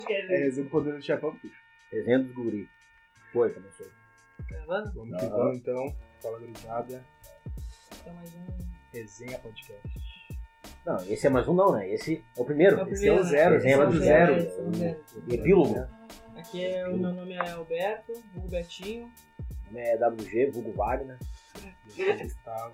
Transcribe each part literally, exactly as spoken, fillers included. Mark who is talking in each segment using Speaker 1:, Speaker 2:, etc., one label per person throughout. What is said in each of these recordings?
Speaker 1: É resenha do poder do chefão, bicho.
Speaker 2: Resenha dos guri. Foi, começou.
Speaker 1: Gravando? Vamos que vamos então. Fala, gurizada.
Speaker 3: Então mais um...
Speaker 1: Resenha podcast.
Speaker 2: Não, esse é mais um não, né? Esse é o primeiro.
Speaker 3: É o
Speaker 1: Esse é o
Speaker 3: primeiro,
Speaker 1: zero.
Speaker 3: né?
Speaker 1: Esse é o
Speaker 3: Esse é o
Speaker 1: zero.
Speaker 3: zero, esse é o zero.
Speaker 2: O epílogo.
Speaker 3: Aqui é, o meu nome é Alberto, vulgo Betinho.
Speaker 2: O nome é W G, vulgo Wagner.
Speaker 1: Eu sou Gustavo.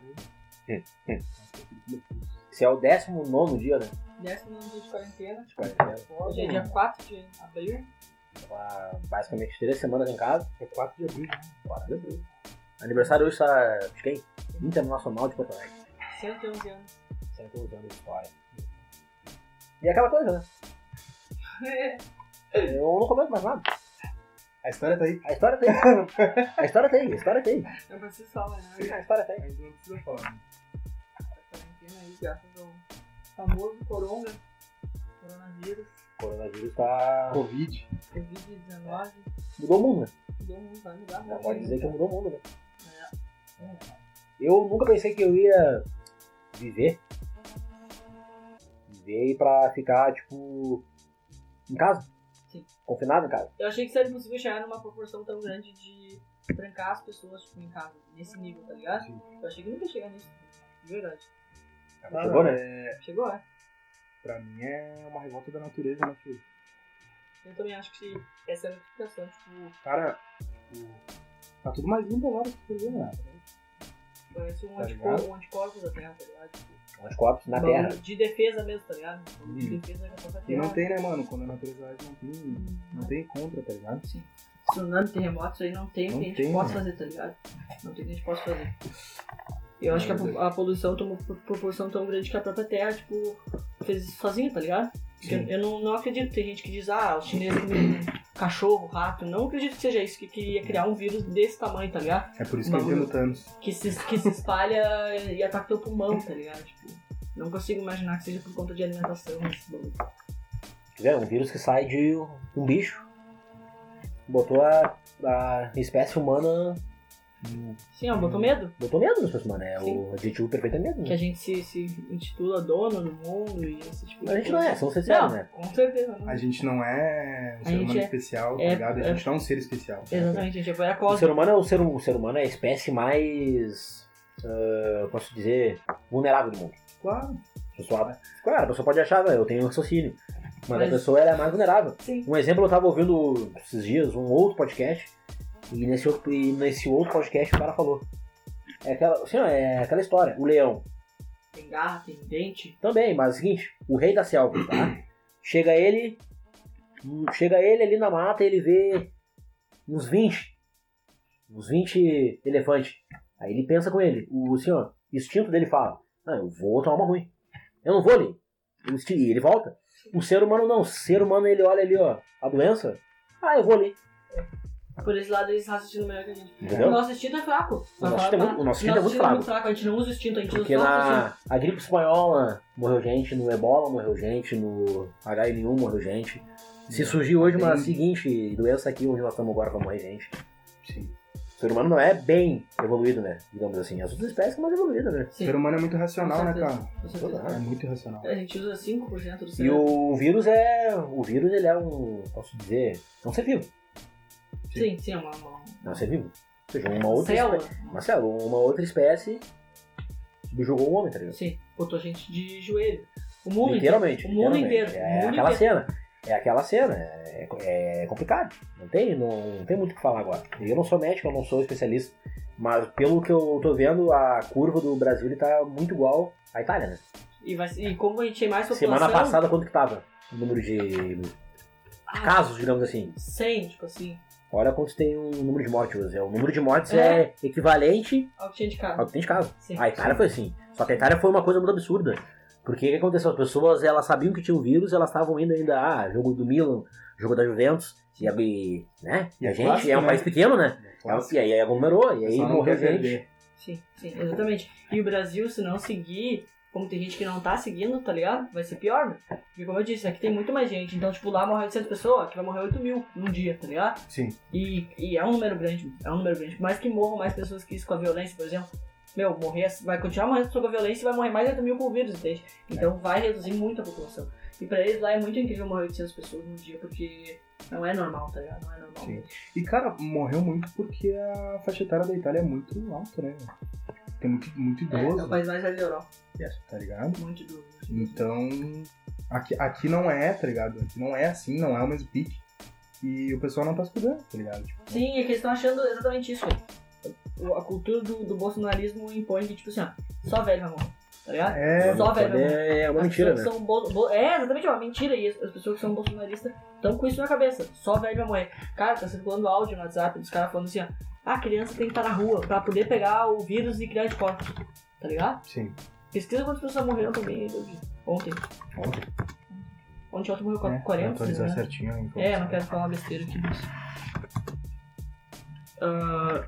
Speaker 2: Esse é o décimo nono dia, né?
Speaker 3: Décimo dia de quarentena.
Speaker 2: De quarentena.
Speaker 3: Hoje é dia quatro de abril.
Speaker 2: Há basicamente três semanas em casa.
Speaker 1: É quatro de abril, né?
Speaker 2: quatro de abril. Aniversário hoje está de quem? Internacional de Porto Alegre.
Speaker 3: cento e onze anos.
Speaker 2: cento e onze anos de história. E é aquela coisa, né? Eu não comento mais nada.
Speaker 1: A história tá aí.
Speaker 2: A história tem. A história tem, a história tem.
Speaker 3: Não precisa falar, né?
Speaker 2: A história tem.
Speaker 1: A gente não precisa falar. Né?
Speaker 3: A quarentena aí, graças ao famoso coronga, coronavírus,
Speaker 2: O coronavírus tá.
Speaker 1: Covid.
Speaker 3: covid dezenove.
Speaker 2: Mudou o mundo, né?
Speaker 3: Mudou muito, vai mudar
Speaker 2: Já
Speaker 3: muito.
Speaker 2: pode dizer que mudou o mundo, né?
Speaker 3: É.
Speaker 2: Eu nunca pensei que eu ia viver. Viver pra ficar, tipo, em casa.
Speaker 3: Sim.
Speaker 2: Confinado em casa.
Speaker 3: Eu achei que seria possível chegar numa proporção tão grande de trancar as pessoas tipo, em casa, nesse nível, tá ligado?
Speaker 1: Sim.
Speaker 3: Eu achei que nunca ia chegar nisso, de verdade.
Speaker 1: Ah,
Speaker 2: Chegou,
Speaker 1: não,
Speaker 2: né?
Speaker 1: é...
Speaker 3: Chegou, é.
Speaker 1: Pra mim é uma revolta da natureza, né, filho?
Speaker 3: Eu também acho que essa é a notificação, tipo,
Speaker 1: Cara, o... tá tudo mais limpo agora, se tu ver, né?
Speaker 3: parece um,
Speaker 1: Tá
Speaker 3: antico-
Speaker 1: ligado?
Speaker 3: um anticorpo da Terra, tá ligado? Tipo,
Speaker 2: Anticorpos na
Speaker 3: um
Speaker 2: terra.
Speaker 3: bagulho de defesa mesmo, tá ligado? Um bagulho de
Speaker 1: Hum.
Speaker 3: defesa da própria
Speaker 1: E
Speaker 3: Terra.
Speaker 1: não tem, né, mano? Quando a natureza age, não tem, não tem contra, tá ligado?
Speaker 3: Sim. Tsunami, terremotos aí não tem o
Speaker 1: Não
Speaker 3: que a gente
Speaker 1: tem,
Speaker 3: possa
Speaker 1: né?
Speaker 3: fazer, tá ligado? Não tem o que a gente possa fazer. Eu acho que a, po- a poluição tomou pro- proporção tão grande que a própria Terra, tipo, fez isso sozinha, tá ligado? Porque
Speaker 1: Sim.
Speaker 3: Eu, eu não, não acredito, tem gente que diz, ah, os chineses comiam cachorro, rato. Não acredito que seja isso, que queria criar um vírus desse tamanho, tá ligado?
Speaker 1: É por isso que eu
Speaker 3: Bagulho.
Speaker 1: entendo Thanos.
Speaker 3: Que se, que se espalha e ataca teu pulmão, tá ligado? Tipo, não consigo imaginar que seja por conta de alimentação esse bagulho.
Speaker 2: É um vírus que sai de um bicho. Botou a, a espécie humana.
Speaker 3: Sim, ó, botou medo.
Speaker 2: Botou medo na espécie humana. É,
Speaker 3: Sim.
Speaker 2: o adjetivo perfeito é medo.
Speaker 3: Que
Speaker 2: Né?
Speaker 3: a gente se, se intitula dono do mundo e esse tipo de
Speaker 2: A gente
Speaker 3: coisa.
Speaker 2: não é, são sinceros,
Speaker 3: Não,
Speaker 2: né?
Speaker 3: com certeza. Não.
Speaker 1: A gente não é um
Speaker 3: A
Speaker 1: ser
Speaker 3: gente
Speaker 1: humano
Speaker 3: é-
Speaker 1: especial, tá
Speaker 3: é-
Speaker 1: ligado? A
Speaker 3: é-
Speaker 1: gente não é um ser especial.
Speaker 3: Exatamente, a gente foi a
Speaker 2: O
Speaker 3: cosa.
Speaker 2: ser humano é o ser, o ser humano é a espécie mais. ah, posso dizer. vulnerável do mundo.
Speaker 1: Claro.
Speaker 2: A pessoa, claro, a pessoa pode achar, "Ah, eu tenho raciocínio. Mas,
Speaker 3: Mas-
Speaker 2: a pessoa ela é mais vulnerável.
Speaker 3: Sim.
Speaker 2: Um exemplo, eu tava ouvindo esses dias um outro podcast. E nesse outro, e nesse outro podcast o cara falou. É aquela, assim, ó, é aquela história. O leão.
Speaker 3: Tem garra, tem dente.
Speaker 2: Também, mas é o seguinte, o rei da selva, tá? Chega ele. hum, Chega ele ali na mata e ele vê uns vinte. Uns vinte elefantes. Aí ele pensa com ele. O senhor, o instinto dele fala, ah, eu vou tomar uma ruim. Eu não vou ali. O insti- E ele volta. O ser humano não. O ser humano ele olha ali, ó, a doença. Ah, eu vou ali.
Speaker 3: Por esse lado eles raciocinam melhor que a gente.
Speaker 2: Entendeu?
Speaker 3: O nosso instinto é fraco.
Speaker 2: O nosso instinto é muito- o nosso instinto é muito fraco.
Speaker 3: A gente não usa o instinto, a gente
Speaker 2: Porque
Speaker 3: usa só o raciocínio.
Speaker 2: na a gripe espanhola morreu gente, no ebola morreu gente, no H N um morreu gente. Se surgir hoje uma
Speaker 1: Tem-
Speaker 2: seguinte doença aqui onde nós estamos agora vai morrer gente.
Speaker 1: Sim.
Speaker 2: O ser humano não é bem evoluído, né? Digamos assim. As outras espécies são mais evoluídas, né?
Speaker 1: O
Speaker 3: Sim,
Speaker 1: ser humano é muito racional,
Speaker 3: Com
Speaker 1: né,
Speaker 3: certeza.
Speaker 1: cara?
Speaker 3: com certeza.
Speaker 1: É muito irracional.
Speaker 3: A gente usa cinco por cento do
Speaker 2: E
Speaker 3: cérebro.
Speaker 2: o vírus é. O vírus ele é um. Posso dizer. É um ser vivo.
Speaker 3: Sim, sim, é uma, uma,
Speaker 2: É um ser vivo. Ou seja, uma outra
Speaker 3: célula.
Speaker 2: espécie. Uma célula, uma outra espécie subjugou o homem, tá ligado?
Speaker 3: Sim, botou a gente de joelho. O mundo
Speaker 2: Literalmente.
Speaker 3: inteiro. O mundo
Speaker 2: literalmente.
Speaker 3: inteiro.
Speaker 2: É
Speaker 3: o mundo
Speaker 2: aquela
Speaker 3: inteiro.
Speaker 2: cena. É aquela cena. É, é complicado. Não tem, não, não tem muito o que falar agora. Eu não sou médico, eu não sou especialista. Mas pelo que eu tô vendo, a curva do Brasil ele tá muito igual à Itália, né?
Speaker 3: E, vai, e como a gente tem mais população...
Speaker 2: Semana passada, quanto que tava o número de
Speaker 3: Ah,
Speaker 2: casos, digamos assim?
Speaker 3: cem, tipo assim,
Speaker 2: Olha quantos tem o número de mortes. É, o número de mortes
Speaker 3: É.
Speaker 2: é, equivalente
Speaker 3: ao que tinha de casa.
Speaker 2: ao que tem de casos.
Speaker 3: Sim.
Speaker 2: A Itália foi assim. Só que a Itália foi uma coisa muito absurda. Porque o que aconteceu? As pessoas elas sabiam que tinha um vírus, elas estavam indo ainda, ah, jogo do Milan, jogo da Juventus, e, a- e, né? e
Speaker 1: E
Speaker 2: a
Speaker 1: é
Speaker 2: gente
Speaker 1: clássico,
Speaker 2: é um
Speaker 1: né?
Speaker 2: país pequeno, né?
Speaker 1: Clássico.
Speaker 2: E aí aglomerou, e aí
Speaker 1: Só não
Speaker 2: morreu
Speaker 1: quer
Speaker 2: gente.
Speaker 1: perder.
Speaker 3: Sim, sim, exatamente. E o Brasil, se não seguir, como tem gente que não tá seguindo, tá ligado? Vai ser pior, né? Porque como eu disse, aqui tem muito mais gente. Então, tipo, lá morre oitocentas pessoas, aqui vai morrer oito mil num dia, tá ligado?
Speaker 1: Sim.
Speaker 3: E, e é um número grande, é um número grande. Por mais que morram mais pessoas que isso com a violência, por exemplo. Meu, morrer, vai continuar morrendo pessoas com a violência e vai morrer mais de oito mil com o vírus, entende? Então vai reduzir muito a população. E pra eles lá é muito incrível morrer oitocentas pessoas num dia, porque não é normal, tá ligado? Não é normal.
Speaker 1: Sim. E, cara, morreu muito porque a faixa etária da Itália é muito alta, né? Tem muito, muito
Speaker 3: É,
Speaker 1: idoso,
Speaker 3: é o país mais velho da Europa.
Speaker 1: tá ligado?
Speaker 3: Muito idoso.
Speaker 1: Então, aqui, aqui não é, tá ligado? Aqui não é assim, não é o mesmo pique. E o pessoal não tá se cuidando, tá ligado? Tipo,
Speaker 3: Sim, é que eles estão achando exatamente isso, velho. O- A cultura do, do bolsonarismo impõe que, tipo assim, ó, só velho vai morrer, tá ligado?
Speaker 1: É,
Speaker 3: só velho vai morrer.
Speaker 2: É uma
Speaker 3: As
Speaker 2: mentira, né?
Speaker 3: pessoas que são bol- bol- É, exatamente, é uma mentira. E as, as pessoas que são bolsonaristas estão com isso na cabeça. Só velho vai morrer. Cara, tá circulando áudio no WhatsApp dos caras falando assim, ó. Ah, a criança tem que estar na rua pra poder pegar o vírus e criar anticorpos. Tá ligado?
Speaker 1: sim.
Speaker 3: Pesquisa quantas pessoas morreram também ontem.
Speaker 1: Ontem,
Speaker 3: Ontem ontem morreu
Speaker 1: né?
Speaker 3: quarenta,
Speaker 1: Atualizar
Speaker 3: né?
Speaker 1: certinho a informação.
Speaker 3: É, não quero falar besteira aqui disso. Ah,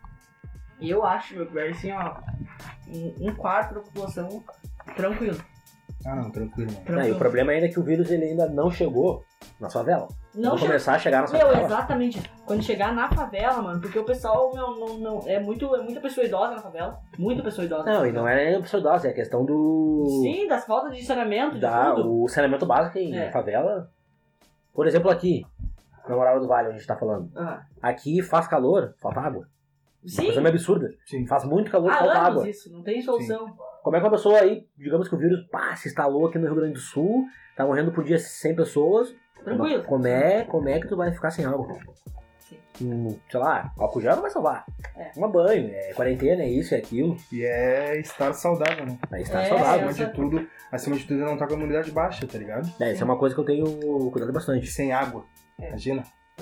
Speaker 3: E eu acho, meu, que vai assim, ó. Um, um quarto da população tranquilo.
Speaker 1: Ah, não, tranquilo, mano.
Speaker 2: Não, e
Speaker 3: tranquilo.
Speaker 2: o problema ainda é que o vírus ele ainda não chegou na favela.
Speaker 3: Não
Speaker 2: Quando
Speaker 3: chega-
Speaker 2: começar a chegar na
Speaker 3: Meu,
Speaker 2: favela.
Speaker 3: exatamente. Quando chegar na favela, mano, porque o pessoal, meu, não, não, é, muito, é muita pessoa idosa na favela. Muita pessoa idosa.
Speaker 2: Não, e não é nem a pessoa idosa, é a questão do.
Speaker 3: Sim, das faltas de saneamento, de
Speaker 2: da,
Speaker 3: tudo.
Speaker 2: o saneamento básico em
Speaker 3: É.
Speaker 2: favela. Por exemplo, aqui, na Moral do Vale, onde a gente tá falando.
Speaker 3: Ah.
Speaker 2: Aqui faz calor, falta água.
Speaker 3: Sim,
Speaker 2: Coisa meio absurda.
Speaker 1: Sim.
Speaker 2: Faz muito calor,
Speaker 3: há
Speaker 2: falta
Speaker 3: anos
Speaker 2: água.
Speaker 3: isso, não tem solução.
Speaker 2: Como é que uma pessoa aí, digamos que o vírus pá, se instalou aqui no Rio Grande do Sul, tá morrendo por dia cem pessoas.
Speaker 3: Tranquilo.
Speaker 2: Como é, como é que tu vai ficar sem água?
Speaker 3: Sim.
Speaker 2: Hum, sei lá, álcool gel não vai salvar.
Speaker 3: É.
Speaker 2: Toma banho, é quarentena, é isso, é aquilo.
Speaker 1: E é estar saudável, né?
Speaker 2: Aí está
Speaker 3: É,
Speaker 2: saudável.
Speaker 1: Acima
Speaker 3: essa-
Speaker 1: de tudo, acima de tudo é não estar com a imunidade baixa, tá ligado?
Speaker 2: É, isso é uma coisa que eu tenho cuidado
Speaker 1: E
Speaker 2: bastante.
Speaker 1: sem água.
Speaker 3: É.
Speaker 1: Imagina.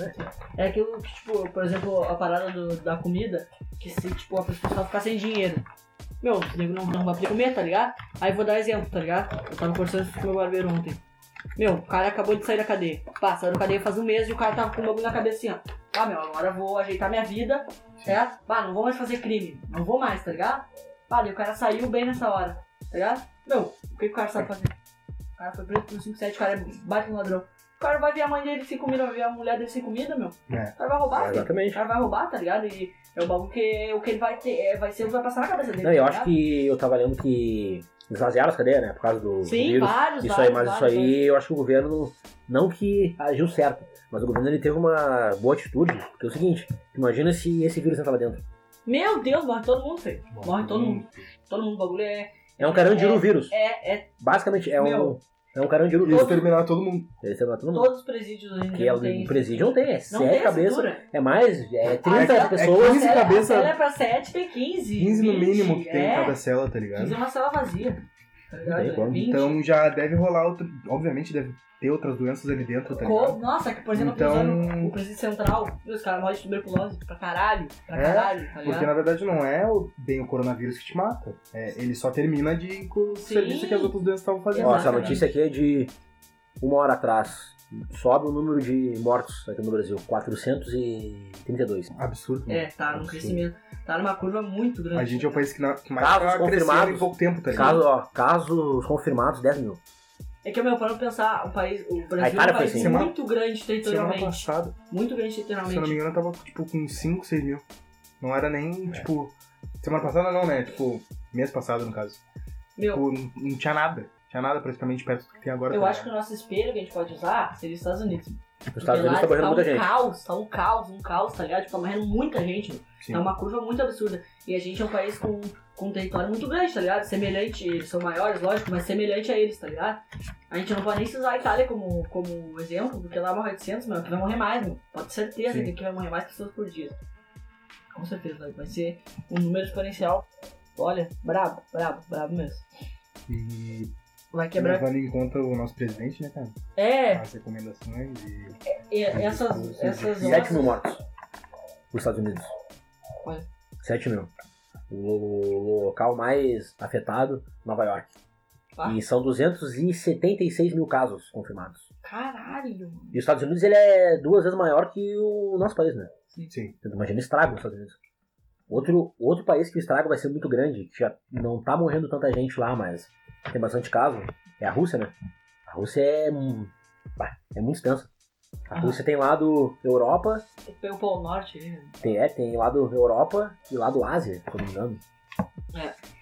Speaker 3: É aquilo que, tipo, por exemplo, a parada do- da comida, que se, tipo, a pessoa ficar sem dinheiro. Meu, o nego não, não vai poder comer, tá ligado? Aí vou dar exemplo, tá ligado? Eu tava conversando com o meu barbeiro ontem. Meu, o cara acabou de sair da cadeia. Pá, saiu da cadeia faz um mês e o cara tava com o bagulho na cabeça assim, ó. Ah, meu, agora eu vou ajeitar minha vida, certo? Pá, não vou mais fazer crime. Não vou mais, tá ligado? Pá, daí o cara saiu bem nessa hora, tá ligado? Meu, o que, que o cara sabe fazer? O cara foi preso por cinco sete, o cara é baita um ladrão. O cara vai ver a mãe dele sem comida, vai ver a mulher dele sem comida, meu.
Speaker 1: É.
Speaker 3: O cara vai roubar,
Speaker 2: É,
Speaker 3: filho. O
Speaker 2: exatamente.
Speaker 3: cara vai roubar, tá ligado? E é o bagulho que o que ele vai ter, é, vai ser o que vai passar na cabeça dele.
Speaker 2: Não, eu
Speaker 3: tá
Speaker 2: acho
Speaker 3: ligado?
Speaker 2: que eu tava lendo que esvaziaram as cadeias, né? Por causa do
Speaker 3: Sim,
Speaker 2: vírus.
Speaker 3: vários,
Speaker 2: Isso
Speaker 3: vários,
Speaker 2: aí, mas
Speaker 3: vários,
Speaker 2: isso aí eu acho que o governo, não que agiu certo, mas o governo ele teve uma boa atitude, porque é o seguinte, imagina se esse vírus entra lá dentro.
Speaker 3: Meu Deus, morre todo mundo, filho. Morre todo mundo. Todo mundo, o bagulho é.
Speaker 2: É um carandiru vírus.
Speaker 3: É, é.
Speaker 2: Basicamente, é um,
Speaker 3: Meu.
Speaker 2: é um carandiru
Speaker 1: E
Speaker 2: vírus.
Speaker 1: exterminar todo mundo.
Speaker 2: Ele tem todo mundo.
Speaker 3: Todos os presídios hoje em
Speaker 2: Que
Speaker 3: dia
Speaker 2: é
Speaker 3: não
Speaker 2: o
Speaker 3: tem.
Speaker 2: presídio não tem, é
Speaker 3: Não
Speaker 2: sete
Speaker 3: tem
Speaker 2: cabeças,
Speaker 3: cintura.
Speaker 2: é mais, é trinta
Speaker 1: é- é
Speaker 2: pessoas.
Speaker 1: quinze
Speaker 3: Ela-
Speaker 1: cabeça-
Speaker 3: Ela é pra sete, tem quinze.
Speaker 1: quinze no
Speaker 3: vinte,
Speaker 1: mínimo que tem
Speaker 3: é.
Speaker 1: em cada cela, tá ligado?
Speaker 3: quinze é uma cela vazia. Tá ligado?
Speaker 2: tem como.
Speaker 3: vinte.
Speaker 1: Então já deve rolar outra. Obviamente deve ter outras doenças ali dentro, tá
Speaker 3: Co-
Speaker 1: ligado?
Speaker 3: Nossa, que por exemplo,
Speaker 1: Então-
Speaker 3: usando o presídio central, os caras morrem de tuberculose pra caralho, pra
Speaker 1: É,
Speaker 3: caralho, tá
Speaker 1: Porque
Speaker 3: ligado?
Speaker 1: na verdade não é o- bem o coronavírus que te mata. É, ele só termina de com o
Speaker 3: Sim.
Speaker 1: serviço que as outras doenças estavam fazendo.
Speaker 2: Ó, essa
Speaker 3: Exatamente.
Speaker 2: notícia aqui é de uma hora atrás. Sobe o número de mortos aqui no Brasil, quatrocentos e trinta e dois.
Speaker 1: Absurdo.
Speaker 3: É,
Speaker 1: mano.
Speaker 3: tá num
Speaker 1: Absurdo.
Speaker 3: crescimento, tá numa curva muito grande.
Speaker 1: A gente é o país que, na, que mais
Speaker 2: Casos
Speaker 1: tá crescendo
Speaker 2: confirmados.
Speaker 1: em pouco tempo, tá ligado?
Speaker 2: Caso, ó, casos confirmados, dez mil.
Speaker 3: É que, meu, para eu pensar, o país, o
Speaker 2: A
Speaker 3: Brasil é
Speaker 2: Itália
Speaker 3: um
Speaker 2: foi
Speaker 3: país
Speaker 2: assim.
Speaker 3: muito grande
Speaker 1: Semana
Speaker 3: territorialmente.
Speaker 1: passada,
Speaker 3: Muito grande
Speaker 1: se eu não me
Speaker 3: territorialmente.
Speaker 1: engano, tava tipo com cinco, seis mil. Não era nem, tipo. Semana passada não, né? Tipo, mês passado, no caso.
Speaker 3: Meu,
Speaker 1: Tipo, não, não tinha nada. Tinha nada praticamente perto do que tem agora.
Speaker 3: eu
Speaker 1: tá
Speaker 3: acho que o
Speaker 1: ligado?
Speaker 3: nosso espelho que a gente pode usar seria os Estados Unidos.
Speaker 2: Nos Estados Unidos tá
Speaker 3: Porque lá
Speaker 2: morrendo muita
Speaker 3: um
Speaker 2: gente.
Speaker 3: caos, tá um caos, um caos, tá ligado? Tipo, tá morrendo muita gente. Meu.
Speaker 1: Sim.
Speaker 3: É uma curva muito absurda. E a gente é um país com, com um território muito grande, tá ligado? Semelhante, eles são maiores, lógico, mas semelhante a eles, tá ligado? A gente não pode nem se usar a Itália como, como exemplo, porque lá morre oitocentos, meu, aqui vai morrer mais, meu. Pode ter certeza
Speaker 1: Sim.
Speaker 3: que aqui vai morrer mais pessoas por dia. Com certeza, vai- vai ser um número exponencial. Olha, brabo, brabo, brabo mesmo.
Speaker 1: E
Speaker 3: Vai quebrar.
Speaker 1: levando em conta o nosso presidente, né, cara?
Speaker 3: É,
Speaker 1: As recomendações e.
Speaker 3: e essas, essas
Speaker 2: sete mil mortos nos Estados Unidos.
Speaker 3: Olha.
Speaker 2: sete mil. O local mais afetado, Nova York.
Speaker 3: Ah.
Speaker 2: E são duzentos e setenta e seis mil casos confirmados.
Speaker 3: Caralho, mano.
Speaker 2: E os Estados Unidos ele é duas vezes maior que o nosso país, né?
Speaker 1: Sim.
Speaker 2: Então, imagina o estrago nos Estados Unidos. Outro, outro país que o estrago vai ser muito grande, que já não tá morrendo tanta gente lá, mas tem bastante caso, é a Rússia, né? A Rússia é, hum, pá, é muito extensa. A
Speaker 3: Ah.
Speaker 2: Rússia tem lado Europa,
Speaker 3: Tem que pegar o Polo Norte aí, né?
Speaker 2: tem, é, tem lado Europa e lado Ásia, se eu não me engano.
Speaker 3: É.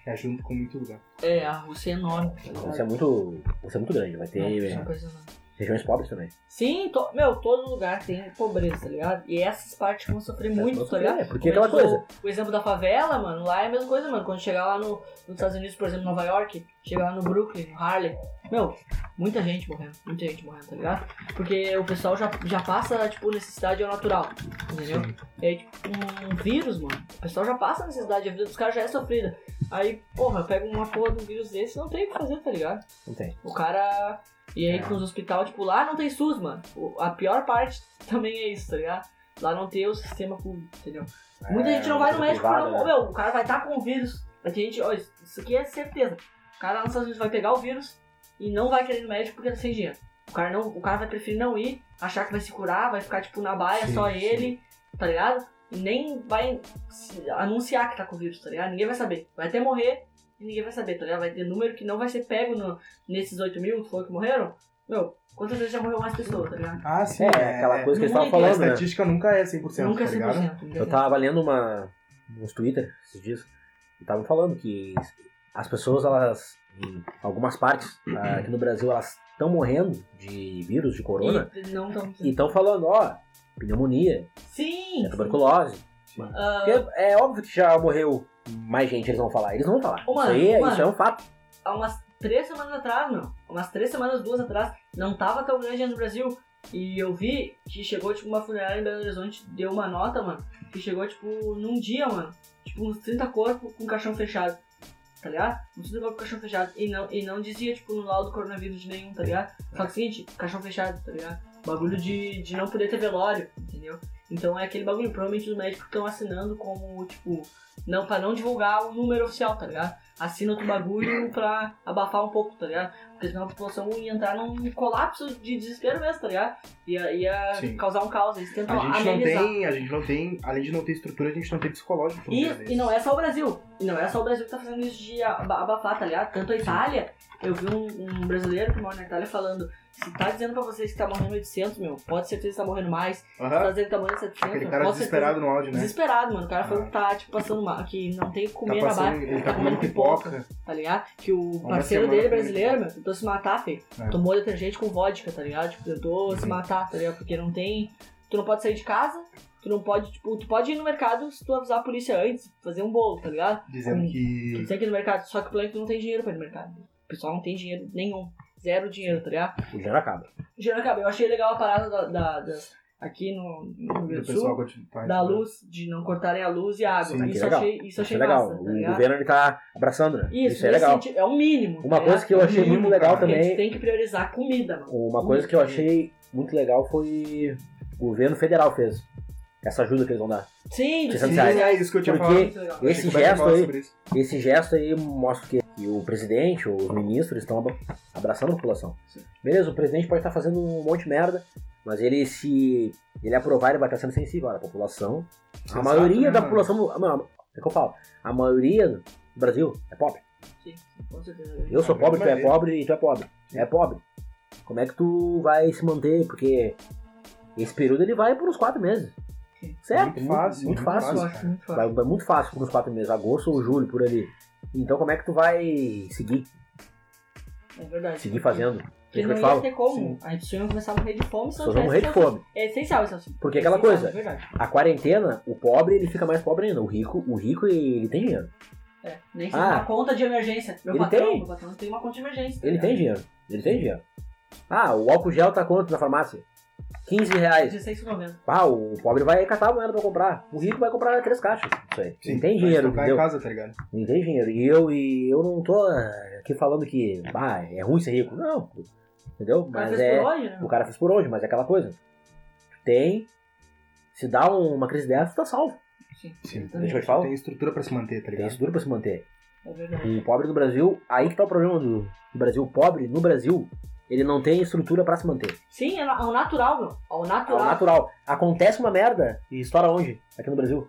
Speaker 1: É junto com muito lugar.
Speaker 3: É, a Rússia é enorme, tá ligado?
Speaker 2: Isso é muito, isso é muito grande, vai ter
Speaker 3: Não,
Speaker 2: é,
Speaker 3: isso é impressionante.
Speaker 2: regiões pobres também.
Speaker 3: Sim, to, meu, todo lugar tem pobreza, tá ligado? E essas partes vão sofrer muito, tá ligado?
Speaker 2: É, porque
Speaker 3: Como
Speaker 2: aquela
Speaker 3: a gente
Speaker 2: coisa.
Speaker 3: usou O exemplo da favela, mano, lá é a mesma coisa, mano. Quando chegar lá no, nos Estados Unidos, por exemplo, Nova York, chegar lá no Brooklyn, no Harlem, meu, muita gente morrendo, muita gente morrendo, tá ligado? Porque o pessoal já, já passa, tipo, necessidade ao natural, entendeu?
Speaker 1: Sim.
Speaker 3: E aí, tipo, um vírus, mano, o pessoal já passa a necessidade, a vida dos caras já é sofrida. Aí, porra, pega uma porra de um vírus desse, não tem o que fazer, tá ligado?
Speaker 2: Não tem.
Speaker 3: O cara... E aí,
Speaker 1: É.
Speaker 3: com os hospitais, tipo, lá não tem SUS, mano. O- A pior parte também é isso, tá ligado? Lá não tem o sistema público, entendeu? Muita
Speaker 2: É,
Speaker 3: gente não vai no
Speaker 2: coisa
Speaker 3: médico
Speaker 2: privada,
Speaker 3: porque, não,
Speaker 2: né?
Speaker 3: meu, o cara vai estar com o vírus. A gente, ó, isso isso aqui é certeza. O cara lá nos Estados Unidos vai pegar o vírus e não vai querer ir no médico porque tá sem dinheiro. O cara, não, o cara vai preferir não ir, achar que vai se curar, vai ficar, tipo, na baia,
Speaker 1: Sim,
Speaker 3: só
Speaker 1: sim.
Speaker 3: ele, tá ligado? E nem vai se- anunciar que tá com o vírus, tá ligado? Ninguém vai saber. Vai até morrer e ninguém vai saber, tá ligado? Vai ter número que não vai ser pego no, nesses oito mil que foi que morreram. Meu, quantas vezes já morreu mais pessoas, tá ligado?
Speaker 1: Ah, sim.
Speaker 2: É, aquela coisa que eles estavam
Speaker 3: no mundo
Speaker 1: A
Speaker 2: falando, né?
Speaker 1: estatística nunca é cem por cento,
Speaker 3: Nunca é
Speaker 1: tá
Speaker 3: cem por
Speaker 1: ligado?
Speaker 3: cento. nunca é
Speaker 2: Eu
Speaker 3: cem por cento.
Speaker 2: tava lendo uma, uns Twitter esses dias e estavam falando que as pessoas, elas, em algumas partes ah, aqui no Brasil, elas estão morrendo de vírus, de corona,
Speaker 3: E não tão...
Speaker 2: e estão falando, ó, pneumonia,
Speaker 3: Sim!
Speaker 2: é tuberculose.
Speaker 3: Ah,
Speaker 2: Porque é óbvio que já morreu mais gente, eles vão falar. Eles não vão falar.
Speaker 3: Ô, mano,
Speaker 2: isso, aí, é-
Speaker 3: ô, mano.
Speaker 2: isso é um fato.
Speaker 3: há umas três semanas atrás, meu. Umas três semanas, duas atrás, não tava tão grande no Brasil. E eu vi que chegou, tipo, uma funerária em Belo Horizonte, deu uma nota, mano, que chegou, tipo, num dia, mano. Tipo, uns trinta corpos com caixão fechado. Tá ligado? Uns trinta corpos com caixão fechado. E não, e não dizia, tipo, no laudo coronavírus de nenhum, tá ligado? Só que é o seguinte, caixão fechado, tá ligado? Bagulho de, de não poder ter velório, entendeu? Então é aquele bagulho, provavelmente os médicos estão assinando como, tipo, não, pra não divulgar o número oficial, tá ligado? Assina outro bagulho pra abafar um pouco, tá ligado? Porque senão a população ia entrar num colapso de desespero mesmo, tá ligado? Ia, ia
Speaker 1: Sim.
Speaker 3: causar um caos, eles tentam
Speaker 1: A gente não
Speaker 3: amenizar.
Speaker 1: tem, a gente não tem, além de não ter estrutura, a gente não tem psicológico. pra um dia
Speaker 3: E,
Speaker 1: desse.
Speaker 3: e não é só o Brasil. E não é só o Brasil que tá fazendo isso de aba- abafar, tá ligado? Tanto a Itália, eu vi um, um brasileiro que mora na Itália falando, se tá dizendo pra vocês que tá morrendo oitocentos, meu, pode ser certeza que tá morrendo mais. Se tá
Speaker 1: Aham.
Speaker 3: dizendo que tá morrendo setecentos,
Speaker 1: Aquele
Speaker 3: meu,
Speaker 1: cara
Speaker 3: pode
Speaker 1: desesperado no áudio,
Speaker 3: certeza...
Speaker 1: né?
Speaker 3: Desesperado, mano. O cara falou
Speaker 1: Ah.
Speaker 3: que tá, tipo, passando mal, que não tem o que comer
Speaker 1: Tá
Speaker 3: na
Speaker 1: passando,
Speaker 3: barra,
Speaker 1: ele tá comendo pipoca.
Speaker 3: tá ligado? Que o
Speaker 1: Uma
Speaker 3: parceiro
Speaker 1: semana
Speaker 3: dele,
Speaker 1: comendo
Speaker 3: brasileiro, meu, tentou se matar, feio.
Speaker 1: É.
Speaker 3: Tomou detergente com vodka, tá ligado? Tipo, tentou se
Speaker 1: Uhum.
Speaker 3: matar, tá ligado? Porque não tem... Tu não pode sair de casa, tu não pode, tipo... Tu pode ir no mercado se tu avisar a polícia antes, fazer um bolo, tá ligado?
Speaker 1: Dizendo
Speaker 3: Com- Tu
Speaker 1: que.
Speaker 3: tem que ir no mercado, só que o problema é que tu não tem dinheiro pra ir no mercado. O pessoal não tem dinheiro nenhum. Zero dinheiro, tá ligado?
Speaker 2: O dinheiro acaba.
Speaker 3: O dinheiro acaba. Eu achei legal a parada da... da, da- aqui no, no Rio
Speaker 1: O
Speaker 3: Grande do
Speaker 1: pessoal
Speaker 3: Sul,
Speaker 1: continua.
Speaker 3: da luz, de não cortarem a luz e a água.
Speaker 1: Sim,
Speaker 3: isso
Speaker 2: que legal.
Speaker 3: achei, isso
Speaker 2: Isso
Speaker 3: achei
Speaker 2: é legal.
Speaker 3: massa, tá
Speaker 2: O
Speaker 3: ligado?
Speaker 2: governo ele tá abraçando, né?
Speaker 3: Isso,
Speaker 2: é
Speaker 3: nesse
Speaker 2: legal.
Speaker 3: sentido, é o mínimo.
Speaker 2: Uma
Speaker 3: tá
Speaker 2: coisa
Speaker 3: ligado?
Speaker 2: que eu
Speaker 3: É o
Speaker 2: achei muito
Speaker 3: mínimo,
Speaker 2: legal
Speaker 3: porque a gente
Speaker 2: também-
Speaker 3: tem que priorizar a comida, mano.
Speaker 2: Uma coisa que eu achei muito legal foi o governo federal fez. Essa ajuda que eles vão dar.
Speaker 3: Sim,
Speaker 2: Sim,
Speaker 3: sim,
Speaker 1: Sim,
Speaker 2: reais.
Speaker 1: é isso que eu tinha
Speaker 2: Porque-
Speaker 1: falado.
Speaker 3: muito legal.
Speaker 1: Achei
Speaker 2: Esse
Speaker 1: que o Beto ia
Speaker 2: gesto
Speaker 1: falar
Speaker 2: aí-
Speaker 1: sobre isso.
Speaker 2: Esse gesto aí mostra que, que o presidente, ou os ministros estão abra- abraçando a população.
Speaker 3: Sim.
Speaker 2: Beleza, o presidente pode estar fazendo um monte de merda, mas ele se ele aprovar, ele vai estar sendo sensível. Olha, a população, a
Speaker 1: Exato,
Speaker 2: maioria
Speaker 1: né,
Speaker 2: da
Speaker 1: mano?
Speaker 2: população, mano, é que eu falo, a maioria do Brasil é pobre.
Speaker 3: Sim, com certeza.
Speaker 2: Eu sou
Speaker 1: A
Speaker 2: pobre, tu é
Speaker 1: maioria.
Speaker 2: pobre e tu é pobre. É pobre. Como é que tu vai se manter? Porque esse período ele vai por uns quatro meses. Certo?
Speaker 1: Muito fácil,
Speaker 2: Muito
Speaker 1: muito
Speaker 2: fácil.
Speaker 3: Eu
Speaker 1: fácil.
Speaker 3: acho muito
Speaker 2: Vai,
Speaker 3: fácil.
Speaker 2: vai muito fácil por uns quatro meses, agosto ou julho, por ali. Então como é que tu vai seguir?
Speaker 3: É verdade.
Speaker 2: Seguir fazendo?
Speaker 3: Porque
Speaker 2: É isso que
Speaker 3: não
Speaker 2: eu
Speaker 3: ia
Speaker 2: falo.
Speaker 3: ter como.
Speaker 1: Sim.
Speaker 3: A gente ia começar a morrer de fome se
Speaker 2: Só
Speaker 3: não
Speaker 2: vão morrer de
Speaker 3: tivesse
Speaker 2: fome.
Speaker 3: É essencial isso assim.
Speaker 2: Porque
Speaker 3: É
Speaker 2: aquela
Speaker 3: essencial,
Speaker 2: coisa-
Speaker 3: É verdade.
Speaker 2: A quarentena, o pobre ele fica mais pobre ainda. O rico, o rico ele tem dinheiro.
Speaker 3: É, nem se
Speaker 2: Ah.
Speaker 3: uma conta de emergência. Meu
Speaker 2: Ele
Speaker 3: patrão,
Speaker 2: tem.
Speaker 3: meu patrão tem uma conta de emergência. tá
Speaker 2: Ele
Speaker 3: ligado?
Speaker 2: tem dinheiro. Ele tem dinheiro. Ah, o álcool gel tá quanto na farmácia? quinze reais.
Speaker 3: dezesseis e noventa.
Speaker 2: Ah, o pobre vai catar a moeda pra comprar. O rico vai comprar três caixas. Isso aí.
Speaker 1: Sim,
Speaker 2: Ele tem
Speaker 1: vai
Speaker 2: dinheiro,
Speaker 1: estocar
Speaker 2: entendeu?
Speaker 1: em casa, tá ligado?
Speaker 2: Ele tem dinheiro. E eu, e eu não tô eh, aqui falando que ah, é ruim ser rico. Não. Entendeu?
Speaker 3: O cara
Speaker 2: Mas
Speaker 3: fez
Speaker 2: é.
Speaker 3: por hoje, né?
Speaker 2: O cara fez por hoje, mas é aquela coisa. Tem. Se dá um- uma crise dessa, tu tá salvo.
Speaker 3: Sim,
Speaker 1: Sim.
Speaker 3: exatamente.
Speaker 2: Deixa eu te falar.
Speaker 1: Tem estrutura pra se manter, tá
Speaker 2: Tem
Speaker 1: ligado?
Speaker 2: isso duro pra se manter.
Speaker 3: É verdade.
Speaker 2: O pobre do Brasil, aí que tá o problema do, do Brasil. O pobre no Brasil, ele não tem estrutura pra se manter.
Speaker 3: Sim, é na- é o natural, meu. É o
Speaker 2: É
Speaker 3: natural.
Speaker 2: o natural. Acontece uma merda e estoura onde? Aqui no Brasil.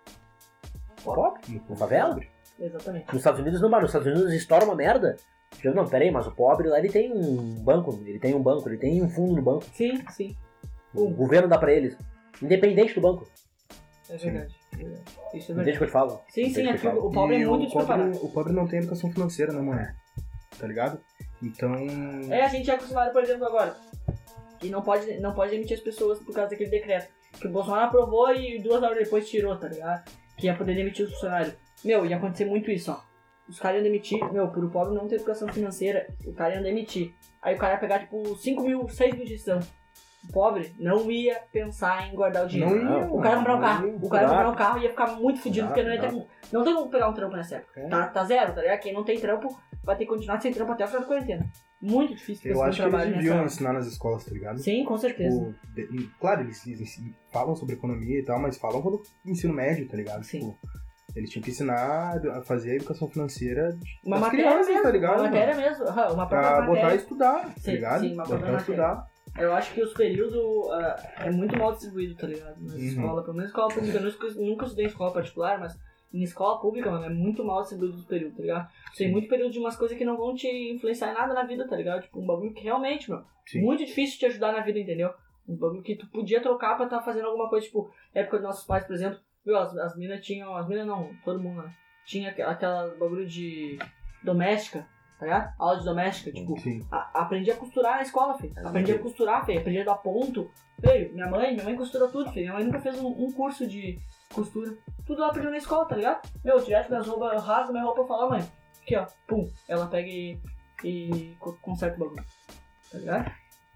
Speaker 2: Pobre? Na favela?
Speaker 3: Exatamente.
Speaker 2: Nos Estados Unidos não, mas nos Estados Unidos estoura uma merda. Eu, não, peraí, mas o pobre lá ele tem um banco, ele tem um banco, ele tem um fundo no banco.
Speaker 3: Sim, sim.
Speaker 2: O governo dá pra eles. Independente do banco.
Speaker 3: É verdade. Isso é
Speaker 2: Entende o
Speaker 3: verdade.
Speaker 2: que eu te falo?
Speaker 3: Sim, sim,
Speaker 2: Entende
Speaker 3: é
Speaker 2: o
Speaker 3: que
Speaker 2: que eu
Speaker 3: o, o pobre
Speaker 1: E
Speaker 3: é muito
Speaker 1: o pobre,
Speaker 3: despreparado.
Speaker 1: o pobre não tem educação financeira, né, mano? Tá ligado? Então.
Speaker 3: É, a gente é acostumado, por exemplo, agora, que não pode, não pode demitir as pessoas por causa daquele decreto. Que o Bolsonaro aprovou e duas horas depois tirou, tá ligado? Que ia poder demitir os funcionários. Meu, ia acontecer muito isso, ó. Os caras iam demitir, meu, por o pobre não ter educação financeira, o cara ia demitir. Aí o cara ia pegar, tipo, cinco mil, seis mil de gestão. O pobre não ia pensar em guardar o dinheiro.
Speaker 1: Não ia,
Speaker 3: O cara ia comprar um carro, o cara ia comprar um carro e ia ficar muito fudido,
Speaker 2: Exato,
Speaker 3: porque não ia ter. Não tem como pegar um trampo nessa época.
Speaker 1: É.
Speaker 3: Tá, tá zero, tá ligado? Quem não tem trampo vai ter que continuar sem trampo até o final da quarentena. Muito difícil
Speaker 1: Eu
Speaker 3: conseguir
Speaker 1: acho que eles
Speaker 3: trabalho
Speaker 1: deviam
Speaker 3: nessa.
Speaker 1: ensinar nas escolas, tá ligado?
Speaker 3: Sim, com certeza.
Speaker 1: Tipo, de- claro, eles, eles falam sobre economia e tal, mas falam quando ensino médio, tá ligado?
Speaker 3: Sim.
Speaker 1: Tipo, eles tinham que ensinar a fazer a educação financeira
Speaker 3: Uma
Speaker 1: das
Speaker 3: matéria
Speaker 1: crianças,
Speaker 3: mesmo,
Speaker 1: tá ligado?
Speaker 3: uma matéria
Speaker 1: mano?
Speaker 3: mesmo. Aham, uma
Speaker 1: Pra
Speaker 3: própria
Speaker 1: botar a
Speaker 3: matéria.
Speaker 1: estudar, tá
Speaker 3: Sim,
Speaker 1: ligado?
Speaker 3: sim, uma
Speaker 1: botar
Speaker 3: própria
Speaker 1: a estudar.
Speaker 3: Eu acho que os períodos ah, é muito mal distribuído, tá ligado? Nas
Speaker 1: Uhum.
Speaker 3: escolas, pelo menos escola pública. Eu nunca, nunca estudei em escola particular, mas em escola pública, mano, é muito mal distribuído os períodos, tá ligado? Tem muito período de umas coisas que não vão te influenciar em nada na vida, tá ligado? Tipo, um bagulho que realmente, meu,
Speaker 1: Sim.
Speaker 3: muito difícil te ajudar na vida, entendeu? Um bagulho que tu podia trocar pra estar fazendo alguma coisa, tipo, época dos nossos pais, por exemplo, viu, as, as minas tinham, as minas não, todo mundo, né? Tinha aquela, aquela bagulho de doméstica, tá ligado? Aula de doméstica, tipo,
Speaker 1: Sim.
Speaker 3: a, aprendi a costurar na escola, filho. Aprendi a costurar, filho. Aprendi a dar ponto. Filho, minha mãe, minha mãe costura tudo, filho. Minha mãe nunca fez um, um curso de costura. Tudo ela aprendeu na escola, tá ligado? Meu, direto minhas roupas, eu rasgo minha roupa e falo, mãe, aqui ó, pum. Ela pega e, e co- conserta o bagulho. Tá ligado?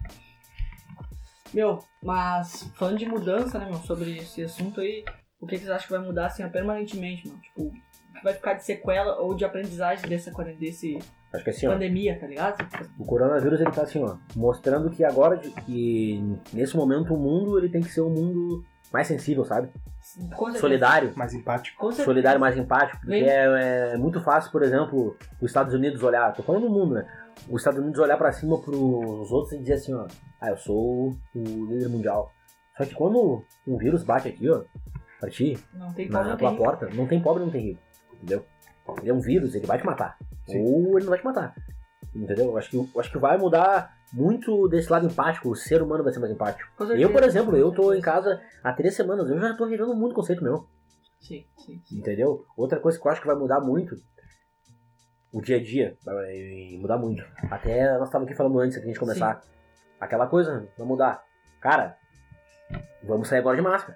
Speaker 3: Meu, mas falando de mudança, né, meu, sobre esse assunto aí, o que, que vocês acham que vai mudar assim permanentemente, mano? Tipo, o que vai ficar de sequela ou de aprendizagem dessa quarentena, desse
Speaker 2: Acho que assim, ó,
Speaker 3: pandemia, tá ligado?
Speaker 2: o coronavírus ele tá assim, ó, mostrando que agora, de- que nesse momento o mundo ele tem que ser um mundo mais sensível, sabe?
Speaker 3: Com certeza.
Speaker 2: Solidário.
Speaker 1: Mais empático.
Speaker 3: Com certeza.
Speaker 2: Solidário, mais empático, porque
Speaker 3: Bem-
Speaker 2: é, é muito fácil, por exemplo, os Estados Unidos olhar, tô falando do mundo, né? Os Estados Unidos olhar pra cima pros outros e dizer assim, ó, ah, eu sou o líder mundial. Só que quando um vírus bate aqui, ó, pra ti,
Speaker 3: Não tem
Speaker 2: na,
Speaker 3: como
Speaker 2: na
Speaker 3: não
Speaker 2: tua
Speaker 3: tem.
Speaker 2: porta, não tem pobre, não tem rico, entendeu? Ele é um vírus, ele vai te matar.
Speaker 1: Sim.
Speaker 2: Ou ele não vai te matar, entendeu? Eu acho que, eu acho que vai mudar muito desse lado empático, o ser humano vai ser mais empático.
Speaker 3: Com certeza.
Speaker 2: Eu, por exemplo, eu tô em casa há três semanas, eu já tô revendo muito conceito meu.
Speaker 3: Sim, sim, sim.
Speaker 2: Entendeu? Outra coisa que eu acho que vai mudar muito, o dia a dia, vai mudar muito. Até nós estávamos aqui falando antes da gente começar. Aquela coisa vai mudar. Cara, vamos sair agora de máscara.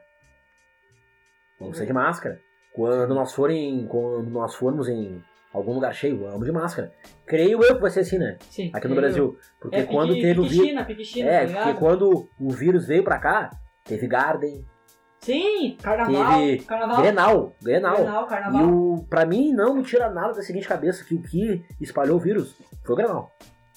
Speaker 2: Vamos sair de máscara. Quando nós forem, quando nós formos em algum lugar cheio, vamos de máscara. Creio eu que vai ser assim, né?
Speaker 3: Sim.
Speaker 2: Aqui no
Speaker 3: Eu-
Speaker 2: Brasil. Porque
Speaker 3: é,
Speaker 2: quando
Speaker 3: pique,
Speaker 2: teve o
Speaker 3: pique
Speaker 2: vírus.
Speaker 3: China, pique China,
Speaker 2: É,
Speaker 3: tá
Speaker 2: porque
Speaker 3: ligado?
Speaker 2: quando o vírus veio pra cá, teve Garden,
Speaker 3: Sim, carnaval,
Speaker 2: teve
Speaker 3: carnaval,
Speaker 2: Grenal, Grenal.
Speaker 3: Grenal,
Speaker 2: E
Speaker 3: carnaval.
Speaker 2: o, pra mim não me tira nada da seguinte cabeça, que o que espalhou o vírus foi o Grenal.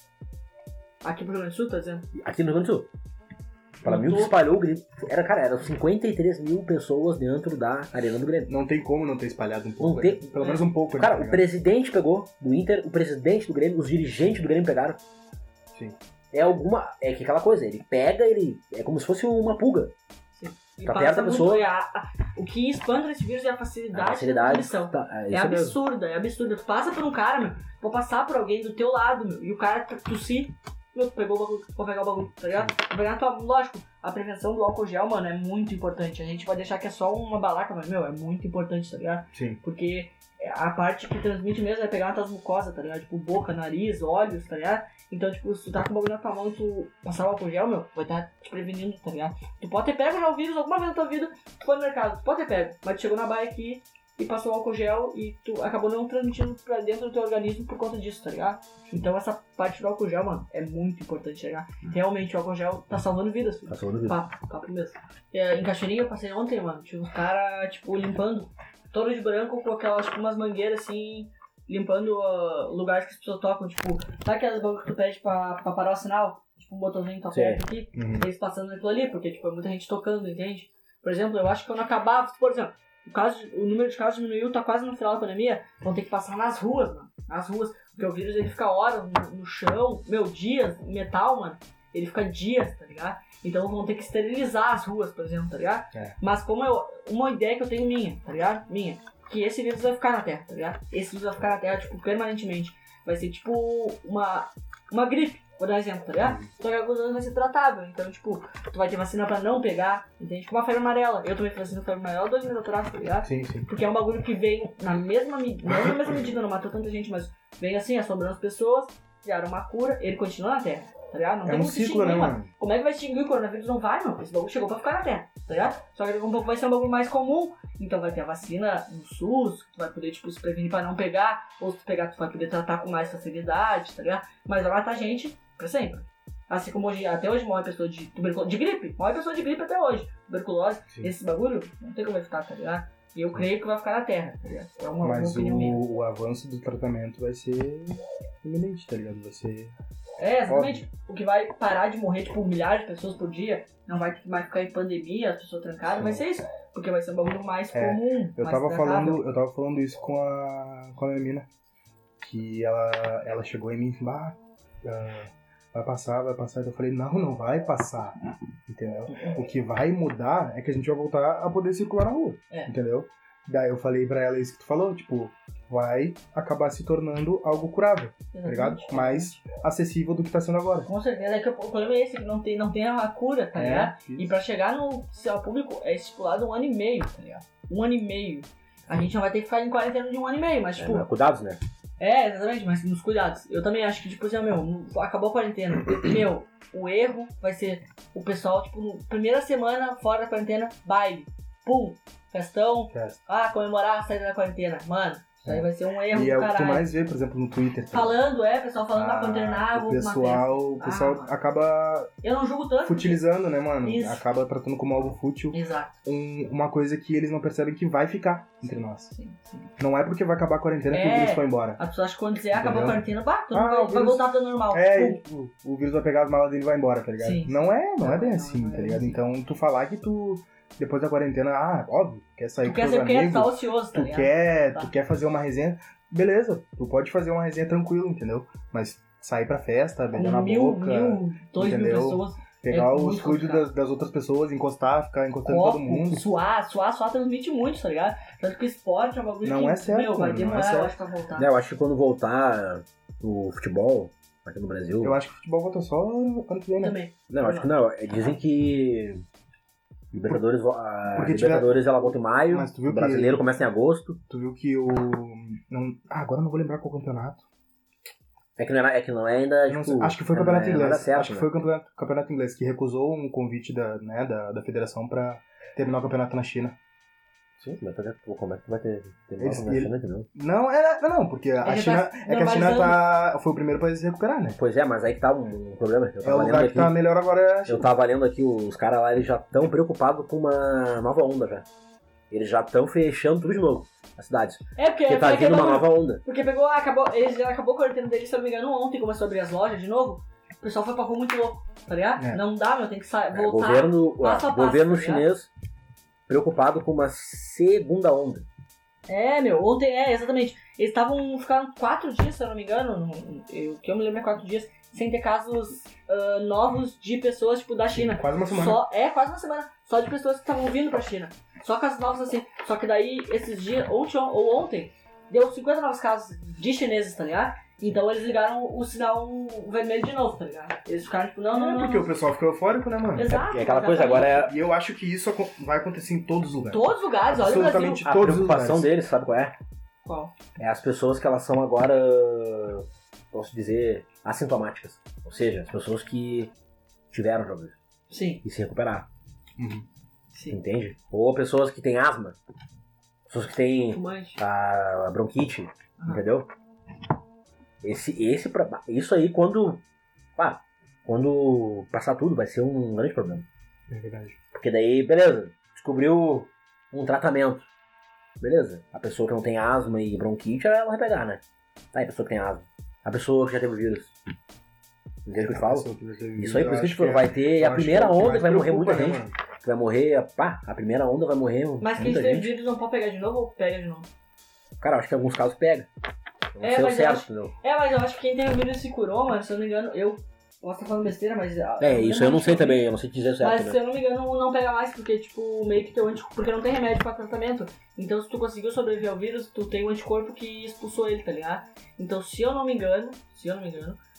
Speaker 3: Aqui pro Rio Grande do Sul, tá dizendo?
Speaker 2: Aqui no Rio Grande do Sul. Pra
Speaker 3: No
Speaker 2: mim o que
Speaker 3: topo.
Speaker 2: espalhou o Grêmio. Era, cara, eram cinquenta e três mil pessoas dentro da arena do Grêmio.
Speaker 1: Não tem como não ter espalhado um pouco.
Speaker 2: Não tem-
Speaker 1: né? Pelo menos um pouco. né,
Speaker 2: Cara,
Speaker 1: tá
Speaker 2: o
Speaker 1: ligado?
Speaker 2: presidente pegou do Inter, o presidente do Grêmio, os dirigentes do Grêmio pegaram.
Speaker 1: Sim.
Speaker 2: É alguma. É que aquela coisa, ele pega, ele. É como se fosse uma pulga.
Speaker 3: E
Speaker 2: Tá
Speaker 3: passa
Speaker 2: perto da
Speaker 3: muito-
Speaker 2: pessoa.
Speaker 3: é a- a- o que espanta esse vírus é a facilidade,
Speaker 2: A
Speaker 3: da
Speaker 2: facilidade.
Speaker 3: transmissão.
Speaker 2: Tá, é
Speaker 3: É
Speaker 2: isso mesmo.
Speaker 3: absurda, é absurda. Tu passa por um cara, meu, vou passar por alguém do teu lado, meu, e o cara t- tossir, meu, tu pegou o bagulho, vou pegar o bagulho, tá ligado? Vou pegar na tua, lógico, a prevenção do álcool gel, mano, é muito importante. A gente pode deixar que é só uma balaca, mas, meu, é muito importante, tá ligado?
Speaker 1: Sim.
Speaker 3: Porque a parte que transmite mesmo é pegar nas tuas mucosas, tá ligado? Tipo, boca, nariz, olhos, tá ligado? Então, tipo, se tu tá com o bagulho na tua mão e tu passar o álcool gel, meu, vai estar te prevenindo, tá ligado? Tu pode ter pego já o vírus alguma vez na tua vida, tu foi no mercado, tu pode ter pego, mas tu chegou na baia aqui e passou o álcool gel e tu acabou não transmitindo pra dentro do teu organismo por conta disso, tá ligado? Então essa parte do álcool gel, mano, é muito importante, tá ligado? Realmente o álcool gel tá salvando vidas, filho.
Speaker 2: Tá salvando o vírus.
Speaker 3: Papo, papo mesmo. É, em Cachoeirinha eu passei ontem, mano, tinha uns caras, tipo, limpando, todo de branco com aquelas, tipo, umas mangueiras assim, limpando uh, lugares que as pessoas tocam, tipo, sabe aquelas bagulho que tu pede pra, pra parar o sinal? Tipo, um botãozinho tá
Speaker 2: Sim.
Speaker 3: perto aqui,
Speaker 1: Uhum.
Speaker 3: eles passando naquilo ali, porque, tipo, é muita gente tocando, entende? Por exemplo, eu acho que quando acabar, por exemplo, o, caso, de- o número de casos diminuiu, tá quase no final da pandemia, vão ter que passar nas ruas, mano, nas ruas, porque o vírus, ele fica horas no, no chão, meu, dias, metal, mano, ele fica dias, tá ligado? Então vão ter que esterilizar as ruas, por exemplo, tá ligado?
Speaker 1: É.
Speaker 3: Mas como eu, uma ideia que eu tenho minha, tá ligado? Minha, que esse vírus vai ficar na Terra, tá ligado? Esse vírus vai ficar na Terra, tipo, permanentemente. Vai ser tipo uma, uma gripe, Vou dar um exemplo, tá ligado? Só que a doença vai ser tratável. Então, tipo, tu vai ter vacina pra não pegar, entende? Como a febre amarela. Eu tomei vacina pra febre amarela dois meses atrás, tá ligado?
Speaker 1: Sim, sim.
Speaker 3: Porque é um bagulho que vem na mesma medida, não na mesma medida, não matou tanta gente, mas vem assim, assombrando as pessoas, criaram uma cura, ele continua na Terra, tá ligado? Não
Speaker 1: É
Speaker 3: tem
Speaker 1: um
Speaker 3: como se
Speaker 1: ciclo,
Speaker 3: extinguir,
Speaker 1: né,
Speaker 3: mano.
Speaker 1: mano?
Speaker 3: Como é que vai extinguir o coronavírus? Não vai, mano. Esse bagulho chegou pra ficar na Terra, tá ligado? Só que daqui a um pouco vai ser um bagulho mais comum, então vai ter a vacina no SUS, que tu vai poder, tipo, se prevenir pra não pegar, ou se tu pegar, tu vai poder tratar com mais facilidade, tá ligado? Mas vai matar gente pra sempre. Assim como hoje, até hoje morre pessoa de tuberculose, de gripe, morre pessoa de gripe até hoje. Tuberculose,
Speaker 1: Sim.
Speaker 3: esse bagulho, não tem como evitar, tá ligado? E eu creio que vai ficar na Terra, tá ligado? É uma, uma
Speaker 1: Mas
Speaker 3: opinião minha.
Speaker 1: o, o avanço do tratamento vai ser iminente, tá ligado? Vai ser...
Speaker 3: É, exatamente. O que vai parar de morrer, tipo, milhares de pessoas por dia, não vai mais ficar em pandemia, as pessoas trancadas,
Speaker 1: Sim.
Speaker 3: vai ser isso. Porque vai ser um bagulho mais
Speaker 1: É,
Speaker 3: comum,
Speaker 1: Eu
Speaker 3: mais
Speaker 1: tava,
Speaker 3: tratável.
Speaker 1: falando, eu tava falando isso com a, com a minha mina. Que ela, ela chegou em mim e falou, ah, ah, vai passar, vai passar. Então eu falei, não, não vai passar. Entendeu? O que vai mudar é que a gente vai voltar a poder circular na rua.
Speaker 3: É.
Speaker 1: Entendeu? Daí eu falei pra ela isso que tu falou, tipo, vai acabar se tornando algo curável, tá ligado?
Speaker 3: Exatamente.
Speaker 1: Mais acessível do que tá sendo agora.
Speaker 3: Com certeza, é que o problema é esse, que não tem, não tem a cura, tá ligado?
Speaker 1: isso.
Speaker 3: E pra chegar no céu público é estipulado um ano e meio, tá ligado? Um ano e meio. A gente não vai ter que ficar em quarentena de um ano e meio, mas tipo...
Speaker 2: É, cuidados, né?
Speaker 3: É, exatamente, mas nos cuidados. Eu também acho que, tipo assim, meu, acabou a quarentena. Meu, o erro vai ser o pessoal, tipo, no primeira semana fora da quarentena, baile. Pum, festão.
Speaker 1: Festa.
Speaker 3: Ah, comemorar a saída da quarentena. Mano, isso aí vai ser um erro
Speaker 1: E
Speaker 3: do
Speaker 1: é o que tu
Speaker 3: caralho.
Speaker 1: mais vê, por exemplo, no Twitter. tá ligado?
Speaker 3: Falando, é, pessoal falando da quarentena, ah,
Speaker 1: Ah,
Speaker 3: vou
Speaker 1: o
Speaker 3: pra uma
Speaker 1: pessoal, o
Speaker 3: festa.
Speaker 1: pessoal
Speaker 3: Ah, mano.
Speaker 1: acaba
Speaker 3: Eu não julgo tanto.
Speaker 1: futilizando, né, mano?
Speaker 3: Isso.
Speaker 1: Acaba tratando como algo fútil
Speaker 3: Exato.
Speaker 1: um- uma coisa que eles não percebem que vai ficar entre nós.
Speaker 3: Sim, sim.
Speaker 1: Não é porque vai acabar a quarentena que
Speaker 3: É.
Speaker 1: o vírus foi embora.
Speaker 3: As pessoas acham que quando dizer ah, acabou a
Speaker 1: Entendeu?
Speaker 3: quarentena, bah, todo
Speaker 1: Ah,
Speaker 3: mundo vai,
Speaker 1: o
Speaker 3: vai
Speaker 1: vírus-
Speaker 3: voltar tudo normal.
Speaker 1: É,
Speaker 3: Pum.
Speaker 1: e, tipo, o vírus vai pegar as malas dele e vai embora, tá ligado?
Speaker 3: Sim.
Speaker 1: Não é, não é bem
Speaker 3: Não,
Speaker 1: assim,
Speaker 3: não é
Speaker 1: tá ligado?
Speaker 3: assim.
Speaker 1: Então, tu falar que tu, depois da quarentena, ah, óbvio, quer sair
Speaker 3: Tu
Speaker 1: com
Speaker 3: quer
Speaker 1: teus
Speaker 3: ser o quê?
Speaker 1: amigos,
Speaker 3: Tá ocioso, tá
Speaker 1: tu
Speaker 3: ligado?
Speaker 1: quer,
Speaker 3: Tá.
Speaker 1: tu quer fazer uma resenha, beleza, tu pode fazer uma resenha tranquilo, entendeu? Mas sair pra festa, beijar na
Speaker 3: Com mil,
Speaker 1: boca,
Speaker 3: mil, dois mil
Speaker 1: entendeu?
Speaker 3: pessoas.
Speaker 1: pegar
Speaker 3: é
Speaker 1: os
Speaker 3: muito
Speaker 1: fluidos
Speaker 3: complicado.
Speaker 1: das, das outras pessoas, encostar, ficar encostando em
Speaker 3: Copo,
Speaker 1: todo mundo.
Speaker 3: suar, suar, suar transmite muito, tá ligado? Tanto que o esporte é um bagulho
Speaker 1: Não
Speaker 3: que,
Speaker 1: é certo,
Speaker 3: meu, vai
Speaker 1: mano, não é
Speaker 3: demorar, eu
Speaker 1: certo.
Speaker 3: acho, pra voltar.
Speaker 2: Né, eu acho que quando voltar o futebol aqui no Brasil.
Speaker 1: Eu acho que o futebol volta só ano que vem, né?
Speaker 3: Também.
Speaker 2: Não, eu acho que não. É, Dizem que. Libertadores, vo- a
Speaker 1: Porque
Speaker 2: Libertadores ela volta em maio,
Speaker 1: Mas tu viu
Speaker 2: o
Speaker 1: que-
Speaker 2: brasileiro começa em agosto.
Speaker 1: Tu viu que o... Não... Ah, agora eu não vou lembrar qual campeonato.
Speaker 2: É que não é, é, que não é ainda.
Speaker 1: Não
Speaker 2: Tipo,
Speaker 1: sei, acho que foi o
Speaker 2: não
Speaker 1: campeonato
Speaker 2: é
Speaker 1: inglês.
Speaker 2: nada certo,
Speaker 1: acho que
Speaker 2: né?
Speaker 1: foi o campeonato, campeonato inglês que recusou um convite da, né, da, da federação pra terminar o campeonato na China.
Speaker 2: Sim, mas tá- pô, como é que tu vai ter. ter
Speaker 1: Eles-
Speaker 2: nova na
Speaker 1: ele-
Speaker 2: China, entendeu?
Speaker 1: Não, é, não, não, porque a
Speaker 3: Ele
Speaker 1: China.
Speaker 3: tá
Speaker 1: É que a China
Speaker 3: normalizando.
Speaker 1: tá. Foi o primeiro país a se recuperar, né?
Speaker 2: Pois é, mas aí que tá um, um problema. Eu
Speaker 1: É o
Speaker 2: tava lendo
Speaker 1: lugar que
Speaker 2: aqui.
Speaker 1: tá melhor agora é a
Speaker 2: Eu
Speaker 1: China.
Speaker 2: tava lendo aqui, os caras lá, eles já estão preocupados com uma nova onda já. Eles já estão fechando tudo de novo, as cidades.
Speaker 3: É, porque,
Speaker 2: Porque tá
Speaker 3: porque,
Speaker 2: vindo uma
Speaker 3: pegou-
Speaker 2: nova onda.
Speaker 3: porque pegou, acabou, eles já acabou a quarentena deles, se eu não me engano, ontem, começou a abrir as lojas de novo. O pessoal foi pra rua muito louco, tá ligado?
Speaker 1: É.
Speaker 3: Não dá, meu, tem que sair,
Speaker 2: É,
Speaker 3: voltar.
Speaker 2: governo
Speaker 3: passo a
Speaker 2: ó,
Speaker 3: passo,
Speaker 2: governo
Speaker 3: tá ligado?
Speaker 2: chinês preocupado com uma segunda onda.
Speaker 3: É, meu, ontem, é, exatamente. Eles estavam ficando quatro dias, se eu não me engano, no- eu- o que eu me lembro é quatro dias, sem ter casos ah, novos de pessoas, tipo, da China.
Speaker 1: Quase uma semana.
Speaker 3: Só, é, quase uma semana. Só de pessoas que estavam vindo pra China. Só casos novos assim. Só que daí, esses dias, ontem ou ontem, deu cinquenta novos casos de chineses, tá ligado? Então eles ligaram o sinal vermelho de novo, tá ligado? Eles ficaram tipo, não, não,
Speaker 1: É,
Speaker 3: não.
Speaker 1: porque
Speaker 3: não.
Speaker 1: o pessoal ficou eufórico, né, mano?
Speaker 3: Exato.
Speaker 2: É aquela coisa, agora é
Speaker 1: E eu acho que isso acon- vai acontecer em todos os lugares.
Speaker 3: Todos os lugares, olha o Brasil.
Speaker 1: Absolutamente
Speaker 2: a
Speaker 1: todos os
Speaker 2: preocupação
Speaker 1: lugares.
Speaker 2: deles, sabe qual é?
Speaker 3: Qual?
Speaker 2: É as pessoas que elas são agora, posso dizer, assintomáticas. Ou seja, as pessoas que tiveram jogos
Speaker 3: Sim,
Speaker 2: e se recuperaram.
Speaker 1: Uhum.
Speaker 3: sim.
Speaker 2: Entende? Ou pessoas que têm asma. Pessoas que têm
Speaker 3: Fumante.
Speaker 2: a bronquite,
Speaker 3: Aham.
Speaker 2: entendeu? Esse, esse, pra- isso aí quando, claro, quando passar tudo vai ser um grande problema.
Speaker 1: É verdade.
Speaker 2: Porque daí, beleza, descobriu um tratamento. Beleza, a pessoa que não tem asma e bronquite, ela vai pegar, né? Aí, a pessoa que tem asma. A pessoa que já teve o vírus. Entende o que eu te falo? Isso aí, por isso que a gente vai ter a primeira onda, que vai morrer muita gente. Que vai morrer, pá, a primeira onda vai morrer
Speaker 3: Mas quem
Speaker 2: muita
Speaker 3: teve
Speaker 2: gente.
Speaker 3: vírus não pode pegar de novo ou pega de novo?
Speaker 2: Cara, eu acho que em alguns casos pega. Eu Não
Speaker 3: É,
Speaker 2: sei o
Speaker 3: mas eu
Speaker 2: certo,
Speaker 3: acho-
Speaker 2: entendeu?
Speaker 3: É, mas eu acho que quem teve vírus se curou, mano, se eu não me engano, eu posso estar falando besteira, mas... ah,
Speaker 2: É, isso eu não sei
Speaker 3: lembro
Speaker 2: também, eu não sei te dizer o certo,
Speaker 3: Mas
Speaker 2: né?
Speaker 3: se eu não me engano, não pega mais, porque, tipo, meio que teu anticorpo. Porque não tem remédio pra tratamento. Então, se tu conseguiu sobreviver ao vírus, tu tem um anticorpo que expulsou ele, tá ligado? Então, se eu não me engano, se eu não me engano,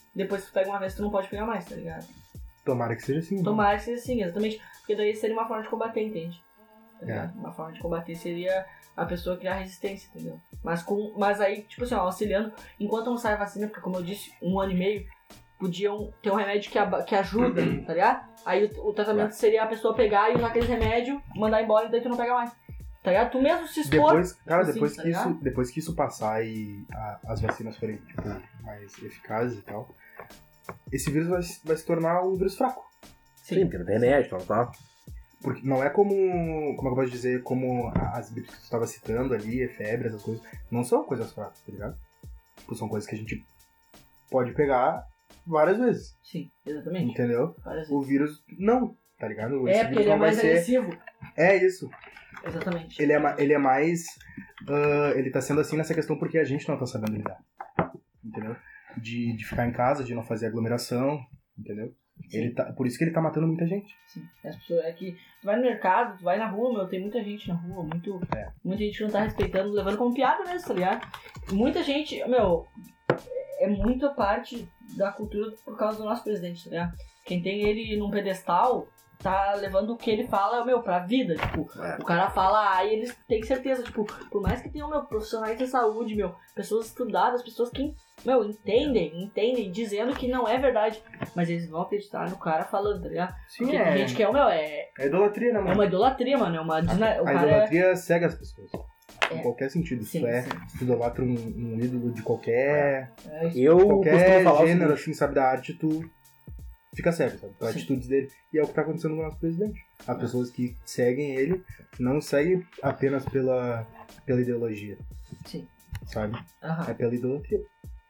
Speaker 3: depois que tu pega uma vez, tu não pode pegar mais, tá ligado?
Speaker 1: Tomara que seja assim.
Speaker 3: Tomara que seja assim, exatamente. Porque daí seria uma forma de combater, entende? Tá
Speaker 1: É.
Speaker 3: ligado? Uma forma de combater seria a pessoa criar resistência, entendeu? Mas, com, mas aí, tipo assim, ó, auxiliando, enquanto não sai a vacina, porque como eu disse, um ano e meio, podiam ter um remédio que, aba- que ajuda, tá ligado? Aí o, o tratamento seria a pessoa pegar e usar aqueles remédios, mandar embora e daí tu não pega mais. Tá ligado? Tu mesmo se expor.
Speaker 1: Depois, cara,
Speaker 3: assim,
Speaker 1: depois,
Speaker 3: tá
Speaker 1: que isso,
Speaker 3: ligado?
Speaker 1: depois que isso passar e a- as vacinas forem tipo, mais eficazes e tal, esse vírus vai, se- vai se tornar um vírus fraco.
Speaker 2: Sim, porque não tem remédio, tal, tal.
Speaker 1: Porque não é como, como é que eu posso dizer, como as gripes que tu estava citando ali, febre, essas coisas, não são coisas fracas, tá ligado? Tipo, são coisas que a gente pode pegar várias vezes,
Speaker 3: Sim, exatamente.
Speaker 1: entendeu?
Speaker 3: Várias
Speaker 1: O
Speaker 3: vezes.
Speaker 1: vírus, não, tá ligado?
Speaker 3: É,
Speaker 1: Esse
Speaker 3: porque
Speaker 1: vírus
Speaker 3: ele é
Speaker 1: não vai
Speaker 3: mais
Speaker 1: ser...
Speaker 3: agressivo.
Speaker 1: É isso.
Speaker 3: Exatamente.
Speaker 1: Ele é, ma- ele é mais... ah, ele tá sendo assim nessa questão porque a gente não tá sabendo lidar, entendeu? De, de ficar em casa, de não fazer aglomeração, entendeu? Ele tá, por isso que ele tá matando muita gente.
Speaker 3: Sim. As pessoas, é que tu vai no mercado, tu vai na rua, meu, tem muita gente na rua, muito,
Speaker 1: É.
Speaker 3: muita gente que não tá respeitando, levando como piada mesmo, tá ligado? Muita gente, meu, é muita parte da cultura por causa do nosso presidente, tá ligado? Quem tem ele num pedestal tá levando o que ele fala, meu, pra vida, tipo,
Speaker 2: É.
Speaker 3: o cara fala A e eles têm certeza, tipo, por mais que tenham, meu, profissionais de saúde, meu, pessoas estudadas, pessoas que, meu, entendem, entendem, dizendo que não é verdade, mas eles vão acreditar no cara falando, tá ligado?
Speaker 1: Sim,
Speaker 3: Porque
Speaker 1: é.
Speaker 3: tem gente que é, meu, é,
Speaker 1: É idolatria, né,
Speaker 3: é
Speaker 1: mano?
Speaker 3: uma idolatria, mano, é uma, desna- o
Speaker 1: A
Speaker 3: cara é...
Speaker 1: idolatria cega as pessoas.
Speaker 3: É.
Speaker 1: Em qualquer sentido. Se
Speaker 3: Sim,
Speaker 1: tu é,
Speaker 3: sim.
Speaker 1: se tu idolatra um, um ídolo de qualquer,
Speaker 3: é isso.
Speaker 2: Eu costumo
Speaker 1: qualquer
Speaker 2: falar o
Speaker 1: gênero,
Speaker 2: seguinte,
Speaker 1: assim, sabe, da arte, tu fica cego, sabe? Pelas
Speaker 3: Sim.
Speaker 1: atitudes dele. E é o que tá acontecendo com o nosso presidente. As pessoas que seguem ele não seguem apenas pela, pela ideologia,
Speaker 3: Sim.
Speaker 1: sabe?
Speaker 3: Aham.
Speaker 1: É pela idolatria.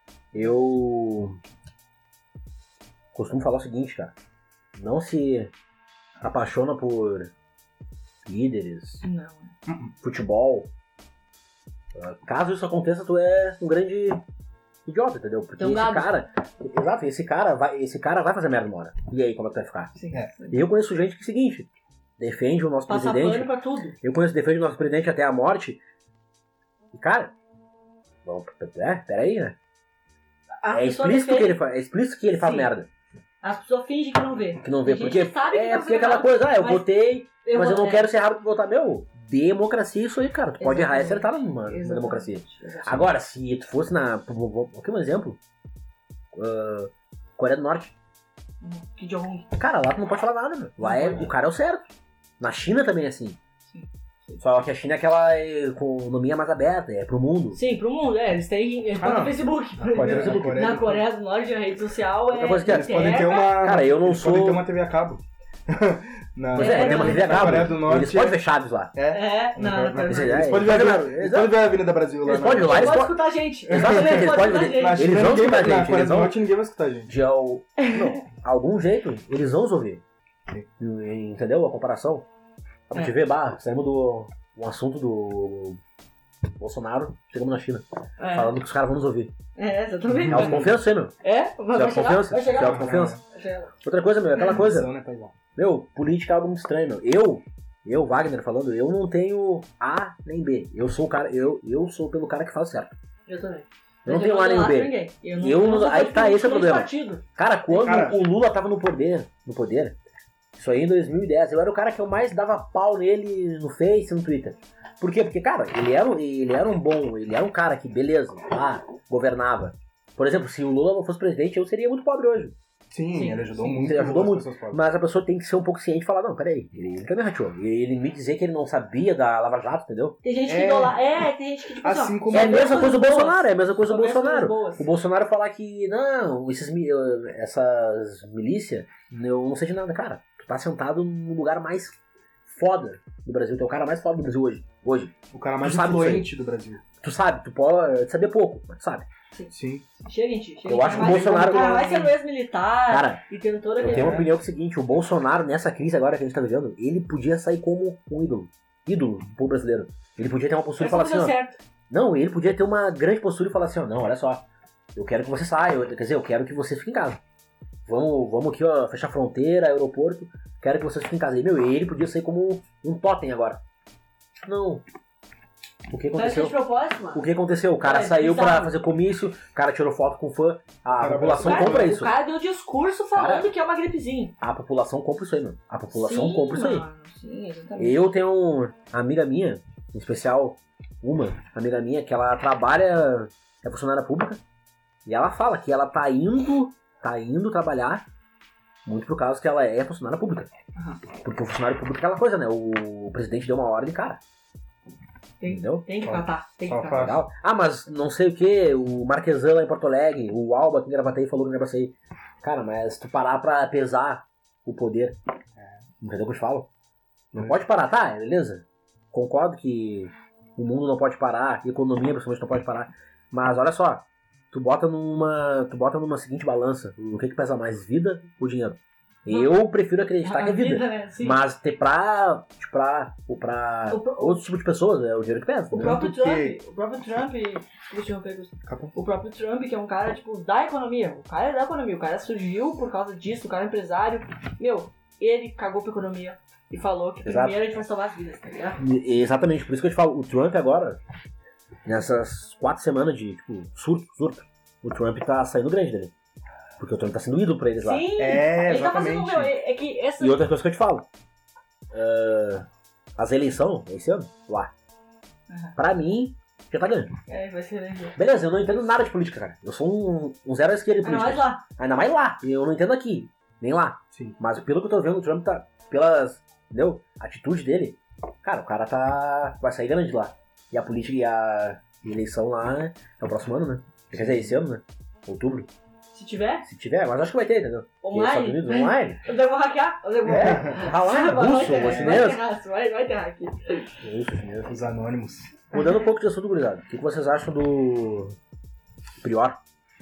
Speaker 2: eu costumo falar o seguinte, cara. Não se apaixona por líderes,
Speaker 3: Não,
Speaker 2: futebol. Ah, Caso isso aconteça, tu é um grande idiota, entendeu? Porque
Speaker 3: Então,
Speaker 2: esse
Speaker 3: gado.
Speaker 2: cara. Exato, esse cara, vai, esse cara vai fazer merda uma hora. E aí, como é que tu vai ficar?
Speaker 3: sim.
Speaker 1: É.
Speaker 2: E eu conheço gente que é o seguinte: defende o nosso
Speaker 3: Passa
Speaker 2: presidente.
Speaker 3: pano pra tudo.
Speaker 2: Eu conheço defende o nosso presidente até a morte. E, cara, vamos, é, peraí, né?
Speaker 3: A
Speaker 2: É
Speaker 3: pessoa
Speaker 2: explícito,
Speaker 3: defende-
Speaker 2: que ele faz, é explícito que ele faz
Speaker 3: Sim.
Speaker 2: merda.
Speaker 3: As pessoas fingem que não vê.
Speaker 2: Que não vê.
Speaker 3: Tem gente
Speaker 2: Porque,
Speaker 3: que sabe que
Speaker 2: é,
Speaker 3: tá
Speaker 2: porque
Speaker 3: fazendo
Speaker 2: aquela
Speaker 3: errado,
Speaker 2: coisa, ah, eu
Speaker 3: mas
Speaker 2: votei, mas eu não
Speaker 3: vou-
Speaker 2: quero ser errado por votar. Meu, democracia é isso aí, cara. Tu pode errar e
Speaker 3: Exatamente.
Speaker 2: acertar numa, numa
Speaker 3: Exatamente.
Speaker 2: democracia.
Speaker 3: Exatamente.
Speaker 2: Agora, se tu fosse na. vou- vou- Aqui um exemplo. Ah, Coreia do Norte.
Speaker 3: Que de ruim.
Speaker 2: Cara, lá tu não pode falar nada, meu. Lá é, o cara é o certo. Na China também é assim.
Speaker 3: Sim.
Speaker 2: Só que a China é aquela é, economia mais aberta, é pro mundo.
Speaker 3: Sim, pro mundo, é. Eles têm. Eles
Speaker 1: Ah,
Speaker 3: podem
Speaker 1: não.
Speaker 3: no Facebook.
Speaker 1: Na Coreia,
Speaker 2: exemplo,
Speaker 1: na Coreia,
Speaker 3: Na Coreia do Norte, a rede social é.
Speaker 2: Outra coisa que é,
Speaker 1: eles podem ter
Speaker 3: interna.
Speaker 1: uma.
Speaker 2: Cara, eu não
Speaker 1: eles
Speaker 2: sou-
Speaker 1: podem ter uma T V a cabo. na,
Speaker 2: Pois é,
Speaker 3: É,
Speaker 2: tem uma
Speaker 3: na-
Speaker 2: T V a
Speaker 1: na
Speaker 2: cabo.
Speaker 1: Coreia do Norte.
Speaker 2: Eles podem ver Chaves lá.
Speaker 1: É.
Speaker 3: É, na, na,
Speaker 1: Na-
Speaker 3: Coreia do
Speaker 2: Eles-
Speaker 3: Norte.
Speaker 1: Eles
Speaker 2: é,
Speaker 1: podem ver a
Speaker 2: eles
Speaker 1: Avenida-
Speaker 2: podem-
Speaker 1: eles podem ver a Avenida Brasil lá.
Speaker 2: Eles
Speaker 1: na-
Speaker 2: podem ir lá,
Speaker 3: Eles
Speaker 2: eles
Speaker 3: podem
Speaker 2: podem-
Speaker 3: escutar a gente.
Speaker 2: Exatamente, eles
Speaker 3: Podem
Speaker 2: podem-
Speaker 3: escutar a
Speaker 1: Na
Speaker 3: gente.
Speaker 1: China
Speaker 2: Eles vão
Speaker 1: ninguém vai-
Speaker 2: escutar a
Speaker 1: na
Speaker 2: gente,
Speaker 1: Coreia
Speaker 2: eles
Speaker 1: do
Speaker 2: vão-
Speaker 1: Norte ninguém vai escutar a gente.
Speaker 2: De al... não, algum jeito, eles vão nos ouvir.
Speaker 1: Sim.
Speaker 2: Entendeu a comparação? Pra
Speaker 3: É.
Speaker 2: te ver, bah, saímos do um assunto do Bolsonaro, chegamos na China,
Speaker 3: É,
Speaker 2: falando que os caras vão nos ouvir.
Speaker 3: é, exatamente.
Speaker 2: É autoconfiança, hein, meu?
Speaker 3: É, vai,
Speaker 2: Isso é
Speaker 3: vai chegar.
Speaker 2: autoconfiança.
Speaker 3: Vai
Speaker 2: Isso é
Speaker 3: chegar.
Speaker 2: autoconfiança.
Speaker 3: Vai chegar.
Speaker 2: Outra coisa, meu, é aquela coisa.
Speaker 1: Ambição, né, paizão?
Speaker 2: Meu, política é algo muito estranho, meu. Eu, eu, Wagner, falando, eu não tenho A nem B. Eu sou o cara, eu, eu sou pelo cara que faz certo.
Speaker 3: Eu também.
Speaker 2: Eu não tenho A nem o
Speaker 3: idolatro
Speaker 2: B.
Speaker 3: ninguém. Eu não,
Speaker 2: Eu
Speaker 3: eu
Speaker 2: não-
Speaker 3: sou
Speaker 2: aí
Speaker 3: fã
Speaker 2: tá,
Speaker 3: de
Speaker 2: esse é o
Speaker 3: nenhum
Speaker 2: problema.
Speaker 3: partido.
Speaker 2: Cara, quando
Speaker 1: Cara.
Speaker 2: o Lula tava no poder, no poder, isso aí em dois mil e dez, eu era o cara que eu mais dava pau nele no Face, no Twitter. Por quê? Porque, cara, ele era, um- ele era um bom, ele era um cara que, beleza, ah, governava. Por exemplo, se o Lula não fosse presidente, eu seria muito pobre hoje.
Speaker 1: Sim,
Speaker 3: Sim,
Speaker 1: ele ajudou
Speaker 2: sim,
Speaker 1: muito.
Speaker 2: ele ajudou
Speaker 1: as
Speaker 2: muito.
Speaker 1: pessoas pobres.
Speaker 2: Mas a pessoa tem que ser um pouco ciente e falar, não, peraí, ele, ele também rateou. E ele me dizer que ele não sabia da Lava Jato, entendeu?
Speaker 3: Tem gente que
Speaker 1: É.
Speaker 3: idolatra. É, tem gente que, tipo
Speaker 1: Assim
Speaker 3: ó,
Speaker 1: como-
Speaker 2: É
Speaker 3: só
Speaker 2: a
Speaker 3: vê
Speaker 2: mesma coisa do
Speaker 3: boas.
Speaker 2: Bolsonaro, é a mesma coisa do
Speaker 3: Só vê
Speaker 2: Bolsonaro.
Speaker 3: coisas boas.
Speaker 2: O Bolsonaro falar que, não, esses, mi- eh, essas milícias, eu não sei de nada. Cara, tu tá sentado no lugar mais foda do Brasil, tu é o cara mais foda do Brasil hoje. Hoje.
Speaker 1: O cara mais
Speaker 2: Tu sabe disso aí.
Speaker 1: influente do Brasil.
Speaker 2: Tu sabe, tu pode saber pouco, mas tu sabe.
Speaker 1: Sim.
Speaker 3: Chega, gente. Chega,
Speaker 2: Eu
Speaker 3: gente.
Speaker 2: acho que o
Speaker 3: Mas-
Speaker 2: Bolsonaro-
Speaker 3: Cara, vai sendo ex-militar
Speaker 2: Cara,
Speaker 3: e tendo toda
Speaker 2: eu
Speaker 3: aquele...
Speaker 2: tenho uma opinião que é o seguinte, o Bolsonaro, nessa crise agora que a gente tá vivendo, ele podia sair como um ídolo. Ídolo do povo brasileiro. Ele podia ter uma postura e falar
Speaker 3: Mas
Speaker 2: assim,
Speaker 3: tudo
Speaker 2: ó.
Speaker 3: deu certo.
Speaker 2: Não, ele podia ter uma grande postura e falar assim, ó, não, olha só, eu quero que você saia, eu- quer dizer, eu quero que você fique em casa. Vamos, vamos aqui, ó, fechar a fronteira, aeroporto, quero que vocês fiquem em casa. E, meu, ele podia sair como um, um totem agora. Não. O que
Speaker 3: Parece que é
Speaker 2: aconteceu?
Speaker 3: de propósito, mano.
Speaker 2: O que aconteceu? O cara
Speaker 3: É,
Speaker 2: saiu
Speaker 3: bizarro.
Speaker 2: pra fazer comício, o cara tirou foto com fã, a
Speaker 1: Cara,
Speaker 2: população
Speaker 3: O cara,
Speaker 2: compra
Speaker 3: o
Speaker 2: isso.
Speaker 3: cara deu discurso falando
Speaker 2: Cara,
Speaker 3: que é uma gripezinha.
Speaker 2: A população compra isso aí, mano. A população
Speaker 3: Sim,
Speaker 2: compra isso aí.
Speaker 3: mano, sim, exatamente.
Speaker 2: Eu tenho uma amiga minha, em especial uma amiga minha, que ela trabalha, é funcionária pública, e ela fala que ela tá indo, tá indo trabalhar muito por causa que ela é funcionária pública.
Speaker 3: Aham.
Speaker 2: Porque o funcionário público é aquela coisa, né? O presidente deu uma ordem, cara.
Speaker 3: Tem,
Speaker 2: Entendeu?
Speaker 3: tem que
Speaker 1: Só-
Speaker 3: catar, tem que
Speaker 1: só
Speaker 3: catar.
Speaker 1: faz.
Speaker 2: Legal. Ah, mas não sei o que, o Marquesan lá em Porto Alegre, o Alba aqui em Gravataí falou no negócio aí. Cara, mas se tu parar pra pesar o poder, entendeu o que eu te falo? Não
Speaker 1: É.
Speaker 2: pode parar, tá? Beleza. Concordo que o mundo não pode parar, a economia principalmente não pode parar. Mas olha só, tu bota numa, tu bota numa seguinte balança, o que que pesa mais, vida ou dinheiro? Eu prefiro acreditar que é vida.
Speaker 3: né? Sim.
Speaker 2: Mas ter pra, tipo, pra, ou pra
Speaker 3: O pro-
Speaker 2: outros tipos de pessoas, é o dinheiro que pesa.
Speaker 3: O
Speaker 2: né?
Speaker 3: próprio
Speaker 1: porque-
Speaker 3: Trump, o próprio Trump, desculpa te interromper, Gustavo.
Speaker 1: Acabou.
Speaker 3: O próprio Trump, que é um cara, tipo, da economia. O cara é da economia. O cara surgiu por causa disso, o cara é empresário. Meu, ele cagou pra economia e falou que
Speaker 2: Exato.
Speaker 3: primeiro a gente vai salvar as vidas, tá ligado?
Speaker 2: E- Exatamente, por isso que eu te falo, o Trump agora, nessas quatro semanas de, tipo, surto, surto, o Trump tá saindo grande dele. Porque o Trump tá sendo ídolo pra eles lá.
Speaker 3: Sim,
Speaker 1: É,
Speaker 3: ele tá fazendo,
Speaker 1: exatamente.
Speaker 3: meu, é é que essa...
Speaker 2: E outra coisa que eu te falo, ah, as eleições, esse ano, lá,
Speaker 3: Aham.
Speaker 2: pra mim, já tá ganhando.
Speaker 3: É, vai ser legal.
Speaker 2: Beleza, eu não entendo nada de política, cara. Eu sou um, um zero à esquerda de
Speaker 3: Ainda
Speaker 2: política.
Speaker 3: mais lá.
Speaker 2: Ainda mais lá. Eu não entendo aqui, nem lá.
Speaker 1: Sim.
Speaker 2: Mas pelo que eu tô vendo, o Trump tá, pelas, entendeu? Atitude dele, cara, o cara tá, vai sair grande de lá. E a política e a eleição lá é o próximo ano, né? Quer dizer, esse ano, né? Outubro.
Speaker 3: Se tiver,
Speaker 2: Se tiver, mas acho que vai ter, entendeu? Porque
Speaker 3: online,
Speaker 2: Estados Unidos, online.
Speaker 3: eu devo hackear, eu devo...
Speaker 2: É, ralar,
Speaker 3: Vai
Speaker 2: russo,
Speaker 3: ter-
Speaker 2: ou
Speaker 3: vai
Speaker 2: chinês.
Speaker 3: ter hack, Vai, vai ter hack.
Speaker 2: Isso, chinês.
Speaker 1: Os anônimos.
Speaker 2: Mudando um pouco de assunto, gurizada. O que que vocês acham do Prior?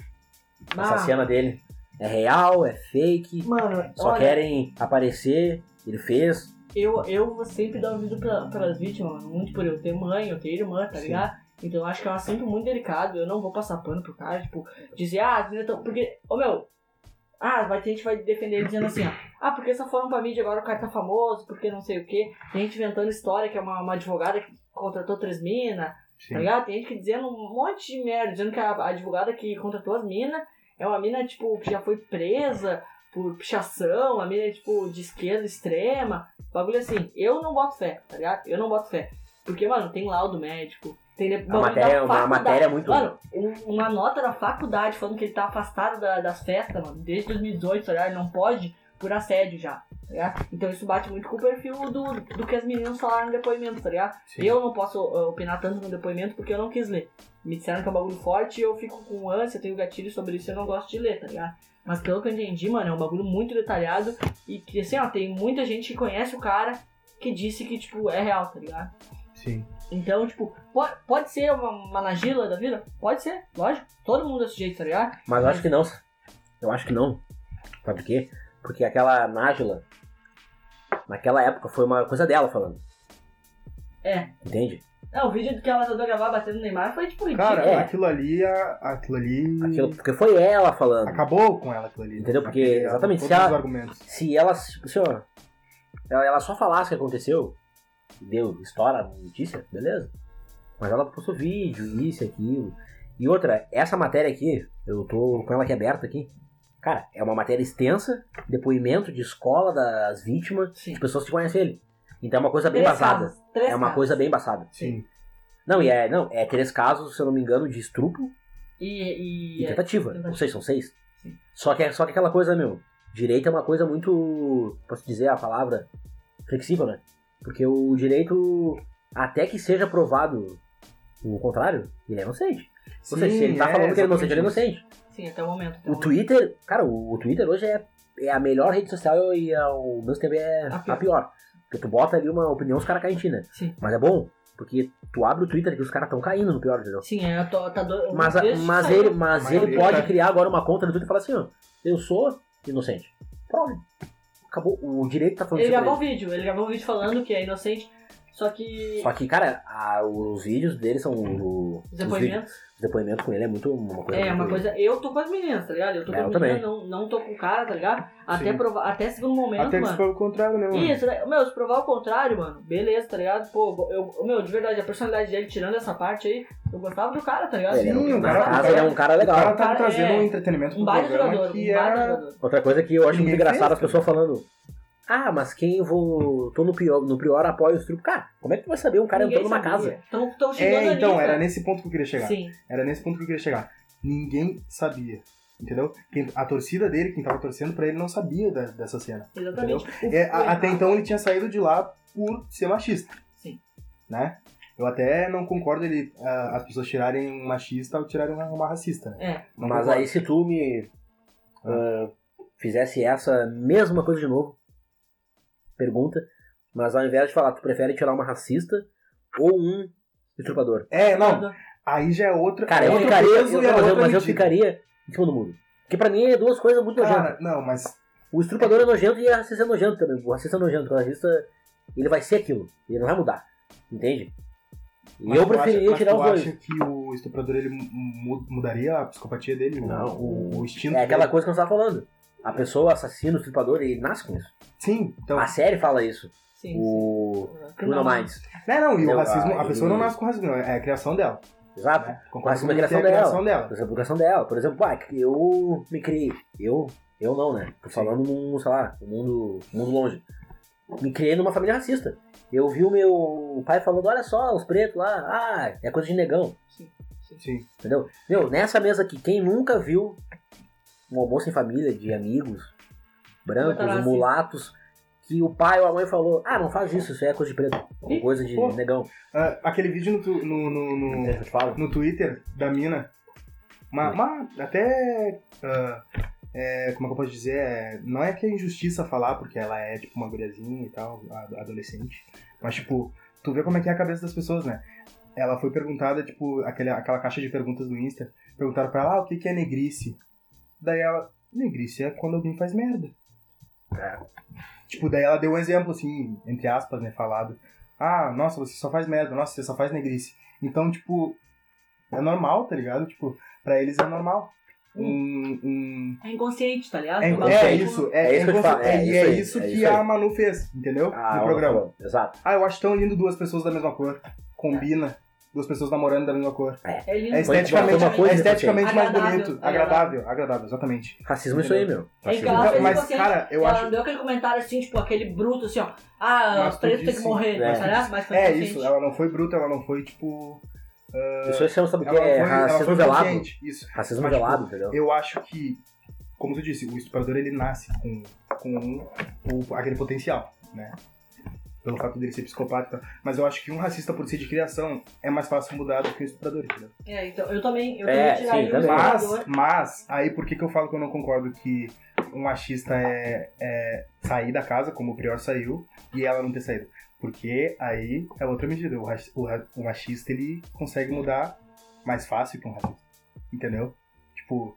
Speaker 2: Essa
Speaker 3: Ah,
Speaker 2: cena dele. É real, é fake,
Speaker 3: Mano,
Speaker 2: só
Speaker 3: olha,
Speaker 2: querem aparecer, ele fez.
Speaker 3: eu, eu vou sempre dar ouvido pra, pelas vítimas, mano. Muito por eu ter mãe, eu ter irmã, tá
Speaker 1: Sim.
Speaker 3: ligado? Então eu acho que é um assunto muito delicado. Eu não vou passar pano pro cara, tipo, dizer, ah, as meninas tão... Porque, ô meu, ah, vai ter gente que vai defender ele dizendo assim, ó, ah, porque só foram pra mídia, agora o cara tá famoso, porque não sei o quê. Tem gente inventando história que é uma, uma advogada que contratou três minas,
Speaker 1: Sim.
Speaker 3: tá ligado? Tem gente que dizendo um monte de merda, dizendo que a, a advogada que contratou as minas é uma mina, tipo, que já foi presa por pichação, uma mina, tipo, de esquerda extrema, bagulho assim. Eu não boto fé, tá ligado? Eu não boto fé. Porque, mano, tem laudo médico, tem
Speaker 2: A
Speaker 3: bagulho
Speaker 2: matéria,
Speaker 3: da
Speaker 2: uma
Speaker 3: faculdade.
Speaker 2: matéria muito.
Speaker 3: Mano, um- uma nota da faculdade falando que ele tá afastado da- das festas, mano, desde dois mil e dezoito, tá ligado? Ele não pode por assédio já, tá ligado? Então isso bate muito com o perfil do, do que as meninas falaram no depoimento, tá ligado?
Speaker 1: Sim.
Speaker 3: Eu não posso uh, opinar tanto no depoimento porque eu não quis ler. Me disseram que é um bagulho forte e eu fico com ânsia, tenho gatilho sobre isso e eu não gosto de ler, tá ligado? Mas pelo que eu entendi, mano, é um bagulho muito detalhado e que, assim, ó, tem muita gente que conhece o cara que disse que, tipo, é real, tá ligado?
Speaker 1: Sim.
Speaker 3: Então, tipo, pode, pode ser uma, uma Nagila da vida? Pode ser, lógico. Todo mundo é sujeito, tá ligado?
Speaker 2: Mas eu acho que não. Eu acho que não. Sabe por quê? Porque aquela Nájila, naquela época, foi uma coisa dela falando.
Speaker 3: É.
Speaker 2: Entende?
Speaker 3: É, o vídeo que ela tentou gravar batendo no Neymar foi, tipo, ridículo.
Speaker 1: Cara,
Speaker 2: É.
Speaker 1: aquilo ali, a- aquilo ali.
Speaker 2: Aquilo, porque foi ela falando.
Speaker 1: Acabou com ela aquilo ali.
Speaker 2: Entendeu? Porque,
Speaker 1: Aquele-
Speaker 2: exatamente,
Speaker 1: Todos
Speaker 2: se
Speaker 1: os
Speaker 2: ela-
Speaker 1: argumentos.
Speaker 2: Se ela, tipo assim, ó, ela, ela só falasse o que aconteceu, deu história, notícia, beleza. Mas ela postou vídeo, isso e aquilo. E outra, essa matéria aqui, eu tô com ela aqui aberta aqui. Cara, é uma matéria extensa, depoimento de escola das vítimas,
Speaker 3: Sim.
Speaker 2: de pessoas que conhecem ele. Então é uma coisa bem
Speaker 3: Três
Speaker 2: embasada.
Speaker 3: casos, três
Speaker 2: É uma
Speaker 3: casos.
Speaker 2: coisa bem embasada.
Speaker 1: Sim.
Speaker 2: Não, e é, não, é três casos, se eu não me engano, de estupro
Speaker 3: E,
Speaker 2: e
Speaker 3: e, é,
Speaker 2: tentativa.
Speaker 3: tentativa.
Speaker 2: Não sei, são seis.
Speaker 3: Sim.
Speaker 2: Só que, é, só que aquela coisa, meu, direito é uma coisa muito, posso dizer a palavra, flexível, né? Porque o direito, até que seja provado o contrário, ele é inocente. Ou seja, se ele tá
Speaker 1: é,
Speaker 2: falando que ele é inocente, ele é
Speaker 1: exatamente
Speaker 2: inocente.
Speaker 3: sim, até o momento. Até
Speaker 2: O
Speaker 3: momento.
Speaker 2: Twitter, cara, o, o Twitter hoje é, é a melhor rede social e ao mesmo tempo é
Speaker 3: A
Speaker 2: a
Speaker 3: pior.
Speaker 2: pior. Porque tu bota ali uma opinião, os caras caem em ti, né?
Speaker 3: Sim.
Speaker 2: Mas é bom, porque tu abre o Twitter que os caras estão caindo no pior, entendeu?
Speaker 3: Sim, é, eu tô, tá do...
Speaker 2: Mas, a-
Speaker 3: desde que
Speaker 2: mas
Speaker 3: saiu-
Speaker 2: ele, mas
Speaker 1: Mas
Speaker 2: ele
Speaker 1: ele
Speaker 2: pode
Speaker 1: tá-
Speaker 2: criar agora uma conta no Twitter e falar assim, ó, eu sou inocente. Prove. Acabou. O direito tá falando
Speaker 3: Ele
Speaker 2: isso pra
Speaker 3: gravou um
Speaker 2: ele.
Speaker 3: vídeo, ele gravou um vídeo falando que é inocente. Só que.
Speaker 2: Só que, cara, a- os vídeos dele são. O,
Speaker 3: Os depoimentos.
Speaker 2: Os depoimentos com ele é muito uma coisa.
Speaker 3: É,
Speaker 2: muito-
Speaker 3: uma coisa. Eu tô com as meninas, tá ligado? Eu tô
Speaker 2: É,
Speaker 3: com
Speaker 2: eu
Speaker 3: as
Speaker 2: também.
Speaker 3: meninas, não, não tô com o cara, tá ligado? Até,
Speaker 1: Sim.
Speaker 3: provar, até segundo momento,
Speaker 1: Até que se
Speaker 3: mano.
Speaker 1: for o contrário, né, mano?
Speaker 3: Isso, né? Meu, se provar o contrário, mano, beleza, tá ligado? Pô, eu, meu, de verdade, a personalidade dele, tirando essa parte aí, eu gostava do cara, tá ligado?
Speaker 2: Ele é um-
Speaker 1: Sim, o
Speaker 2: na
Speaker 1: cara-
Speaker 2: casa
Speaker 1: o cara-
Speaker 2: ele é um cara
Speaker 1: O
Speaker 2: legal.
Speaker 1: cara tá
Speaker 3: Cara,
Speaker 1: trazendo
Speaker 3: é
Speaker 1: um entretenimento
Speaker 3: Um
Speaker 1: pro
Speaker 3: baita
Speaker 1: programa
Speaker 3: jogador,
Speaker 1: que
Speaker 3: um baita
Speaker 1: era...
Speaker 3: jogador.
Speaker 2: Outra coisa que eu acho muito
Speaker 1: Ninguém
Speaker 2: engraçado
Speaker 1: fez,
Speaker 2: as pessoas falando. Ah, mas quem vou. tô no pior, no pior apoio o strip. Cara, como é que tu vai saber um cara
Speaker 3: Ninguém
Speaker 2: entrando numa
Speaker 3: sabia.
Speaker 2: casa?
Speaker 3: Tão, tão chegando
Speaker 1: É, então,
Speaker 3: ali,
Speaker 1: era
Speaker 3: cara.
Speaker 1: nesse ponto que eu queria chegar.
Speaker 3: Sim,
Speaker 1: Era nesse ponto que eu queria chegar. Ninguém sabia, entendeu? Quem- a torcida dele, quem tava torcendo pra ele, não sabia da- dessa cena.
Speaker 3: exatamente. O-
Speaker 1: É,
Speaker 3: o
Speaker 1: a- até
Speaker 3: errado.
Speaker 1: então ele tinha saído de lá por ser machista,
Speaker 3: Sim.
Speaker 1: né? Eu até não concordo ele, ah, as pessoas tirarem um machista ou tirarem uma, uma racista, né?
Speaker 3: É,
Speaker 1: Não
Speaker 2: Mas
Speaker 1: concordo.
Speaker 2: aí se tu me ah, fizesse essa mesma coisa de novo, pergunta, mas ao invés de falar, tu prefere tirar uma racista ou um estuprador?
Speaker 1: É, não, aí já é outra...
Speaker 2: Cara,
Speaker 1: é
Speaker 2: eu
Speaker 1: outro
Speaker 2: ficaria,
Speaker 1: peso
Speaker 2: eu,
Speaker 1: e é
Speaker 2: mas eu,
Speaker 1: outra
Speaker 2: mas eu
Speaker 1: medida.
Speaker 2: ficaria em cima do muro. Porque pra mim é duas coisas muito nojentas.
Speaker 1: Cara, não, mas...
Speaker 2: O estuprador é nojento e a racista é nojento também. O racista é nojento, o racista ele vai ser aquilo, ele não vai mudar, entende? E
Speaker 1: mas
Speaker 2: eu
Speaker 1: tu acha-
Speaker 2: preferiria
Speaker 1: mas
Speaker 2: tirar
Speaker 1: tu
Speaker 2: os dois.
Speaker 1: acha que o estuprador, ele mu- mudaria a psicopatia dele? O-
Speaker 2: Não.
Speaker 1: O, o instinto
Speaker 2: É aquela
Speaker 1: dele?
Speaker 2: coisa que eu estava falando. A pessoa assassina o estuprador e ele nasce com isso.
Speaker 1: Sim, então...
Speaker 2: A série fala isso.
Speaker 3: sim.
Speaker 2: O
Speaker 3: sim.
Speaker 2: Criminal Minds.
Speaker 1: Não, não, e o
Speaker 2: Entendeu?
Speaker 1: racismo,
Speaker 2: Ah,
Speaker 1: a pessoa
Speaker 2: ele-
Speaker 1: não nasce com racismo, é a criação dela.
Speaker 2: Exato.
Speaker 1: Né?
Speaker 2: O
Speaker 1: Concordo
Speaker 2: racismo é a
Speaker 1: comigo que
Speaker 2: criação
Speaker 1: é a
Speaker 2: dela.
Speaker 1: criação dela.
Speaker 2: Por exemplo, a criação dela. Por exemplo, ah, eu me criei. Eu, eu não, né? Tô falando num, sei lá, um mundo, um mundo longe. Me criei numa família racista. Eu vi o meu pai falando, olha só, os pretos lá, ah, é coisa de negão.
Speaker 3: Sim, sim.
Speaker 1: Sim.
Speaker 2: Entendeu? Meu, nessa mesa aqui, quem nunca viu um almoço em família de amigos brancos,
Speaker 3: Racista.
Speaker 2: mulatos, que o pai ou a mãe falou, ah, não faz isso, isso é coisa de preto, é coisa de
Speaker 1: Pô.
Speaker 2: negão.
Speaker 1: Ah, aquele vídeo no, tu- no, no, no,
Speaker 2: Entende o que eu te falo?
Speaker 1: no Twitter da mina, uma, uma até, ah, é, como é que eu posso dizer, é, não é que é injustiça falar, porque ela é tipo uma guriazinha e tal, a- adolescente, mas tipo, tu vê como é que é a cabeça das pessoas, né? Ela foi perguntada, tipo, aquele, aquela caixa de perguntas do Insta, perguntaram pra ela, ah, o que que é negrice? Daí ela, negrice é quando alguém faz merda.
Speaker 2: É.
Speaker 1: Tipo, daí ela deu um exemplo, assim, entre aspas, né, falado. Ah, nossa, você só faz merda, nossa, você só faz negrice. Então, tipo, é normal, tá ligado? Tipo, pra eles é normal. Um, um...
Speaker 3: É inconsciente, tá ligado?
Speaker 1: É,
Speaker 3: Tu
Speaker 1: é
Speaker 3: vai-
Speaker 1: isso, é,
Speaker 2: É isso que eu te falo,
Speaker 1: é,
Speaker 2: é
Speaker 1: e
Speaker 2: isso
Speaker 1: é
Speaker 2: aí,
Speaker 1: isso
Speaker 2: é
Speaker 1: que
Speaker 2: isso
Speaker 1: a
Speaker 2: aí.
Speaker 1: Manu fez, entendeu?
Speaker 2: Ah,
Speaker 1: no
Speaker 2: ela
Speaker 1: programa.
Speaker 2: falou, exato.
Speaker 1: Ah, eu acho tão lindo duas pessoas da mesma cor. Combina. Duas pessoas namorando da mesma cor.
Speaker 3: É lindo.
Speaker 1: É
Speaker 2: Foi
Speaker 1: esteticamente,
Speaker 2: uma coisa
Speaker 1: é esteticamente mais
Speaker 3: agradável,
Speaker 1: bonito.
Speaker 3: agradável.
Speaker 1: Agradável, agradável, exatamente.
Speaker 2: Racismo é isso aí, meu.
Speaker 3: É que
Speaker 2: Racismo.
Speaker 3: ela fez
Speaker 1: Mas,
Speaker 3: inconsciente.
Speaker 1: cara, eu
Speaker 3: ela
Speaker 1: acho-
Speaker 3: não deu aquele comentário assim, tipo, aquele bruto assim, ó. Ah,
Speaker 1: Mas tu
Speaker 3: preto tem que
Speaker 1: disse-
Speaker 3: morrer,
Speaker 2: é.
Speaker 3: tá ligado? Mas foi
Speaker 1: É
Speaker 3: inconsciente.
Speaker 1: isso, ela não foi bruta, ela não foi, tipo...
Speaker 2: Isso aí você não sabe o que
Speaker 1: Ela
Speaker 2: é
Speaker 1: foi, ela
Speaker 2: racismo
Speaker 1: foi
Speaker 2: velado.
Speaker 1: consciente. Isso.
Speaker 2: Racismo
Speaker 1: Mas,
Speaker 2: velado,
Speaker 1: tipo,
Speaker 2: entendeu?
Speaker 1: Eu acho que, como tu disse, o estuprador ele nasce com, com o, aquele potencial, né? Pelo fato dele ser psicopata e tal. Mas eu acho que um racista por ser de criação é mais fácil mudar do que um estuprador, entendeu?
Speaker 3: É, então eu também, eu
Speaker 2: É,
Speaker 3: também tiraria
Speaker 2: sim,
Speaker 3: o
Speaker 2: também.
Speaker 1: Mas,
Speaker 3: estuprador.
Speaker 1: mas, aí por que, que eu falo que eu não concordo que um machista é, é sair da casa, como o Prior saiu, e ela não ter saído? Porque aí é outra medida. O, raci- o, ra- o machista, ele consegue mudar mais fácil que um racista. Entendeu? Tipo,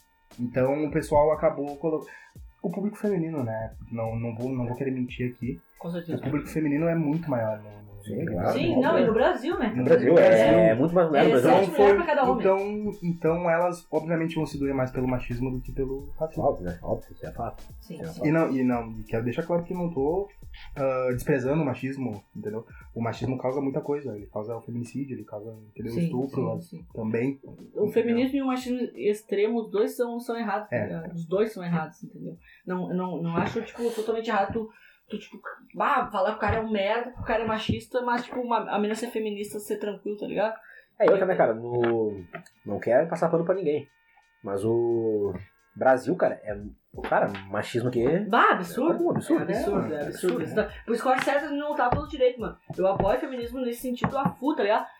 Speaker 1: então o pessoal acabou colocando... O público feminino, né? Não, não, vou, não vou querer mentir aqui.
Speaker 3: Com
Speaker 1: O
Speaker 3: certeza.
Speaker 1: público feminino é muito maior no, no
Speaker 2: Sim,
Speaker 1: no
Speaker 2: claro.
Speaker 3: Sim,
Speaker 2: óbvio.
Speaker 3: não, e no Brasil, né?
Speaker 2: No Brasil, é, é muito mais mulher no
Speaker 3: É,
Speaker 2: Brasil.
Speaker 3: sete
Speaker 1: Então,
Speaker 3: mulheres pra cada homem.
Speaker 1: então, então elas obviamente vão se doer mais pelo machismo do que pelo racismo.
Speaker 2: Óbvio, né? Óbvio, isso é fato.
Speaker 3: Sim,
Speaker 2: É.
Speaker 3: sim.
Speaker 1: E não, e não, e quero deixar claro que não tô ah, desprezando o machismo, entendeu? O machismo causa muita coisa, ele causa o feminicídio, ele causa, entendeu?
Speaker 3: Sim,
Speaker 1: Estupro
Speaker 3: sim, sim.
Speaker 1: também.
Speaker 3: O feminismo e o machismo extremo, os dois são, são errados, tá
Speaker 1: É.
Speaker 3: ligado? Os dois são errados, entendeu? Não, não, não acho, tipo, totalmente errado tu, tu tipo, ah, falar que o cara é um merda, que o cara é machista, mas, tipo, uma, a menina ser feminista, ser tranquilo, tá ligado?
Speaker 2: É, eu também, cara, no... não quero passar pano pra ninguém. Mas o Brasil, cara, é. Cara, machismo aqui é.
Speaker 3: Bah, absurdo.
Speaker 2: É um absurdo.
Speaker 3: É absurdo,
Speaker 1: É,
Speaker 3: é
Speaker 1: é
Speaker 3: absurdo.
Speaker 1: absurdo,
Speaker 3: Por isso que eu acho certo não lutar pelo direito, mano. Eu apoio o feminismo nesse sentido a full, tá ligado?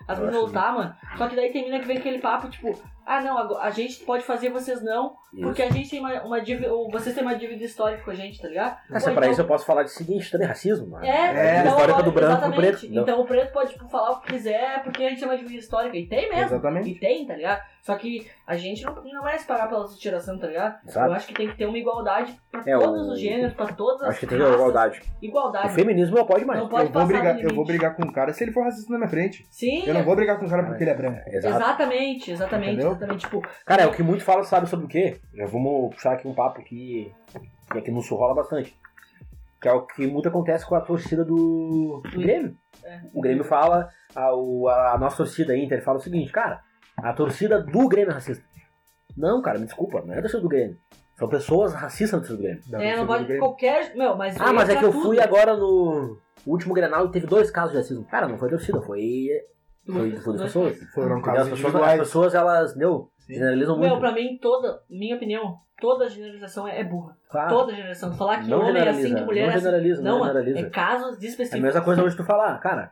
Speaker 3: as
Speaker 2: Eu
Speaker 3: meninas
Speaker 2: acho
Speaker 3: lutar, mano. Só que daí tem mina que vem aquele papo, tipo, ah não, agora a gente pode fazer, vocês não, porque a gente tem uma, uma dívida, ou vocês têm uma dívida histórica com a gente, tá ligado?
Speaker 2: Ah, se é
Speaker 3: Ou
Speaker 2: pra
Speaker 3: então-
Speaker 2: isso eu posso falar de seguinte, também racismo, mano.
Speaker 3: É,
Speaker 1: É,
Speaker 3: então,
Speaker 2: histórica
Speaker 3: agora-
Speaker 2: do branco pro
Speaker 3: exatamente.
Speaker 2: preto. Não.
Speaker 3: Então o preto pode tipo, falar o que quiser porque a gente tem uma dívida histórica. E tem mesmo.
Speaker 1: Exatamente.
Speaker 3: E tem, tá ligado? Só que a gente não, não vai se parar pela tiração, tá ligado?
Speaker 2: Exato.
Speaker 3: Eu acho que tem que ter uma igualdade pra
Speaker 2: É,
Speaker 3: todos
Speaker 2: o-
Speaker 3: os gêneros, pra todas as
Speaker 2: Acho que tem a
Speaker 3: raças.
Speaker 2: igualdade.
Speaker 3: Igualdade.
Speaker 2: O feminismo não pode mais.
Speaker 3: Não pode
Speaker 1: Eu vou,
Speaker 3: passar
Speaker 1: brigar,
Speaker 3: do
Speaker 1: eu vou
Speaker 3: limite.
Speaker 1: brigar com um cara se ele for racista na minha frente.
Speaker 3: Sim.
Speaker 1: Eu não vou brigar com um cara porque ele é branco.
Speaker 2: Exato.
Speaker 3: Exatamente, exatamente,
Speaker 1: Entendeu?
Speaker 3: exatamente. Tipo,
Speaker 2: Cara, é o que muito fala, sabe sobre o quê? Já vamos puxar aqui um papo que, que aqui no Sul rola bastante. Que é o que muito acontece com a torcida do, do Grêmio.
Speaker 3: é,
Speaker 2: O Grêmio fala, a, o- a nossa torcida Inter fala o seguinte, cara, a torcida do Grêmio é racista. Não, cara, me desculpa, não é a torcida do Grêmio. São pessoas racistas na torcida do Grêmio.
Speaker 1: Da
Speaker 3: é, não
Speaker 1: torcida do
Speaker 3: pode
Speaker 1: Grêmio.
Speaker 3: qualquer. Meu, mas.
Speaker 2: Ah, mas é
Speaker 3: entra
Speaker 2: que eu
Speaker 3: tudo.
Speaker 2: fui agora no último Grenal e teve dois casos de racismo. Cara, não foi torcida, foi, foi, foi das pessoas.
Speaker 1: Foram
Speaker 2: Entendeu?
Speaker 1: casos
Speaker 2: As pessoas, as
Speaker 1: individuais.
Speaker 2: pessoas, elas, meu,
Speaker 1: Sim.
Speaker 2: generalizam
Speaker 3: Meu,
Speaker 2: muito.
Speaker 3: pra mim, toda. Minha opinião, toda generalização é, é burra.
Speaker 2: Claro.
Speaker 3: Toda generalização. Falar que
Speaker 2: Não
Speaker 3: homem é assim,
Speaker 2: generaliza,
Speaker 3: que mulher
Speaker 2: não
Speaker 3: é assim.
Speaker 2: generaliza, não
Speaker 3: Não, mano,
Speaker 2: generaliza.
Speaker 3: é casos
Speaker 2: É
Speaker 3: específicos.
Speaker 2: a mesma coisa hoje tu falar, cara.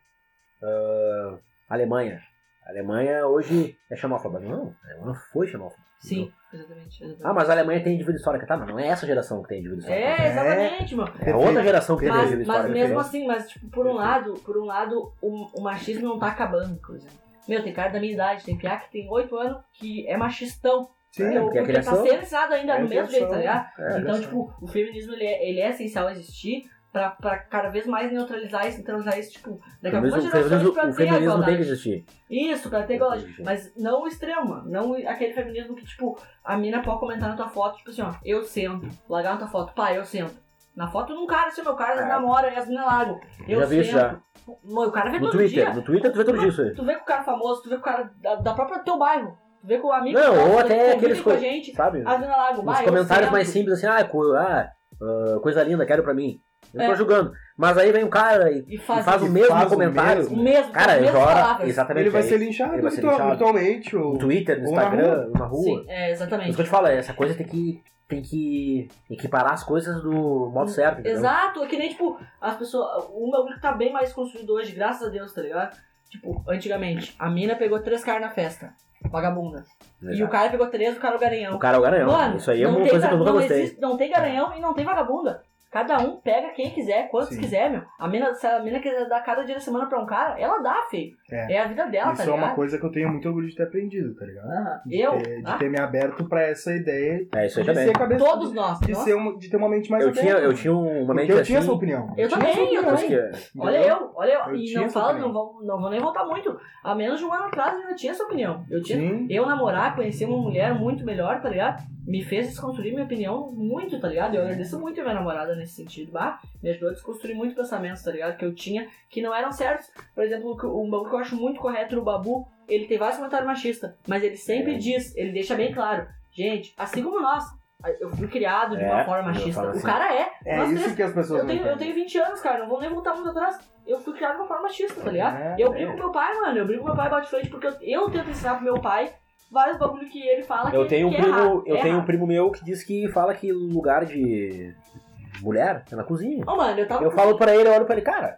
Speaker 2: ah, Alemanha. A Alemanha hoje é xenófoba. Não, a Alemanha não foi xenófoba.
Speaker 3: Sim, exatamente. exatamente.
Speaker 2: Ah, mas a Alemanha tem dívida histórica, tá? Mas não é essa geração que tem dívida histórica.
Speaker 3: É, exatamente, mano.
Speaker 2: É outra geração que tem
Speaker 3: Mas,
Speaker 2: dívida
Speaker 3: mas
Speaker 2: histórica.
Speaker 3: mesmo
Speaker 2: entendeu?
Speaker 3: assim, mas tipo, por um lado, por um lado, o, o machismo não tá acabando, por exemplo. Meu, tem cara da minha idade, tem piá que tem oito anos que é machistão.
Speaker 1: Sim,
Speaker 3: porque,
Speaker 2: porque a
Speaker 3: porque tá
Speaker 2: criação-
Speaker 3: sendo ensinado ainda
Speaker 1: é
Speaker 3: do
Speaker 1: a
Speaker 3: mesmo jeito, tá
Speaker 1: criação.
Speaker 3: ligado?
Speaker 2: É, a
Speaker 3: Então,
Speaker 1: criação.
Speaker 3: tipo, o feminismo ele é, ele é essencial existir pra, pra cada vez mais neutralizar isso, neutralizar isso, tipo, daqui a
Speaker 2: O
Speaker 3: algumas
Speaker 2: feminismo, o
Speaker 3: gerações
Speaker 2: feminismo-
Speaker 3: pra
Speaker 2: o
Speaker 3: ter a
Speaker 2: feminismo tem que
Speaker 3: igualdade.
Speaker 2: existir.
Speaker 3: Isso, pra ter
Speaker 2: Tem que
Speaker 3: igualdade.
Speaker 2: existir.
Speaker 3: Mas não o extremo, mano. Não aquele feminismo que, tipo, a mina pode comentar na tua foto, tipo assim, ó, eu sento. Largar na tua foto, pai, eu sento. Na foto de um cara, assim, meu cara
Speaker 2: É.
Speaker 3: namora e as minas largam. Eu
Speaker 2: Já vi isso
Speaker 3: sento.
Speaker 2: já.
Speaker 3: Mano, o cara vê
Speaker 2: No
Speaker 3: todo
Speaker 2: Twitter,
Speaker 3: dia.
Speaker 2: no Twitter tu vê tudo isso aí.
Speaker 3: Tu vê com o cara famoso, tu vê com o cara da, da própria teu bairro. Tu vê com o amigo
Speaker 2: Não,
Speaker 3: que
Speaker 2: ou
Speaker 3: tá-
Speaker 2: até
Speaker 3: convive
Speaker 2: aqueles
Speaker 3: com a
Speaker 2: co-
Speaker 3: gente.
Speaker 2: Sabe?
Speaker 3: As minas largam.
Speaker 2: Os
Speaker 3: "Bah, eu
Speaker 2: comentários
Speaker 3: sento."
Speaker 2: mais simples assim, ah, co- ah, ah, coisa linda, quero pra mim. Eu não tô
Speaker 3: É.
Speaker 2: julgando. Mas aí vem um cara e,
Speaker 3: E
Speaker 2: e
Speaker 3: faz,
Speaker 2: faz, o
Speaker 1: e
Speaker 2: mesmo
Speaker 1: faz o
Speaker 2: comentário.
Speaker 1: mesmo.
Speaker 3: o mesmo,
Speaker 2: Cara,
Speaker 3: as
Speaker 2: ele
Speaker 3: mesmas
Speaker 2: joga.
Speaker 3: palavras.
Speaker 2: Exatamente.
Speaker 1: Ele vai
Speaker 2: aí.
Speaker 1: ser linchado
Speaker 2: Ele vai ser
Speaker 1: virtual-
Speaker 2: linchado.
Speaker 1: virtualmente. Ou...
Speaker 2: No Twitter, no
Speaker 1: ou na
Speaker 2: Instagram,
Speaker 1: rua.
Speaker 2: na rua.
Speaker 3: Sim, é,
Speaker 2: Mas
Speaker 3: exatamente.
Speaker 2: o que eu te falo, essa coisa tem que, tem que equiparar as coisas do modo certo. Entendeu?
Speaker 3: Exato, é que nem, tipo, as pessoas. O meu grupo tá bem mais construído hoje, graças a Deus, tá ligado? Tipo, antigamente, a mina pegou três caras na festa. Vagabunda. E o
Speaker 2: Exato.
Speaker 3: cara pegou três, o cara é o garanhão.
Speaker 2: O cara é o garanhão.
Speaker 3: Mano,
Speaker 2: Isso aí é
Speaker 3: não
Speaker 2: uma
Speaker 3: tem
Speaker 2: coisa
Speaker 3: ga-
Speaker 2: que eu nunca
Speaker 3: não
Speaker 2: gostei.
Speaker 3: existe- não tem garanhão e não tem vagabunda. Cada um pega quem quiser, quantos
Speaker 1: Sim.
Speaker 3: quiser, meu. A mina, se a mina quiser dar cada dia da semana pra um cara, ela dá, feio.
Speaker 1: É.
Speaker 3: É, a vida dela,
Speaker 1: Isso
Speaker 3: tá
Speaker 1: é uma
Speaker 3: ligado?
Speaker 1: coisa que eu tenho muito orgulho de ter aprendido, tá ligado?
Speaker 3: Aham.
Speaker 1: De,
Speaker 3: Eu?
Speaker 1: ter, de
Speaker 3: Ah,
Speaker 1: ter me aberto pra essa ideia
Speaker 2: É, isso aí
Speaker 1: de
Speaker 2: também.
Speaker 1: ser cabeça.
Speaker 3: todos nós.
Speaker 1: de,
Speaker 3: nós.
Speaker 1: ser uma, de ter uma mente mais
Speaker 2: Eu
Speaker 1: aberta.
Speaker 2: tinha, eu tinha uma
Speaker 1: Porque
Speaker 2: mente
Speaker 1: eu
Speaker 2: assim.
Speaker 1: tinha essa opinião.
Speaker 3: Eu
Speaker 1: tinha
Speaker 3: também,
Speaker 1: essa opinião.
Speaker 3: eu
Speaker 2: Acho que é-
Speaker 3: Olha
Speaker 1: Entendeu?
Speaker 3: eu, olha eu.
Speaker 1: Eu
Speaker 3: e
Speaker 1: tinha
Speaker 3: não
Speaker 1: essa
Speaker 3: falo,
Speaker 1: opinião.
Speaker 3: não vou, não vou nem voltar muito. Há menos de um ano atrás eu tinha essa opinião. Eu tinha.
Speaker 1: Sim.
Speaker 3: Eu namorar, conhecer uma mulher muito melhor, tá ligado? Me fez desconstruir minha opinião muito, tá ligado? Eu agradeço muito a minha namorada nesse sentido, bah, me ajudou a desconstruir muito pensamentos, tá ligado? Que eu tinha, que não eram certos. Por exemplo, um bagulho que eu acho muito correto no Babu, ele tem vários comentários machistas, mas ele sempre
Speaker 2: É.
Speaker 3: diz, ele deixa bem claro, gente, assim como nós, eu fui criado de uma
Speaker 2: É,
Speaker 3: forma
Speaker 2: eu
Speaker 3: machista.
Speaker 2: falo
Speaker 3: O
Speaker 2: assim.
Speaker 3: cara é.
Speaker 1: É
Speaker 3: nós
Speaker 1: isso
Speaker 3: três-
Speaker 1: que as pessoas
Speaker 3: eu tenho,
Speaker 1: não
Speaker 3: eu
Speaker 1: entendem.
Speaker 3: tenho vinte anos, cara, não vou nem voltar muito atrás. Eu fui criado de uma forma machista, tá ligado?
Speaker 1: É,
Speaker 3: eu brigo com meu pai, mano. Eu brigo com meu pai bate frente porque eu, eu tento ensinar pro meu pai vários bagulho que ele fala
Speaker 2: Eu
Speaker 3: que,
Speaker 2: tenho um
Speaker 3: que é
Speaker 2: primo,
Speaker 3: errado.
Speaker 2: eu
Speaker 3: é
Speaker 2: tenho um
Speaker 3: errado.
Speaker 2: primo meu que diz que fala que o lugar de mulher é na cozinha.
Speaker 3: Ô, mano, eu tava
Speaker 2: Eu falo pra ele, eu olho pra ele, cara,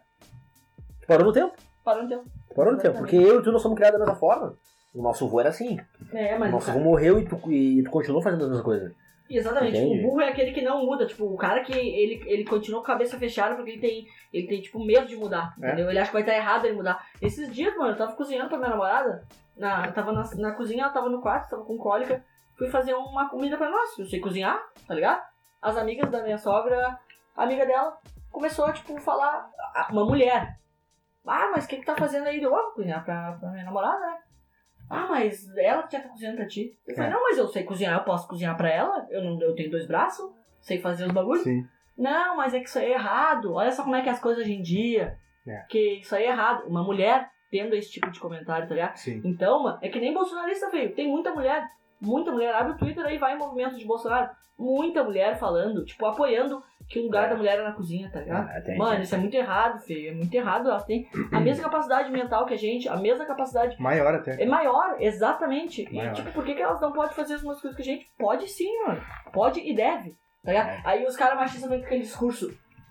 Speaker 2: tu parou no tempo.
Speaker 3: parando tempo.
Speaker 2: Tu parou no tempo. Porque eu e tu não somos criados da mesma forma. O nosso avô era assim.
Speaker 3: É,
Speaker 2: O
Speaker 3: mas.
Speaker 2: nosso
Speaker 3: o
Speaker 2: avô
Speaker 3: cara-
Speaker 2: morreu e tu, e tu continuou fazendo as mesmas coisas.
Speaker 3: Exatamente, tipo,
Speaker 2: Entende?
Speaker 3: o burro é aquele que não muda, tipo, o cara que ele, ele continua com a cabeça fechada porque ele tem, ele tem, tipo, medo de mudar,
Speaker 1: É.
Speaker 3: entendeu? Ele acha que vai estar errado ele mudar. Esses dias, mano, eu tava cozinhando pra minha namorada, na, eu tava na, na cozinha, ela tava no quarto, tava com cólica, fui fazer uma comida pra nós, eu sei cozinhar, tá ligado? As amigas da minha sogra, a amiga dela, começou a, tipo, falar, a- uma mulher, ah, mas o que que tá fazendo aí? Eu vou cozinhar pra, pra minha namorada, né? Ah, mas ela que já tá cozinhando pra ti. Eu falei,
Speaker 1: É.
Speaker 3: não, mas eu sei cozinhar, eu posso cozinhar pra ela. Eu, não, eu tenho dois braços, sei fazer os bagulhos.
Speaker 1: Sim.
Speaker 3: Não, mas é que isso aí é errado. Olha só como é que é as coisas hoje em dia.
Speaker 1: É.
Speaker 3: Que isso aí é errado. Uma mulher tendo esse tipo de comentário, tá ligado?
Speaker 1: Sim.
Speaker 3: Então, mano, é que nem bolsonarista, feio. Tem muita mulher, muita mulher. Abre o Twitter aí, vai em movimento de Bolsonaro. Muita mulher falando, tipo, apoiando que o lugar
Speaker 2: É.
Speaker 3: da mulher é na cozinha, tá ligado?
Speaker 2: Ah, tem,
Speaker 3: Mano,
Speaker 2: tem.
Speaker 3: isso é muito errado, feio. É muito errado. Elas têm a mesma capacidade mental que a gente, a mesma capacidade.
Speaker 1: Maior até.
Speaker 3: É maior, exatamente.
Speaker 1: Maior.
Speaker 3: E, tipo, por que, que elas não podem fazer as mesmas coisas que a gente? Pode sim, mano. Pode e deve. Tá ligado?
Speaker 2: É.
Speaker 3: Aí os caras machistas vêm com aquele discurso.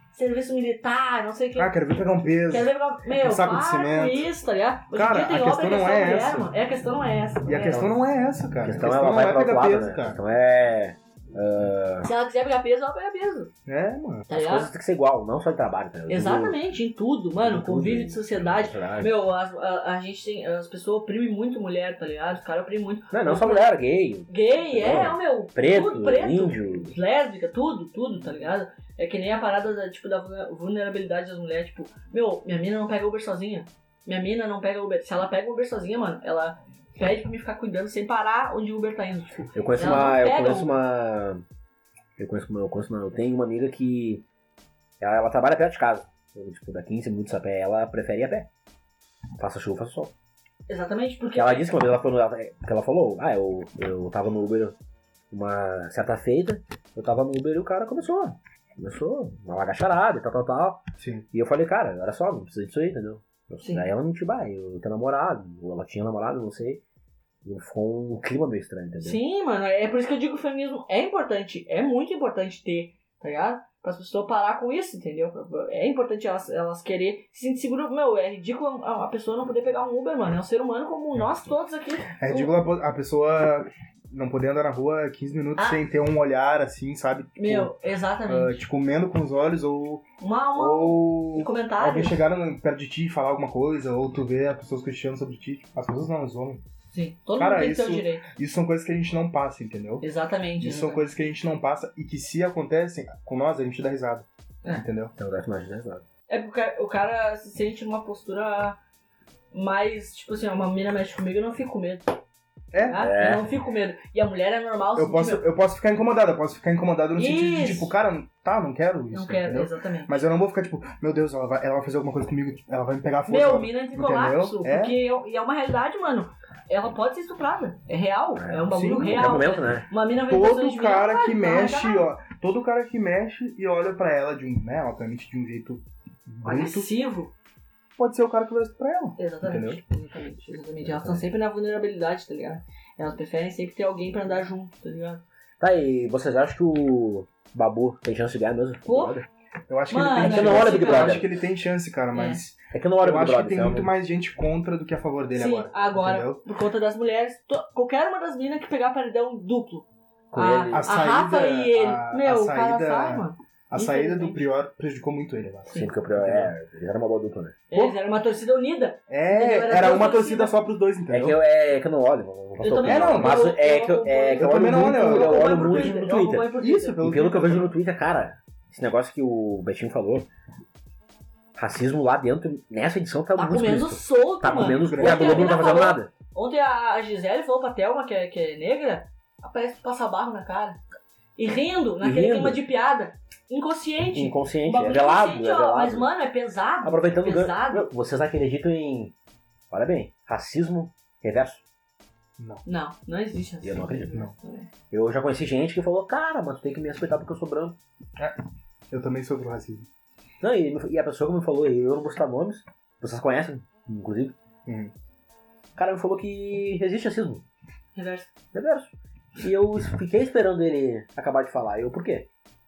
Speaker 3: serviço militar, não sei o que.
Speaker 1: Ah, quero vir pegar um peso.
Speaker 3: Quero ver, meu,
Speaker 1: um saco
Speaker 3: para
Speaker 1: de cimento.
Speaker 3: com isso, tá ligado? Hoje
Speaker 1: Cara,
Speaker 3: em dia tem
Speaker 1: a
Speaker 3: obra,
Speaker 1: questão não
Speaker 3: questão
Speaker 1: é
Speaker 3: mulher,
Speaker 1: essa.
Speaker 3: mano. É, a questão não é essa.
Speaker 1: E a
Speaker 3: é.
Speaker 1: questão não é essa, cara.
Speaker 2: A
Speaker 1: A
Speaker 2: questão,
Speaker 1: questão
Speaker 2: ela
Speaker 1: não
Speaker 2: vai
Speaker 1: é
Speaker 2: pra outro
Speaker 1: pegar
Speaker 2: lado,
Speaker 1: peso,
Speaker 2: né? A
Speaker 1: cara.
Speaker 2: questão é... Uh,
Speaker 3: Se ela quiser pegar peso, ela pega peso.
Speaker 1: É, mano.
Speaker 3: Tá
Speaker 2: as
Speaker 3: ligado?
Speaker 2: coisas têm que ser igual, não só em trabalho, tá ligado?
Speaker 3: Exatamente, em tudo, mano.
Speaker 2: em tudo,
Speaker 3: Convívio
Speaker 2: né?
Speaker 3: de sociedade.
Speaker 2: Verdade.
Speaker 3: Meu, as- a, a gente tem. As pessoas oprimem muito mulher, tá ligado? Os caras oprimem muito.
Speaker 2: Não, não só mulher, gay,
Speaker 3: Gay, é,
Speaker 2: Não.
Speaker 3: o meu.
Speaker 2: preto,
Speaker 3: tudo preto.
Speaker 2: índio.
Speaker 3: Lésbica, tudo, tudo, tá ligado? É que nem a parada da, tipo, da vulnerabilidade das mulheres, tipo, meu, minha mina não pega Uber sozinha. Minha mina não pega Uber. Se ela pega Uber sozinha, mano, ela pede pra me ficar cuidando sem parar onde o Uber tá indo. Tipo,
Speaker 2: Eu conheço
Speaker 3: Ela
Speaker 2: uma.
Speaker 3: não
Speaker 2: Eu
Speaker 3: pega
Speaker 2: conheço
Speaker 3: um-
Speaker 2: uma. Eu conheço uma. Eu conheço uma. Eu tenho uma amiga que. Ela, ela trabalha perto de casa. Eu, tipo, dá quinze minutos a pé, ela prefere ir a pé. Faça chuva, faça sol.
Speaker 3: exatamente, porque.
Speaker 2: Porque ela disse que uma vez ela falou, ela, que ela falou, ah, eu, eu tava no Uber uma certa feita, eu tava no Uber e o cara começou. Começou, uma lagacharada e tal, tal, tal.
Speaker 1: Sim.
Speaker 2: E eu falei, cara, olha só, não precisa disso aí, entendeu?
Speaker 3: Sim.
Speaker 2: Aí ela não te vai, eu tenho namorado, ou ela tinha namorado, não sei. E ficou um clima meio estranho, entendeu?
Speaker 3: Sim, mano, é por isso que eu digo que o feminismo é importante, é muito importante ter, tá ligado? Para as pessoas parar com isso, entendeu? É importante elas, elas querer se sentir seguras. Meu, é ridículo a, a pessoa não poder pegar um Uber, mano. É um ser humano como nós todos aqui.
Speaker 1: É ridículo a- a pessoa não poder andar na rua quinze minutos
Speaker 3: Ah.
Speaker 1: sem ter um olhar assim, sabe? Tipo,
Speaker 3: Meu,
Speaker 1: ah,
Speaker 3: exatamente.
Speaker 1: te comendo com os olhos ou,
Speaker 3: Uma, uma,
Speaker 1: ou
Speaker 3: um comentário.
Speaker 1: alguém chegar no- perto de ti e falar alguma coisa, ou tu ver as pessoas questionando sobre ti. As pessoas não, os homens.
Speaker 3: Sim, todo
Speaker 1: Cara,
Speaker 3: mundo tem que ter o
Speaker 1: isso-
Speaker 3: direito.
Speaker 1: Isso são coisas que a gente não passa, entendeu?
Speaker 3: Exatamente.
Speaker 1: Isso são
Speaker 3: exatamente.
Speaker 1: coisas que a gente não passa e que se acontecem com nós, a gente dá risada.
Speaker 3: É.
Speaker 1: Entendeu?
Speaker 2: Então deve mais, né?
Speaker 3: É porque o cara, o cara se sente numa postura mais, tipo assim, ó, uma mina mexe comigo, eu não fico com medo.
Speaker 1: É.
Speaker 3: Tá?
Speaker 2: É.
Speaker 3: Eu não fico com medo. E a mulher é normal
Speaker 1: Eu
Speaker 3: sentir
Speaker 1: posso,
Speaker 3: medo.
Speaker 1: eu posso ficar incomodado, eu posso ficar incomodado no sentido de,
Speaker 3: Isso.
Speaker 1: tipo, cara, tá, não quero isso.
Speaker 3: Não quero,
Speaker 1: entendeu?
Speaker 3: exatamente.
Speaker 1: Mas eu não vou ficar, tipo, meu Deus, ela vai, ela vai fazer alguma coisa comigo, ela vai me pegar a força.
Speaker 3: Meu,
Speaker 1: ela-
Speaker 3: mina entra em
Speaker 1: entendeu?
Speaker 3: colapso.
Speaker 1: É.
Speaker 3: Porque eu- e é uma realidade, mano. Ela pode ser estuprada. É real. É, um bagulho
Speaker 1: sim,
Speaker 2: Em
Speaker 3: real.
Speaker 2: qualquer momento, né?
Speaker 3: Uma mina vem passando
Speaker 1: Todo
Speaker 3: de
Speaker 1: cara
Speaker 3: mina,
Speaker 1: que
Speaker 3: vai, vai
Speaker 1: mexe,
Speaker 3: arregar.
Speaker 1: ó, todo cara que mexe e olha pra ela de um, né, obviamente de um jeito bruto,
Speaker 3: Agressivo.
Speaker 1: pode ser o cara que vai estuprar ela.
Speaker 3: Exatamente. Exatamente. Exatamente. Elas estão sempre na vulnerabilidade, tá ligado? Elas preferem sempre ter alguém pra andar junto, tá ligado?
Speaker 2: Tá, e vocês acham que o Babu tem chance de ganhar mesmo?
Speaker 3: Pô.
Speaker 1: Eu acho que
Speaker 3: Mano,
Speaker 1: ele
Speaker 2: é
Speaker 1: tem
Speaker 2: que não olha
Speaker 1: chance,
Speaker 2: Big
Speaker 1: eu
Speaker 2: Brother.
Speaker 1: acho que ele tem chance, cara, mas
Speaker 2: É que eu não olho
Speaker 1: eu
Speaker 2: o Big
Speaker 1: acho
Speaker 2: Brother.
Speaker 1: que tem
Speaker 2: sabe?
Speaker 1: muito mais gente contra do que a favor dele
Speaker 3: Sim,
Speaker 1: agora.
Speaker 3: agora,
Speaker 1: entendeu?
Speaker 3: por conta das mulheres, to- qualquer uma das minas que pegar paredão duplo.
Speaker 2: Com
Speaker 3: a,
Speaker 2: ele.
Speaker 3: a,
Speaker 1: A saída-
Speaker 3: Rafa e ele.
Speaker 1: a-
Speaker 3: Meu,
Speaker 1: a
Speaker 3: o cara
Speaker 1: saída-
Speaker 3: sai, mano.
Speaker 1: A saída do
Speaker 3: Infelizmente.
Speaker 1: Prior prejudicou muito ele agora.
Speaker 2: Sim, porque o Prior é. Eles eram uma boa dupla, né?
Speaker 3: Eles eram uma torcida unida.
Speaker 1: É,
Speaker 3: Entendeu? Era
Speaker 1: era
Speaker 3: duas
Speaker 1: uma
Speaker 3: torcidas.
Speaker 1: torcida só pros dois,
Speaker 2: É
Speaker 1: entendeu?
Speaker 2: que eu, é, é que eu não olho. Não, não
Speaker 3: Eu também
Speaker 1: É, não,
Speaker 2: mas
Speaker 3: eu-
Speaker 2: é
Speaker 3: eu
Speaker 2: que eu, é que eu,
Speaker 1: eu
Speaker 2: olho
Speaker 1: também não
Speaker 2: muito,
Speaker 1: olho, eu
Speaker 2: eu
Speaker 3: acompanho
Speaker 2: olho
Speaker 3: por
Speaker 2: muito
Speaker 3: Twitter,
Speaker 2: no
Speaker 3: eu
Speaker 2: Twitter.
Speaker 3: acompanho por Twitter.
Speaker 1: Isso,
Speaker 2: E
Speaker 1: pelo
Speaker 2: pelo que eu vejo no Twitter, cara, esse negócio que o Betinho falou, racismo lá dentro, nessa edição tá,
Speaker 3: Tá
Speaker 2: muito
Speaker 3: comendo
Speaker 2: explícito.
Speaker 3: solto,
Speaker 2: Tá
Speaker 3: mano.
Speaker 2: comendo,
Speaker 1: Ontem
Speaker 2: e a
Speaker 3: a
Speaker 2: Globo não
Speaker 3: mina
Speaker 2: tá fazendo
Speaker 3: falou-
Speaker 2: nada.
Speaker 3: Ontem a Gisele falou pra Thelma, que é, que é negra, parece que passa barro na cara. E rindo, naquele
Speaker 2: rindo.
Speaker 3: clima de piada. Inconsciente.
Speaker 2: Inconsciente,
Speaker 3: Bagulho
Speaker 2: é velado, é
Speaker 3: inconsciente, ó,
Speaker 2: velado.
Speaker 3: Mas, mano, é pesado.
Speaker 2: Aproveitando o gancho,
Speaker 3: pesado.
Speaker 2: meu, vocês acreditam em, olha bem, racismo reverso?
Speaker 3: Não, não existe assim.
Speaker 2: Eu não acredito,
Speaker 1: não.
Speaker 2: Eu já conheci gente que falou, cara, mas tu tem que me respeitar porque eu sou branco.
Speaker 1: Eu também sou pro racismo.
Speaker 2: Não, e, e a pessoa que me falou, e eu não vou citar nomes, vocês conhecem, inclusive,
Speaker 1: Uhum.
Speaker 2: o cara me falou que existe racismo
Speaker 3: Reverso.
Speaker 2: reverso. E eu fiquei esperando ele acabar de falar. Eu, por quê?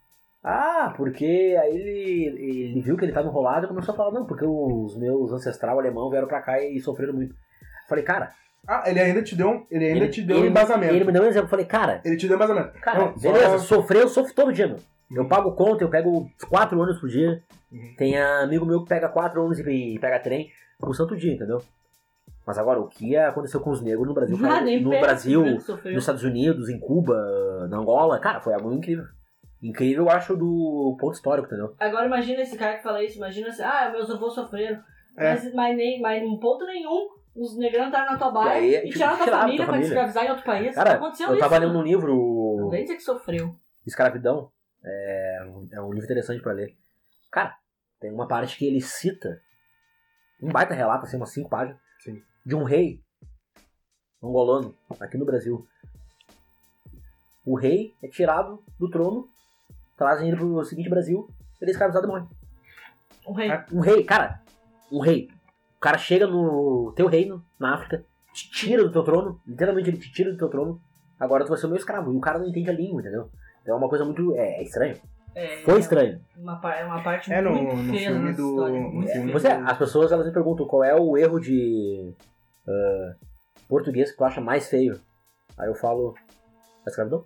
Speaker 2: Ah, porque aí ele, ele viu que ele tava enrolado e começou a falar, não, porque os meus ancestrais alemão vieram pra cá e sofreram muito. Falei, cara...
Speaker 1: Ah, ele ainda te deu um, ele ainda
Speaker 2: ele,
Speaker 1: te deu
Speaker 2: ele,
Speaker 1: um embasamento.
Speaker 2: Ele me deu um exemplo. Falei, cara,
Speaker 1: Ele te deu um embasamento.
Speaker 2: cara,
Speaker 1: Não, só-
Speaker 2: beleza, sofrer eu sofro todo dia, meu. Eu pago conta, eu pego quatro ônibus por dia.
Speaker 1: Uhum.
Speaker 2: Tem amigo meu que pega quatro ônibus e pega trem por santo dia, entendeu? Mas agora, o que aconteceu com os negros no Brasil?
Speaker 3: Ah,
Speaker 2: cara,
Speaker 3: nem
Speaker 2: no
Speaker 3: perto,
Speaker 2: Brasil,
Speaker 3: branco sofreu.
Speaker 2: nos Estados Unidos, em Cuba, na Angola, cara, foi algo incrível. Incrível, eu acho, do ponto histórico, entendeu?
Speaker 3: Agora imagina esse cara que fala isso, imagina assim, ah, meus avôs sofreram.
Speaker 1: É.
Speaker 3: Mas, mas, nem, mas em ponto nenhum, os negrão entraram na tua
Speaker 2: E
Speaker 3: baia
Speaker 2: aí,
Speaker 3: e,
Speaker 2: tipo,
Speaker 3: tiraram tua
Speaker 2: tiraram
Speaker 3: família
Speaker 2: tua
Speaker 3: pra te
Speaker 2: família.
Speaker 3: escravizar em outro país.
Speaker 2: Cara,
Speaker 3: Aconteceu
Speaker 2: eu
Speaker 3: isso.
Speaker 2: tava lendo um
Speaker 3: Não
Speaker 2: livro,
Speaker 3: vem dizer que sofreu.
Speaker 2: Escravidão, é um, é um livro interessante pra ler. Cara, tem uma parte que ele cita, um baita relato, assim, umas cinco páginas,
Speaker 1: Sim.
Speaker 2: de um rei angolano, aqui no Brasil. O rei é tirado do trono, trazem ele pro seguinte Brasil, ele é escravizado e morre.
Speaker 3: Um rei.
Speaker 1: É.
Speaker 2: Um rei, cara, um rei. O cara chega no teu reino, na África, te tira do teu trono, literalmente ele te tira do teu trono, agora tu vai ser o meu escravo. E o cara não entende a língua, entendeu? Então é uma coisa muito... é, é estranho.
Speaker 3: É,
Speaker 2: Foi estranho.
Speaker 3: Uma, par- é uma parte
Speaker 1: É, no-
Speaker 3: muito
Speaker 1: no
Speaker 3: feia
Speaker 1: filme
Speaker 3: nessa
Speaker 1: do-
Speaker 3: história.
Speaker 1: no
Speaker 3: Muito
Speaker 1: filme
Speaker 3: feia.
Speaker 2: Pois é, as pessoas elas me perguntam qual é o erro de ah, português que tu acha mais feio. Aí eu falo, a escravidão?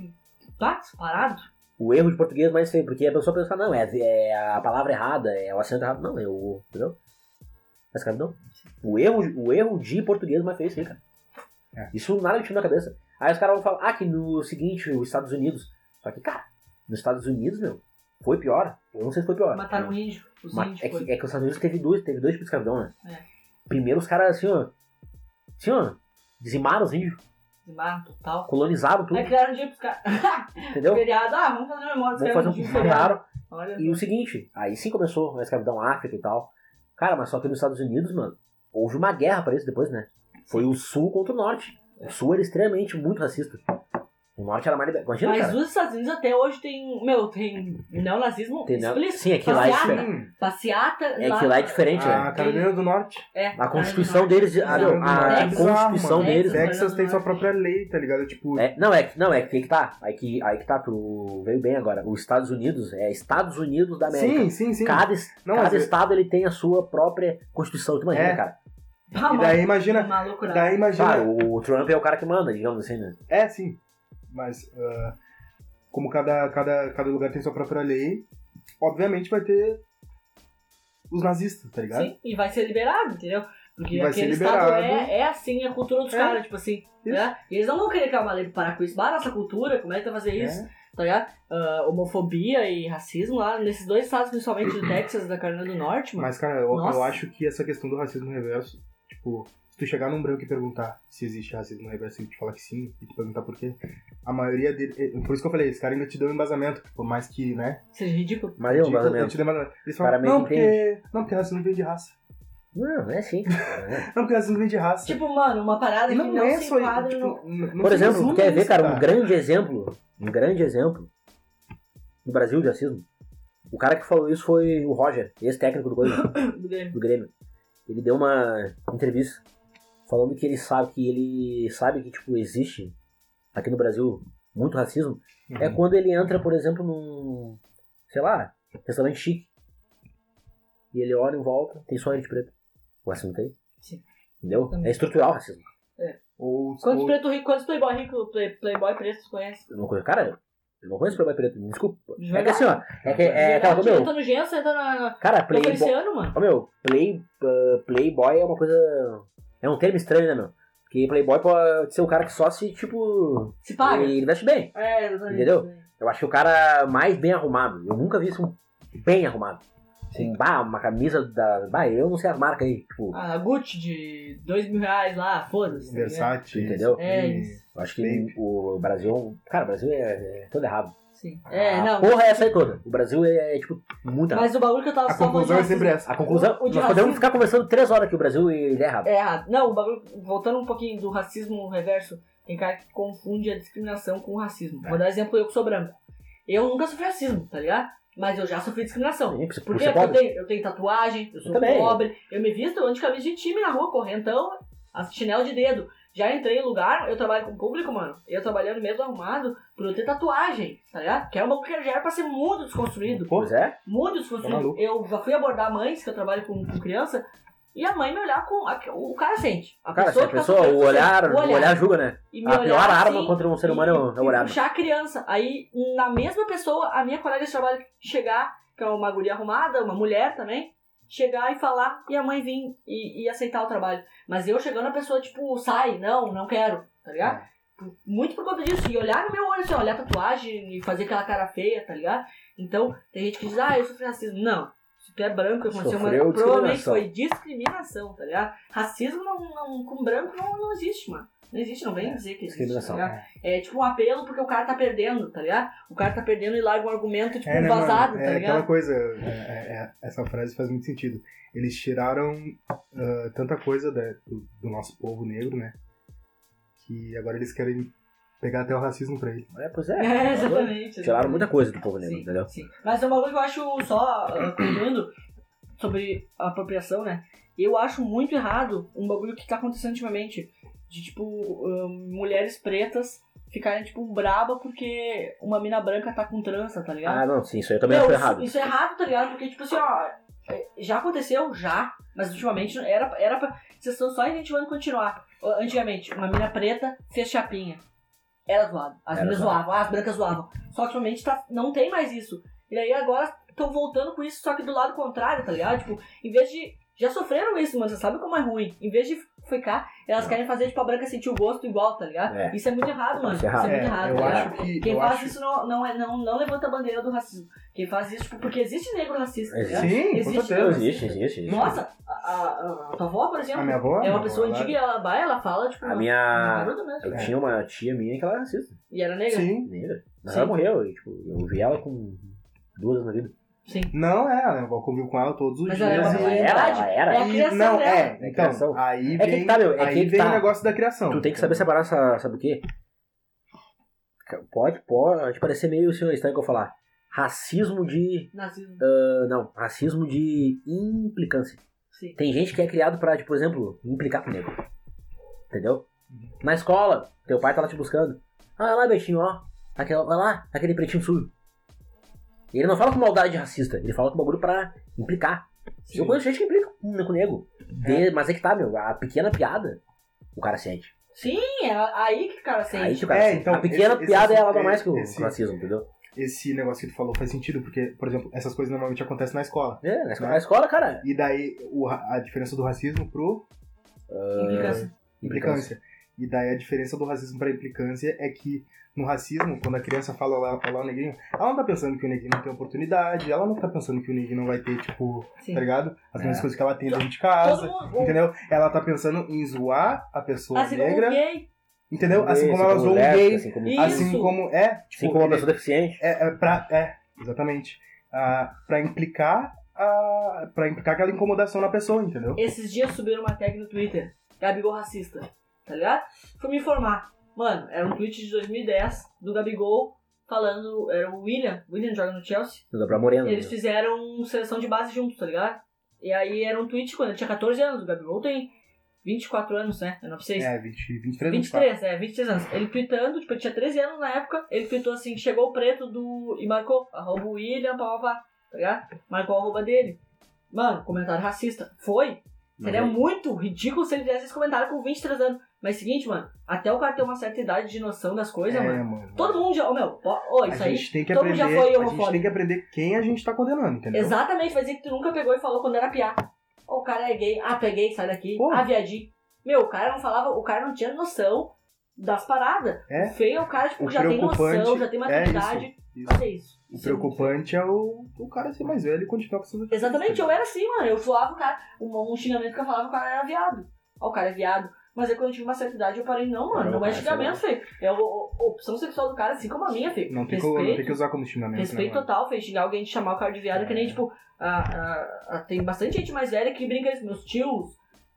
Speaker 3: Tá, parado?
Speaker 2: O erro de português mais feio, porque a pessoa pensa, não, é, é a palavra errada, é o acento errado. Não, é o. Entendeu? A escravidão. O erro, o erro de português mais feio, sim, cara.
Speaker 1: É.
Speaker 2: Isso nada me tira na cabeça. Aí os caras vão falar, ah, que no seguinte, os Estados Unidos. Só que, cara, nos Estados Unidos, meu, foi pior. Eu não sei se foi pior.
Speaker 3: Mataram o índio. Os
Speaker 2: Mas
Speaker 3: índios
Speaker 2: é,
Speaker 3: foi.
Speaker 2: que, é que os Estados Unidos teve dois, teve dois tipos de escravidão, né?
Speaker 3: É.
Speaker 2: Primeiro os caras, assim, ó. Assim, ó. Dizimaram os índios.
Speaker 3: Dizimaram total.
Speaker 2: Colonizaram tudo.
Speaker 3: Aí criaram um dia pros caras.
Speaker 2: Entendeu?
Speaker 3: Feriado, ah, vamos fazer memória dos
Speaker 2: Vamos
Speaker 3: caras.
Speaker 2: fazer um
Speaker 3: dia feriado.
Speaker 2: feriado.
Speaker 3: Olha
Speaker 2: E o seguinte, aí sim começou a escravidão África e tal. Cara, mas só que nos Estados Unidos, mano, houve uma guerra pra isso depois, né? Foi o Sul contra o Norte. O Sul era extremamente muito racista. O Norte era mais liberal. Imagina,
Speaker 3: Mas
Speaker 2: cara.
Speaker 3: os Estados Unidos até hoje tem, meu, tem neonazismo
Speaker 2: Tem neo-
Speaker 3: explícito.
Speaker 2: Sim, é que lá é
Speaker 3: Passeata.
Speaker 2: diferente.
Speaker 1: Hum,
Speaker 3: Passeata.
Speaker 2: É que lá é diferente,
Speaker 1: a
Speaker 2: né?
Speaker 1: Carolina do Norte.
Speaker 3: É,
Speaker 2: A Constituição deles, a,
Speaker 1: Carolina
Speaker 2: não,
Speaker 1: do
Speaker 2: a
Speaker 1: Norte é bizarro,
Speaker 2: Constituição
Speaker 1: mano.
Speaker 2: deles.
Speaker 3: Texas.
Speaker 1: Texas tem sua própria lei, tá ligado? Tipo,
Speaker 2: É, não, é que não, é que aí que tá. Aí que, aí que tá, tu veio bem agora. Os Estados Unidos é Estados Unidos da América.
Speaker 1: sim, sim, sim.
Speaker 2: Cada, es-
Speaker 1: Não,
Speaker 2: cada
Speaker 1: mas é-
Speaker 2: estado ele tem a sua própria Constituição. Tu imagina,
Speaker 1: É.
Speaker 2: cara.
Speaker 3: Ah,
Speaker 1: E daí imagina,
Speaker 3: uma loucura.
Speaker 1: daí imagina,
Speaker 2: Claro, o Trump é o cara que manda, digamos assim, né?
Speaker 1: é sim, mas ah, como cada, cada, cada lugar tem sua própria lei, obviamente vai ter os nazistas, tá ligado?
Speaker 3: Sim, e vai ser liberado, entendeu? Porque
Speaker 1: Vai ser
Speaker 3: aquele estado
Speaker 1: liberado.
Speaker 3: é, é assim a cultura dos
Speaker 1: É.
Speaker 3: caras, tipo assim. Né? E eles não vão querer criar uma lei pra parar com isso. Bah, nossa cultura, como é que vai fazer isso?
Speaker 1: É.
Speaker 3: Tá ligado? Ah, homofobia e racismo lá nesses dois estados, principalmente do Texas e da Carolina do Norte, mano.
Speaker 1: Mas, cara, eu,
Speaker 3: Nossa.
Speaker 1: eu acho que essa questão do racismo reverso, tipo, se tu chegar num branco e perguntar se existe racismo reverso e ele te falar que sim, e tu perguntar por quê, a maioria dele. é- Por isso que eu falei, esse cara ainda te deu um embasamento, por mais que, né?
Speaker 3: Seja ridículo.
Speaker 2: Mas eu,
Speaker 1: ridículo,
Speaker 2: mais ou
Speaker 1: ele
Speaker 2: menos.
Speaker 1: te deu embasamento. Eles
Speaker 2: O cara
Speaker 1: falam,
Speaker 2: meio
Speaker 1: não,
Speaker 2: que
Speaker 1: porque. Não, porque racismo vem de raça.
Speaker 2: Não, não é assim.
Speaker 1: Não, porque racismo vem de raça.
Speaker 3: Tipo, mano, uma parada
Speaker 1: e
Speaker 3: que
Speaker 1: não,
Speaker 3: não
Speaker 1: é
Speaker 3: se
Speaker 1: só
Speaker 3: enquadra
Speaker 1: tipo,
Speaker 3: no...
Speaker 1: n- não
Speaker 2: Por
Speaker 1: se
Speaker 2: exemplo,
Speaker 1: resume
Speaker 2: tu quer ver,
Speaker 1: isso,
Speaker 2: cara, um grande exemplo, um grande exemplo no Brasil de racismo. O cara que falou isso foi o Roger, ex-técnico do, coisa,
Speaker 3: do Grêmio.
Speaker 2: do Grêmio. Ele deu uma entrevista falando que ele sabe que ele sabe que tipo existe aqui no Brasil muito racismo.
Speaker 1: Uhum.
Speaker 2: É quando ele entra, por exemplo, num, sei lá, restaurante chique. E ele olha em volta, tem só ele de preto. O racismo tem.
Speaker 3: Sim.
Speaker 2: Entendeu?
Speaker 3: Também.
Speaker 2: É estrutural o racismo.
Speaker 1: Ou,
Speaker 3: Quantos
Speaker 1: ou-
Speaker 3: preto rico, quantos playboy rico, play, playboy preto tu conhece?
Speaker 2: Eu não conheço, cara, eu não conheço Playboy preto, me desculpa.
Speaker 3: De
Speaker 2: É que
Speaker 3: verdade.
Speaker 2: assim, ó, é que é aquela coisa, meu,
Speaker 3: Entra no Gença, entra na...
Speaker 2: cara,
Speaker 3: No
Speaker 2: Playboy,
Speaker 3: Feliciano, mano.
Speaker 2: ó, meu, play, uh, Playboy é uma coisa, é um termo estranho, né, meu? Porque Playboy pode ser o cara que só se, tipo,
Speaker 3: Se paga.
Speaker 2: ele veste bem.
Speaker 3: É, exatamente.
Speaker 2: Entendeu? Eu acho que o cara mais bem arrumado, eu nunca vi isso um bem arrumado. Assim, bah, uma camisa da, bah, eu não sei as marcas aí, tipo,
Speaker 3: A Gucci de dois mil reais lá, foda-se. tá ligado?
Speaker 1: Versátil.
Speaker 2: Entendeu?
Speaker 3: É
Speaker 1: e-
Speaker 3: isso.
Speaker 2: eu acho que
Speaker 1: Baby.
Speaker 2: o Brasil, cara, o Brasil é, é todo errado.
Speaker 3: Sim. É,
Speaker 2: a
Speaker 3: não.
Speaker 2: porra é essa aí toda. O Brasil é, é, tipo, muito errado.
Speaker 3: Mas o bagulho que eu tava
Speaker 1: A
Speaker 3: só falando
Speaker 1: conclusão
Speaker 3: de
Speaker 1: é sempre
Speaker 3: racismo-
Speaker 1: essa.
Speaker 2: A conclusão,
Speaker 3: O- o de
Speaker 2: nós podemos
Speaker 3: racismo-
Speaker 2: ficar conversando três horas que o Brasil e ele é errado.
Speaker 3: É errado. Não, o bagulho, voltando um pouquinho do racismo reverso, tem cara que confunde a discriminação com o racismo.
Speaker 2: É.
Speaker 3: Vou dar exemplo eu que sou branco. Eu nunca sofri racismo, tá ligado? Mas eu já sofri discriminação.
Speaker 2: Sim, por-
Speaker 3: Por
Speaker 2: por
Speaker 3: quê?
Speaker 2: ser
Speaker 3: Porque eu
Speaker 2: pobre.
Speaker 3: tenho, eu tenho tatuagem, eu sou
Speaker 2: também.
Speaker 3: pobre, eu me visto eu ando de camisa de time na rua, correntão, as chinelo de dedo. Já entrei em lugar, eu trabalho com público, mano, eu trabalhando mesmo arrumado, por eu ter tatuagem, tá ligado? Que é um bagulho que já era pra ser muito desconstruído.
Speaker 2: Pois é.
Speaker 3: Muito
Speaker 1: Tá
Speaker 3: desconstruído.
Speaker 1: maluco.
Speaker 3: Eu já fui abordar mães, que eu trabalho com, com criança, e a mãe me olhar com... a- o cara sente. A
Speaker 2: Cara, se a
Speaker 3: que tá
Speaker 2: pessoa,
Speaker 3: sofrendo
Speaker 2: o olhar,
Speaker 3: sente.
Speaker 2: o olhar julga, né?
Speaker 3: E me
Speaker 2: A pior
Speaker 3: olhar
Speaker 2: arma
Speaker 3: assim,
Speaker 2: contra um ser
Speaker 3: e-
Speaker 2: humano é o- é o
Speaker 3: e
Speaker 2: olhar.
Speaker 3: puxar a criança. Aí, na mesma pessoa, a minha colega de trabalho chegar, que é uma guria arrumada, uma mulher também, chegar e falar, e a mãe vir e, e aceitar o trabalho. Mas eu chegando, a pessoa, tipo, sai, não, não quero, tá ligado? Muito por conta disso. E olhar no meu olho, assim, olhar a tatuagem e fazer aquela cara feia, tá ligado? Então, tem gente que diz, ah, eu sofri racismo. Não. Se tu é branco e aconteceu uma...
Speaker 2: Sofreu
Speaker 3: Provavelmente
Speaker 2: discriminação.
Speaker 3: foi discriminação, tá ligado? Racismo não, não, com branco não, não existe, mano. Não existe, não vem dizer que existe, tá
Speaker 2: discriminação.
Speaker 3: ligado? É tipo um apelo porque o cara tá perdendo, tá ligado? O cara tá perdendo e larga um argumento, tipo,
Speaker 1: É, né,
Speaker 3: vazado,
Speaker 1: mano?
Speaker 3: tá
Speaker 1: É
Speaker 3: ligado?
Speaker 1: aquela coisa, é- é- é- essa frase faz muito sentido. Eles tiraram ah, tanta coisa da- do, do nosso povo negro, né? Que agora eles querem pegar até o racismo pra ele.
Speaker 2: É, pois é.
Speaker 3: É, exatamente.
Speaker 2: Tiraram muita coisa do povo negro,
Speaker 3: Sim,
Speaker 2: entendeu?
Speaker 3: sim. Mas é um bagulho que eu acho só uh, concluindo sobre a apropriação, né? Eu acho muito errado um bagulho que tá acontecendo ultimamente. De tipo, uh, mulheres pretas ficarem, tipo, braba porque uma mina branca tá com trança, tá ligado?
Speaker 2: Ah, não, sim, isso aí eu também
Speaker 3: Meu,
Speaker 2: acho
Speaker 3: isso,
Speaker 2: errado.
Speaker 3: isso é errado, tá ligado? Porque, tipo assim, ó, já aconteceu, já, mas ultimamente era, era pra. Vocês estão só incentivando continuar. Antigamente, uma mina preta fez chapinha. Era zoado. As
Speaker 2: Era
Speaker 3: minas
Speaker 2: zoado.
Speaker 3: zoavam, as brancas zoavam. Só que ultimamente tá, não tem mais isso. E aí agora estão voltando com isso, só que do lado contrário, tá ligado? Tipo, em vez de. Já sofreram isso, mano, você sabe como é ruim. Em vez de ficar, elas
Speaker 2: Não.
Speaker 3: querem fazer, tipo, a branca sentir o gosto igual, tá ligado?
Speaker 2: É.
Speaker 3: Isso é muito errado, mano.
Speaker 2: Isso é errado.
Speaker 3: Isso é muito
Speaker 1: É,
Speaker 3: errado,
Speaker 1: eu
Speaker 3: tá ligado?
Speaker 1: acho que.
Speaker 3: Quem
Speaker 1: eu
Speaker 3: faz
Speaker 1: acho...
Speaker 3: isso não, não, é, não, não levanta a bandeira do racismo. Quem faz isso, tipo, porque existe negro racista, tá ligado?
Speaker 1: Sim, com
Speaker 3: existe
Speaker 1: certeza.
Speaker 3: negro
Speaker 2: Existe,
Speaker 3: racista.
Speaker 2: existe, existe.
Speaker 3: Nossa, a, a, a tua avó, por exemplo,
Speaker 1: A minha avó?
Speaker 3: é
Speaker 1: minha
Speaker 3: uma
Speaker 1: avó,
Speaker 3: pessoa
Speaker 1: ela-
Speaker 3: antiga e ela vai, ela fala, tipo,
Speaker 2: A minha.
Speaker 3: caruda mesmo.
Speaker 2: Eu
Speaker 1: É.
Speaker 2: tinha uma tia minha que ela era racista.
Speaker 3: E era negra?
Speaker 1: Sim.
Speaker 2: Negra. Mas
Speaker 3: Sim.
Speaker 2: ela morreu. E, tipo, eu vi ela com duas vezes na vida.
Speaker 3: Sim.
Speaker 1: Não, é, a minha avó convive com ela todos os
Speaker 3: Mas
Speaker 1: dias.
Speaker 3: ela é uma
Speaker 1: e-
Speaker 3: pessoa de
Speaker 2: Ela,
Speaker 3: idade.
Speaker 2: ela era.
Speaker 3: É a
Speaker 1: e-
Speaker 3: criação
Speaker 1: não,
Speaker 3: dela.
Speaker 1: é,
Speaker 2: É a
Speaker 1: então,
Speaker 2: criação.
Speaker 1: aí
Speaker 2: É que
Speaker 1: vem,
Speaker 2: tá, meu, é
Speaker 1: aí
Speaker 2: que
Speaker 1: vem
Speaker 2: tá.
Speaker 1: o negócio da criação.
Speaker 2: Tu tem que saber separar, sa- sabe o quê? Pode, pode parecer meio assim, estranho que eu falar. Racismo de.
Speaker 3: Nazismo.
Speaker 2: ah, não, racismo de implicância.
Speaker 3: Sim.
Speaker 2: Tem gente que é criado pra, tipo, por exemplo, implicar com o negro. Entendeu? Na escola, teu pai tá lá te buscando. Ah, vai lá, Betinho, ó. Aquela, vai lá, aquele pretinho sujo. Ele não fala com maldade racista, ele fala com bagulho pra implicar.
Speaker 1: Sim.
Speaker 2: Eu conheço gente que implica com, com o nego. De- mas é que tá, meu, a pequena piada, o cara sente.
Speaker 3: Sim, é aí que o cara sente.
Speaker 2: Aí que o cara
Speaker 1: É,
Speaker 2: sente.
Speaker 1: então,
Speaker 2: a pequena
Speaker 1: esse-
Speaker 2: piada
Speaker 1: esse-
Speaker 2: ela dá mais que o
Speaker 1: esse-
Speaker 2: racismo, entendeu?
Speaker 1: Esse negócio que tu falou faz sentido, porque, por exemplo, essas coisas normalmente acontecem na escola.
Speaker 2: É, na escola,
Speaker 1: Né?
Speaker 2: na escola, cara.
Speaker 1: E daí o ra- a diferença do racismo pro
Speaker 3: Implicância.
Speaker 1: implicância. E daí a diferença do racismo pra implicância é que no racismo, quando a criança fala lá, lá o neguinho, ela não tá pensando que o neguinho não tem oportunidade, ela não tá pensando que o neguinho não vai ter, tipo,
Speaker 3: Sim.
Speaker 1: tá ligado? As mesmas
Speaker 2: É.
Speaker 1: coisas que ela tem dentro de
Speaker 3: Todo
Speaker 1: casa,
Speaker 3: mundo.
Speaker 1: entendeu? Ela tá pensando em zoar a pessoa
Speaker 3: Assim como
Speaker 1: negra,
Speaker 3: gay.
Speaker 1: entendeu? Assim como ela zoou um
Speaker 2: lésbica,
Speaker 1: gay,
Speaker 2: assim como,
Speaker 3: Isso.
Speaker 1: assim como é, tipo,
Speaker 2: assim como uma
Speaker 1: ele-
Speaker 2: pessoa deficiente.
Speaker 1: é, é pra, é, exatamente, ah, pra implicar, ah, pra implicar aquela incomodação na pessoa, entendeu?
Speaker 3: Esses dias subiram uma tag no Twitter. Gabigol racista. Tá ligado? Fui me informar. Mano, era um tweet de dois mil e dez do Gabigol falando. Era o William. O William joga no Chelsea.
Speaker 2: Tudo pra moreno.
Speaker 3: Eles
Speaker 2: né?
Speaker 3: fizeram seleção de base juntos, tá ligado? E aí era um tweet quando ele tinha catorze anos. O Gabigol tem vinte e quatro anos, né? Eu não sei.
Speaker 1: É, vinte, vinte e três,
Speaker 3: vinte e três, é, vinte e três anos. Ele tweetando, tipo, ele tinha treze anos na época, ele tweetou assim, chegou o preto do... e marcou, arroba William, pá, pá, pá, tá ligado? Marcou a arroba dele. Mano, comentário racista. Foi. Seria
Speaker 2: Mas é-
Speaker 3: muito ridículo se ele fizesse esse comentário com vinte e três anos. Mas seguinte, mano, até o cara ter uma certa idade de noção das coisas,
Speaker 1: É,
Speaker 3: mano.
Speaker 1: mano.
Speaker 3: Todo mundo já... Ô, meu, ó, ô, isso
Speaker 1: a
Speaker 3: aí...
Speaker 1: gente tem que
Speaker 3: todo mundo
Speaker 1: aprender,
Speaker 3: já foi
Speaker 1: a gente
Speaker 3: homofóbico.
Speaker 1: tem que aprender quem a gente tá condenando, entendeu?
Speaker 3: Exatamente, vai dizer que tu nunca pegou e falou quando era piá. Ó, o cara é gay. Ah, tu é gay, sai daqui.
Speaker 1: Pô.
Speaker 3: Ah, viadinho. Meu, o cara não falava... O cara não tinha noção das paradas.
Speaker 1: É.
Speaker 3: O feio é o cara, tipo,
Speaker 1: O
Speaker 3: já tem
Speaker 1: preocupante
Speaker 3: noção, já tem maturidade.
Speaker 1: é isso.
Speaker 3: Fazer isso.
Speaker 1: O
Speaker 3: Isso é muito
Speaker 1: preocupante é o, o cara ser mais velho e continuar com essas atitudes.
Speaker 3: Exatamente, eu era assim, mano. Eu zoava o cara. Um, um xingamento que eu falava, o cara era viado. Ó, o cara é viado. Mas aí quando eu tive uma certa idade, eu parei, não, mano,
Speaker 2: Não,
Speaker 3: não é
Speaker 2: cara,
Speaker 3: xingamento, feio. É a, a opção sexual do cara, assim como a minha, feio.
Speaker 1: Não tem, que, não
Speaker 3: Respeito,
Speaker 1: tem que usar como xingamento.
Speaker 3: respeito
Speaker 1: né, mano?
Speaker 3: total, feio. Xingar alguém de chamar o cara de viado, é que nem, tipo, a, a, a- tem bastante gente mais velha que brinca isso, meus tios.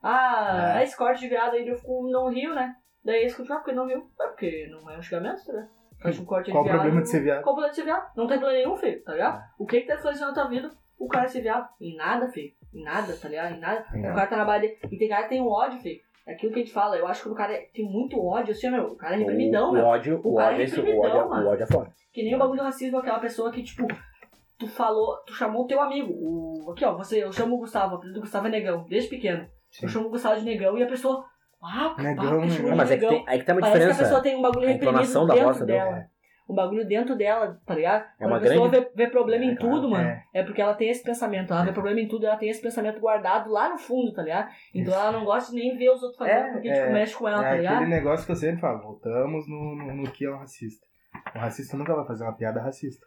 Speaker 3: Ah,
Speaker 2: É.
Speaker 3: é esse corte de viado aí, eu fico, não rio, né? Daí eles continuam, porque não riu. É porque não é um xingamento, tá ligado? Faz um corte
Speaker 1: Qual
Speaker 3: de
Speaker 1: o
Speaker 3: viado.
Speaker 1: problema de ser viado?
Speaker 3: Qual o problema de ser viado? Não tem problema nenhum, feio, tá ligado?
Speaker 1: É.
Speaker 3: O que que tá influenciando na tua vida? O cara ser viado. Em nada, feio. Em nada, tá ligado? Em nada.
Speaker 1: Em
Speaker 3: O
Speaker 1: nada.
Speaker 3: cara trabalha. E tem cara que tem um ódio, feio. É aquilo que a gente fala. Eu acho que o cara tem muito ódio. Assim, meu, o cara é reprimidão,
Speaker 2: o,
Speaker 3: meu.
Speaker 2: o ódio,
Speaker 3: O
Speaker 2: o
Speaker 3: cara
Speaker 2: ódio,
Speaker 3: é
Speaker 2: é esse- o
Speaker 3: reprimidão,
Speaker 2: ódio,
Speaker 3: mano.
Speaker 2: o ódio é foda.
Speaker 3: Que nem o bagulho do racismo, aquela pessoa que, tipo, tu falou, tu chamou o teu amigo. O, aqui, ó, você, eu chamo o Gustavo, o apelido do Gustavo é Negão, desde pequeno.
Speaker 1: Sim.
Speaker 3: Eu chamo o Gustavo de Negão e a pessoa. Ah,
Speaker 1: Negão,
Speaker 3: pá, que chamou
Speaker 1: negão.
Speaker 3: de
Speaker 2: Ah, mas é que
Speaker 3: negão.
Speaker 2: tem, aí que tem uma
Speaker 3: Parece que a
Speaker 2: diferença.
Speaker 3: pessoa tem um bagulho
Speaker 2: A
Speaker 3: reprimido
Speaker 2: entonação da
Speaker 3: dentro
Speaker 2: voz também,
Speaker 3: dela.
Speaker 1: É.
Speaker 3: Um bagulho dentro dela, tá ligado? Quando
Speaker 2: uma
Speaker 3: a pessoa
Speaker 2: grande-
Speaker 3: vê, vê problema em
Speaker 2: É, claro,
Speaker 3: tudo, mano,
Speaker 1: é.
Speaker 3: é. porque ela tem esse pensamento. Ela vê problema em tudo, ela tem esse pensamento guardado lá no fundo, tá ligado? Então ela não gosta de nem ver os outros fazendo,
Speaker 1: É,
Speaker 3: porque,
Speaker 1: é,
Speaker 3: tipo, mexe com ela,
Speaker 1: É
Speaker 3: tá
Speaker 1: aquele
Speaker 3: ligado?
Speaker 1: negócio que eu sempre falo, voltamos no, no, no que é um racista. O racista nunca vai fazer uma piada racista.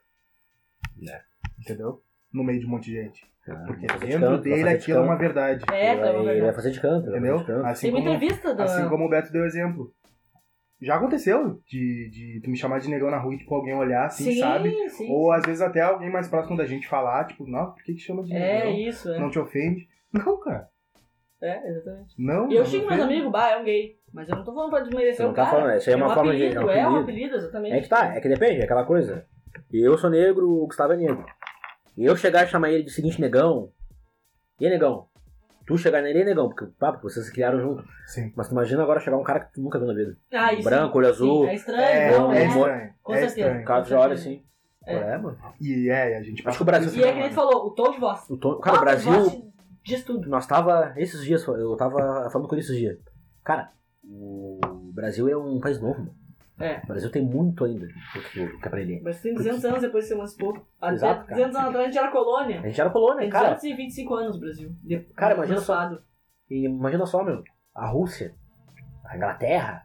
Speaker 2: É.
Speaker 1: Entendeu? No meio de um monte de gente.
Speaker 2: Ah,
Speaker 1: Porque
Speaker 2: vai fazer de
Speaker 1: dentro
Speaker 2: canto, vai
Speaker 1: dele
Speaker 2: fazer de
Speaker 1: aquilo é
Speaker 2: canto.
Speaker 1: uma verdade.
Speaker 3: É,
Speaker 2: Ele vai,
Speaker 3: tá, é
Speaker 2: ele vai
Speaker 3: verdade.
Speaker 2: fazer de canto. ele vai
Speaker 1: Entendeu?
Speaker 2: fazer de canto.
Speaker 1: Assim
Speaker 3: Tem muita
Speaker 1: como,
Speaker 3: entrevista da...
Speaker 1: assim como o Beto deu exemplo. Já aconteceu de, de tu me chamar de negão na rua e tipo, alguém olhar assim,
Speaker 3: sim,
Speaker 1: sabe?
Speaker 3: sim.
Speaker 1: Ou às vezes até alguém mais próximo da gente falar, tipo, nossa, por que que chama de
Speaker 3: É
Speaker 1: negão?
Speaker 3: isso, é.
Speaker 1: Não te ofende? Não, cara.
Speaker 3: É, exatamente.
Speaker 1: Não.
Speaker 3: E eu
Speaker 1: não
Speaker 3: xingo meus
Speaker 1: ofende.
Speaker 3: amigos, bah, é um gay. Mas eu não tô falando pra desmerecer
Speaker 2: Você
Speaker 3: o
Speaker 2: não tá
Speaker 3: cara.
Speaker 2: falando, isso aí é uma
Speaker 3: um
Speaker 2: forma de-
Speaker 3: apelido,
Speaker 2: é um
Speaker 3: É um
Speaker 2: apelido.
Speaker 3: apelido, exatamente.
Speaker 2: É que tá, é que depende, é aquela coisa. Eu sou negro, o Gustavo é negro. E eu chegar e chamar ele de seguinte negão. E aí, negão? tu chegar nele, negão, porque, pá, porque vocês se criaram junto.
Speaker 1: Sim.
Speaker 2: Mas tu imagina agora chegar um cara que tu nunca viu na vida.
Speaker 3: Ah, isso.
Speaker 2: Branco, olho azul.
Speaker 3: Sim, é estranho,
Speaker 1: É,
Speaker 3: não,
Speaker 1: é
Speaker 3: é.
Speaker 1: estranho.
Speaker 3: Com
Speaker 1: é
Speaker 3: certeza.
Speaker 1: estranho.
Speaker 2: O cara
Speaker 3: Com
Speaker 2: já olha
Speaker 3: certeza.
Speaker 2: assim.
Speaker 3: É.
Speaker 2: É, mano.
Speaker 1: E é, a gente
Speaker 2: Acho que o Brasil-
Speaker 3: E é que nem tu falou, o tom de voz.
Speaker 2: O tom, cara, o
Speaker 3: Ah,
Speaker 2: Brasil.
Speaker 3: voz diz tudo.
Speaker 2: Nós tava. Esses dias, eu tava falando com ele esses dias. Cara, o Brasil é um país novo, mano.
Speaker 3: É.
Speaker 2: O Brasil tem muito ainda o que, o que aprender.
Speaker 3: Mas tem duzentos anos depois de ser emancipou. Até
Speaker 2: Exato, cara.
Speaker 3: duzentos anos atrás a gente era colônia.
Speaker 2: A gente era colônia,
Speaker 3: Tem
Speaker 2: cara.
Speaker 3: duzentos e vinte e cinco anos o Brasil. De-
Speaker 2: Cara, imagina só.
Speaker 3: lançado.
Speaker 2: E imagina só, meu. A Rússia, a Inglaterra,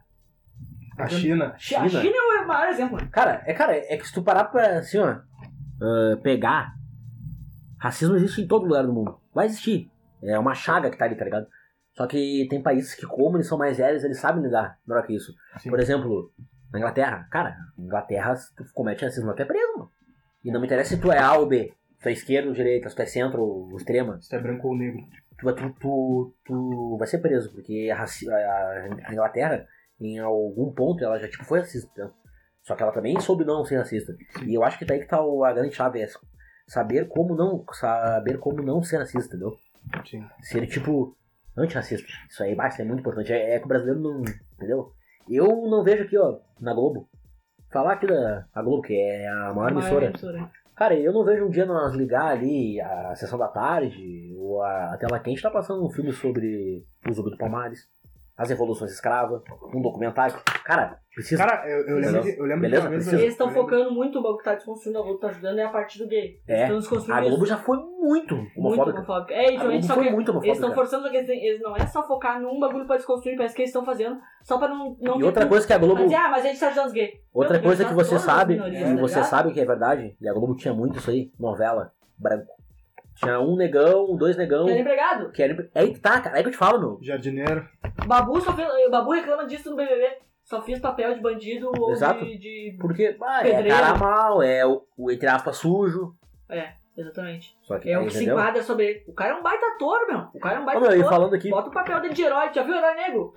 Speaker 1: A China.
Speaker 3: A China é o maior exemplo. né?
Speaker 2: Cara, é, cara, é que se tu parar pra, assim, ó, ah, pegar, racismo existe em todo lugar do mundo. Vai existir. É uma chaga que tá ali, tá ligado? Só que tem países que, como eles são mais velhos, eles sabem lidar melhor que isso.
Speaker 1: Sim.
Speaker 2: Por exemplo, na Inglaterra. Cara, na Inglaterra, se tu comete racismo, tu é preso, mano. E não me interessa se tu é A ou B. Se tu é esquerda ou direita, se tu é centro ou extrema.
Speaker 1: Se tu é branco ou negro.
Speaker 2: Tu, tu, tu, tu vai ser preso, porque a, raci- a- a Inglaterra, em algum ponto, ela já tipo, foi racista. Entendeu? Só que ela também soube não ser racista. E eu acho que daí que tá o- a grande chave, é saber como não, saber como não ser racista, entendeu?
Speaker 1: Sim.
Speaker 2: Ser, tipo, antirracista. Isso aí, basta, é muito importante. É, é que o brasileiro não, entendeu? Eu não vejo aqui, ó, na Globo, falar aqui da a Globo, que é a maior emissora.
Speaker 3: emissora.
Speaker 2: Cara, eu não vejo um dia nós ligar ali a sessão da tarde ou a, a tela quente tá passando um filme sobre o Zumbi do Palmares, as revoluções escravas, um documentário. Cara, precisa.
Speaker 1: Cara, eu, eu lembro, de, eu lembro
Speaker 2: Beleza?
Speaker 1: de uma vez...
Speaker 2: Precisa.
Speaker 1: eu-
Speaker 3: Eles estão
Speaker 1: eu lembro-
Speaker 3: focando muito o bagulho que tá desconstruindo, a Globo tá ajudando é a parte do gay. Eles
Speaker 2: É,
Speaker 3: estão desconstruindo
Speaker 2: a Globo
Speaker 3: isso.
Speaker 2: já foi muito
Speaker 3: Muito
Speaker 2: homofóbica.
Speaker 3: homofóbica. É,
Speaker 2: A
Speaker 3: isso,
Speaker 2: Globo
Speaker 3: eles só
Speaker 2: foi
Speaker 3: que
Speaker 2: muito homofóbica.
Speaker 3: eles estão forçando, porque eles, têm- eles não é só focar num bagulho pra desconstruir, parece que eles estão fazendo só pra não, não
Speaker 2: E
Speaker 3: ter
Speaker 2: outra
Speaker 3: tudo.
Speaker 2: coisa que a Globo.
Speaker 3: Mas, ah, mas a gente tá ajudando os gays.
Speaker 2: Outra
Speaker 3: Não,
Speaker 2: coisa
Speaker 3: tá
Speaker 2: que você
Speaker 3: todas as
Speaker 2: sabe,
Speaker 3: minorias,
Speaker 2: e
Speaker 3: tá
Speaker 2: você
Speaker 3: ligado?
Speaker 2: sabe que é verdade, e a Globo tinha muito isso aí, novela, branco. Tinha um negão, dois negão.
Speaker 3: Quer empregado?
Speaker 2: Que era... É aí que tá, cara. É aí que eu te falo, meu.
Speaker 1: Jardineiro.
Speaker 3: Babu só fez, o Babu reclama disso no B B B. Só fiz papel de bandido ou
Speaker 2: Exato.
Speaker 3: de, de...
Speaker 2: Porque, ah, é
Speaker 3: Pedreiro.
Speaker 2: cara mal, é o, o entre aspas sujo.
Speaker 3: É, exatamente.
Speaker 2: Só que,
Speaker 3: É o
Speaker 2: aí,
Speaker 3: que se
Speaker 2: entendeu?
Speaker 3: enquadra sobre ele. O cara é um baita ator, meu. O cara é um
Speaker 2: Ô,
Speaker 3: baita
Speaker 2: meu, e
Speaker 3: ator.
Speaker 2: falando aqui.
Speaker 3: Bota o papel dele de herói. Já viu o Herói Negro?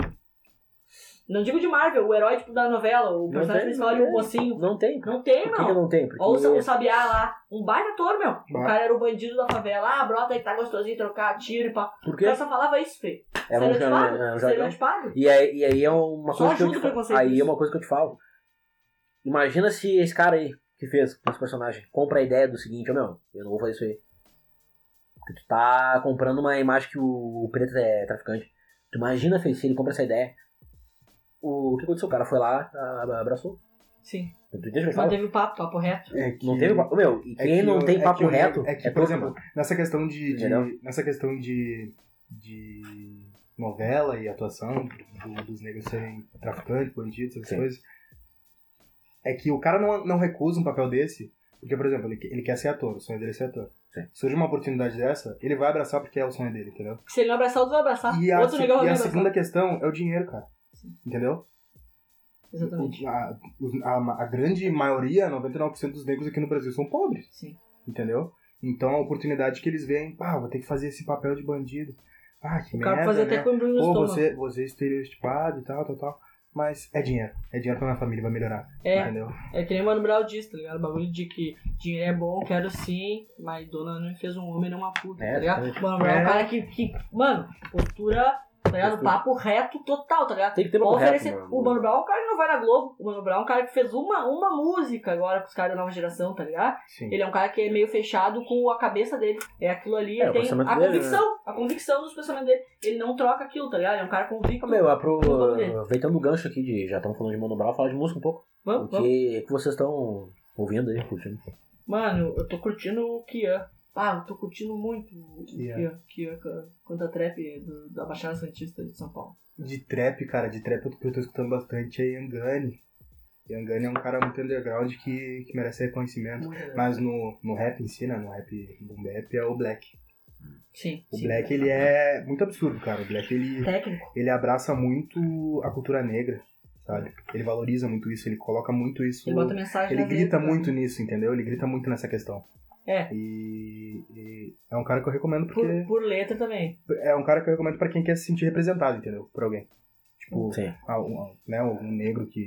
Speaker 3: Não digo de Marvel, o herói tipo da novela, o
Speaker 2: Não
Speaker 3: personagem
Speaker 2: tem,
Speaker 3: principal
Speaker 2: não
Speaker 3: ali, o
Speaker 2: tem.
Speaker 3: mocinho.
Speaker 2: Não tem.
Speaker 3: Não tem,
Speaker 2: Por que, que
Speaker 3: meu.
Speaker 2: não tem? Porque...
Speaker 3: Ou o Sa- o Sabiá lá, um baita ator, meu. O
Speaker 1: Bah.
Speaker 3: cara era o bandido da favela. Ah, brota aí, tá gostosinho, trocar tiro e pá.
Speaker 2: Por
Speaker 3: O
Speaker 2: quê?
Speaker 3: cara só falava isso, Fê.
Speaker 2: É um,
Speaker 3: Estereotipado.
Speaker 2: é um jargão.
Speaker 3: Estereotipado.
Speaker 2: E aí, e aí é uma
Speaker 3: Só
Speaker 2: coisa que eu
Speaker 3: ajuda
Speaker 2: te
Speaker 3: o
Speaker 2: falo.
Speaker 3: preconceito
Speaker 2: Aí é
Speaker 3: isso.
Speaker 2: uma coisa que eu te falo. Imagina se esse cara aí que fez esse personagem compra a ideia do seguinte, ó, meu, eu não vou fazer isso aí. Porque tu tá comprando uma imagem que o preto é traficante. Tu imagina, Fê, se ele compra essa ideia. O que aconteceu? O cara foi lá, a- abraçou.
Speaker 3: Sim.
Speaker 2: Tu entende o que eu
Speaker 3: Não
Speaker 2: falo?
Speaker 3: teve papo, papo reto.
Speaker 1: É que...
Speaker 2: Não teve papo. Meu, e
Speaker 1: é
Speaker 2: quem
Speaker 1: que
Speaker 2: não
Speaker 1: o-
Speaker 2: tem
Speaker 1: é
Speaker 2: papo
Speaker 1: que o
Speaker 2: reto
Speaker 1: negro- é que,
Speaker 2: é
Speaker 1: por
Speaker 2: todo
Speaker 1: exemplo,
Speaker 2: mundo.
Speaker 1: nessa questão de, de-
Speaker 2: Entendeu?
Speaker 1: nessa questão de, de novela e atuação do- dos negros serem traficantes, bandidos, essas
Speaker 2: Sim.
Speaker 1: coisas, é que o cara não, não recusa um papel desse, porque, por exemplo, ele, ele quer ser ator, o sonho dele é ser ator.
Speaker 2: Sim.
Speaker 1: Surge uma oportunidade dessa, ele vai abraçar porque é o sonho dele, entendeu?
Speaker 3: Se ele não abraçar, outro vai abraçar.
Speaker 1: E a,
Speaker 3: Outro
Speaker 1: se-
Speaker 3: negão vai
Speaker 1: e a
Speaker 3: abraçar.
Speaker 1: segunda questão é o dinheiro, cara. Entendeu?
Speaker 3: Exatamente.
Speaker 1: A, os- a, a grande maioria, noventa e nove por cento dos negros aqui no Brasil são pobres.
Speaker 3: Sim.
Speaker 1: Entendeu? Então a oportunidade que eles veem, pá, vou ter que fazer esse papel de bandido. Ah, que
Speaker 3: O cara
Speaker 1: merda,
Speaker 3: fazer
Speaker 1: né?
Speaker 3: até com o embrulho no
Speaker 1: Pô,
Speaker 3: estômago.
Speaker 1: você, você é estereotipado e tal, tal, tal. Mas é dinheiro. É dinheiro pra minha família, vai melhorar.
Speaker 3: É.
Speaker 1: Entendeu?
Speaker 3: É que nem o Mano Brown disse, tá ligado? O bagulho de que dinheiro é bom, quero sim, mas dona não fez um homem, não uma puta,
Speaker 2: É,
Speaker 3: tá ligado?
Speaker 2: exatamente.
Speaker 3: O Mano Brown é um
Speaker 1: É.
Speaker 3: cara que, que, mano, postura, tá ligado?
Speaker 2: Postura.
Speaker 3: Papo reto total, tá ligado?
Speaker 2: Tem que ter
Speaker 3: Pode
Speaker 2: papo reto,
Speaker 3: oferecer-
Speaker 2: mano.
Speaker 3: O Mano Brown é um cara que não vai na Globo. O Mano Brown é um cara que fez uma, uma música agora pros caras da nova geração, tá ligado?
Speaker 1: Sim.
Speaker 3: Ele é um cara que é meio fechado com a cabeça dele. É aquilo ali,
Speaker 2: É,
Speaker 3: ele
Speaker 2: o
Speaker 3: tem
Speaker 2: pensamento
Speaker 3: a
Speaker 2: dele,
Speaker 3: convicção, a convicção dos pensamentos dele. Ele não troca aquilo, tá ligado? É um cara convicto.
Speaker 2: Meu, apro...
Speaker 3: no bagulho dele.
Speaker 2: aproveitando o gancho aqui de já estamos falando de Mano Brown, falar de música um pouco. O
Speaker 3: Vamos, vamos.
Speaker 2: que, que vocês estão ouvindo aí, curtindo?
Speaker 3: Mano, eu tô curtindo o Kian. Ah, eu tô curtindo muito o
Speaker 1: Kian.
Speaker 3: Kian. Kian ca- canta trap do- da Baixada Santista de São Paulo.
Speaker 1: De trap, cara, de trap o que eu tô escutando bastante é Yangani. Yangani é um cara muito underground que, que merece reconhecimento.
Speaker 3: Muito legal.
Speaker 1: Mas no, no rap em si, né, no rap boom bap, é o Black.
Speaker 3: Sim.
Speaker 1: O
Speaker 3: sim.
Speaker 1: Black, ele é muito absurdo, cara. O Black, ele,
Speaker 3: Técnico.
Speaker 1: ele abraça muito a cultura negra, sabe? Ele valoriza muito isso, ele coloca muito isso.
Speaker 3: Ele bota mensagem
Speaker 1: Ele
Speaker 3: nas
Speaker 1: grita
Speaker 3: letras,
Speaker 1: muito
Speaker 3: né?
Speaker 1: nisso, entendeu? Ele grita muito nessa questão.
Speaker 3: É.
Speaker 1: E, e é um cara que eu recomendo
Speaker 3: Por,
Speaker 1: porque
Speaker 3: por letra também.
Speaker 1: é um cara que eu recomendo pra quem quer se sentir representado, entendeu? Por alguém. Tipo,
Speaker 2: Sim.
Speaker 1: ah, um, né, um negro que,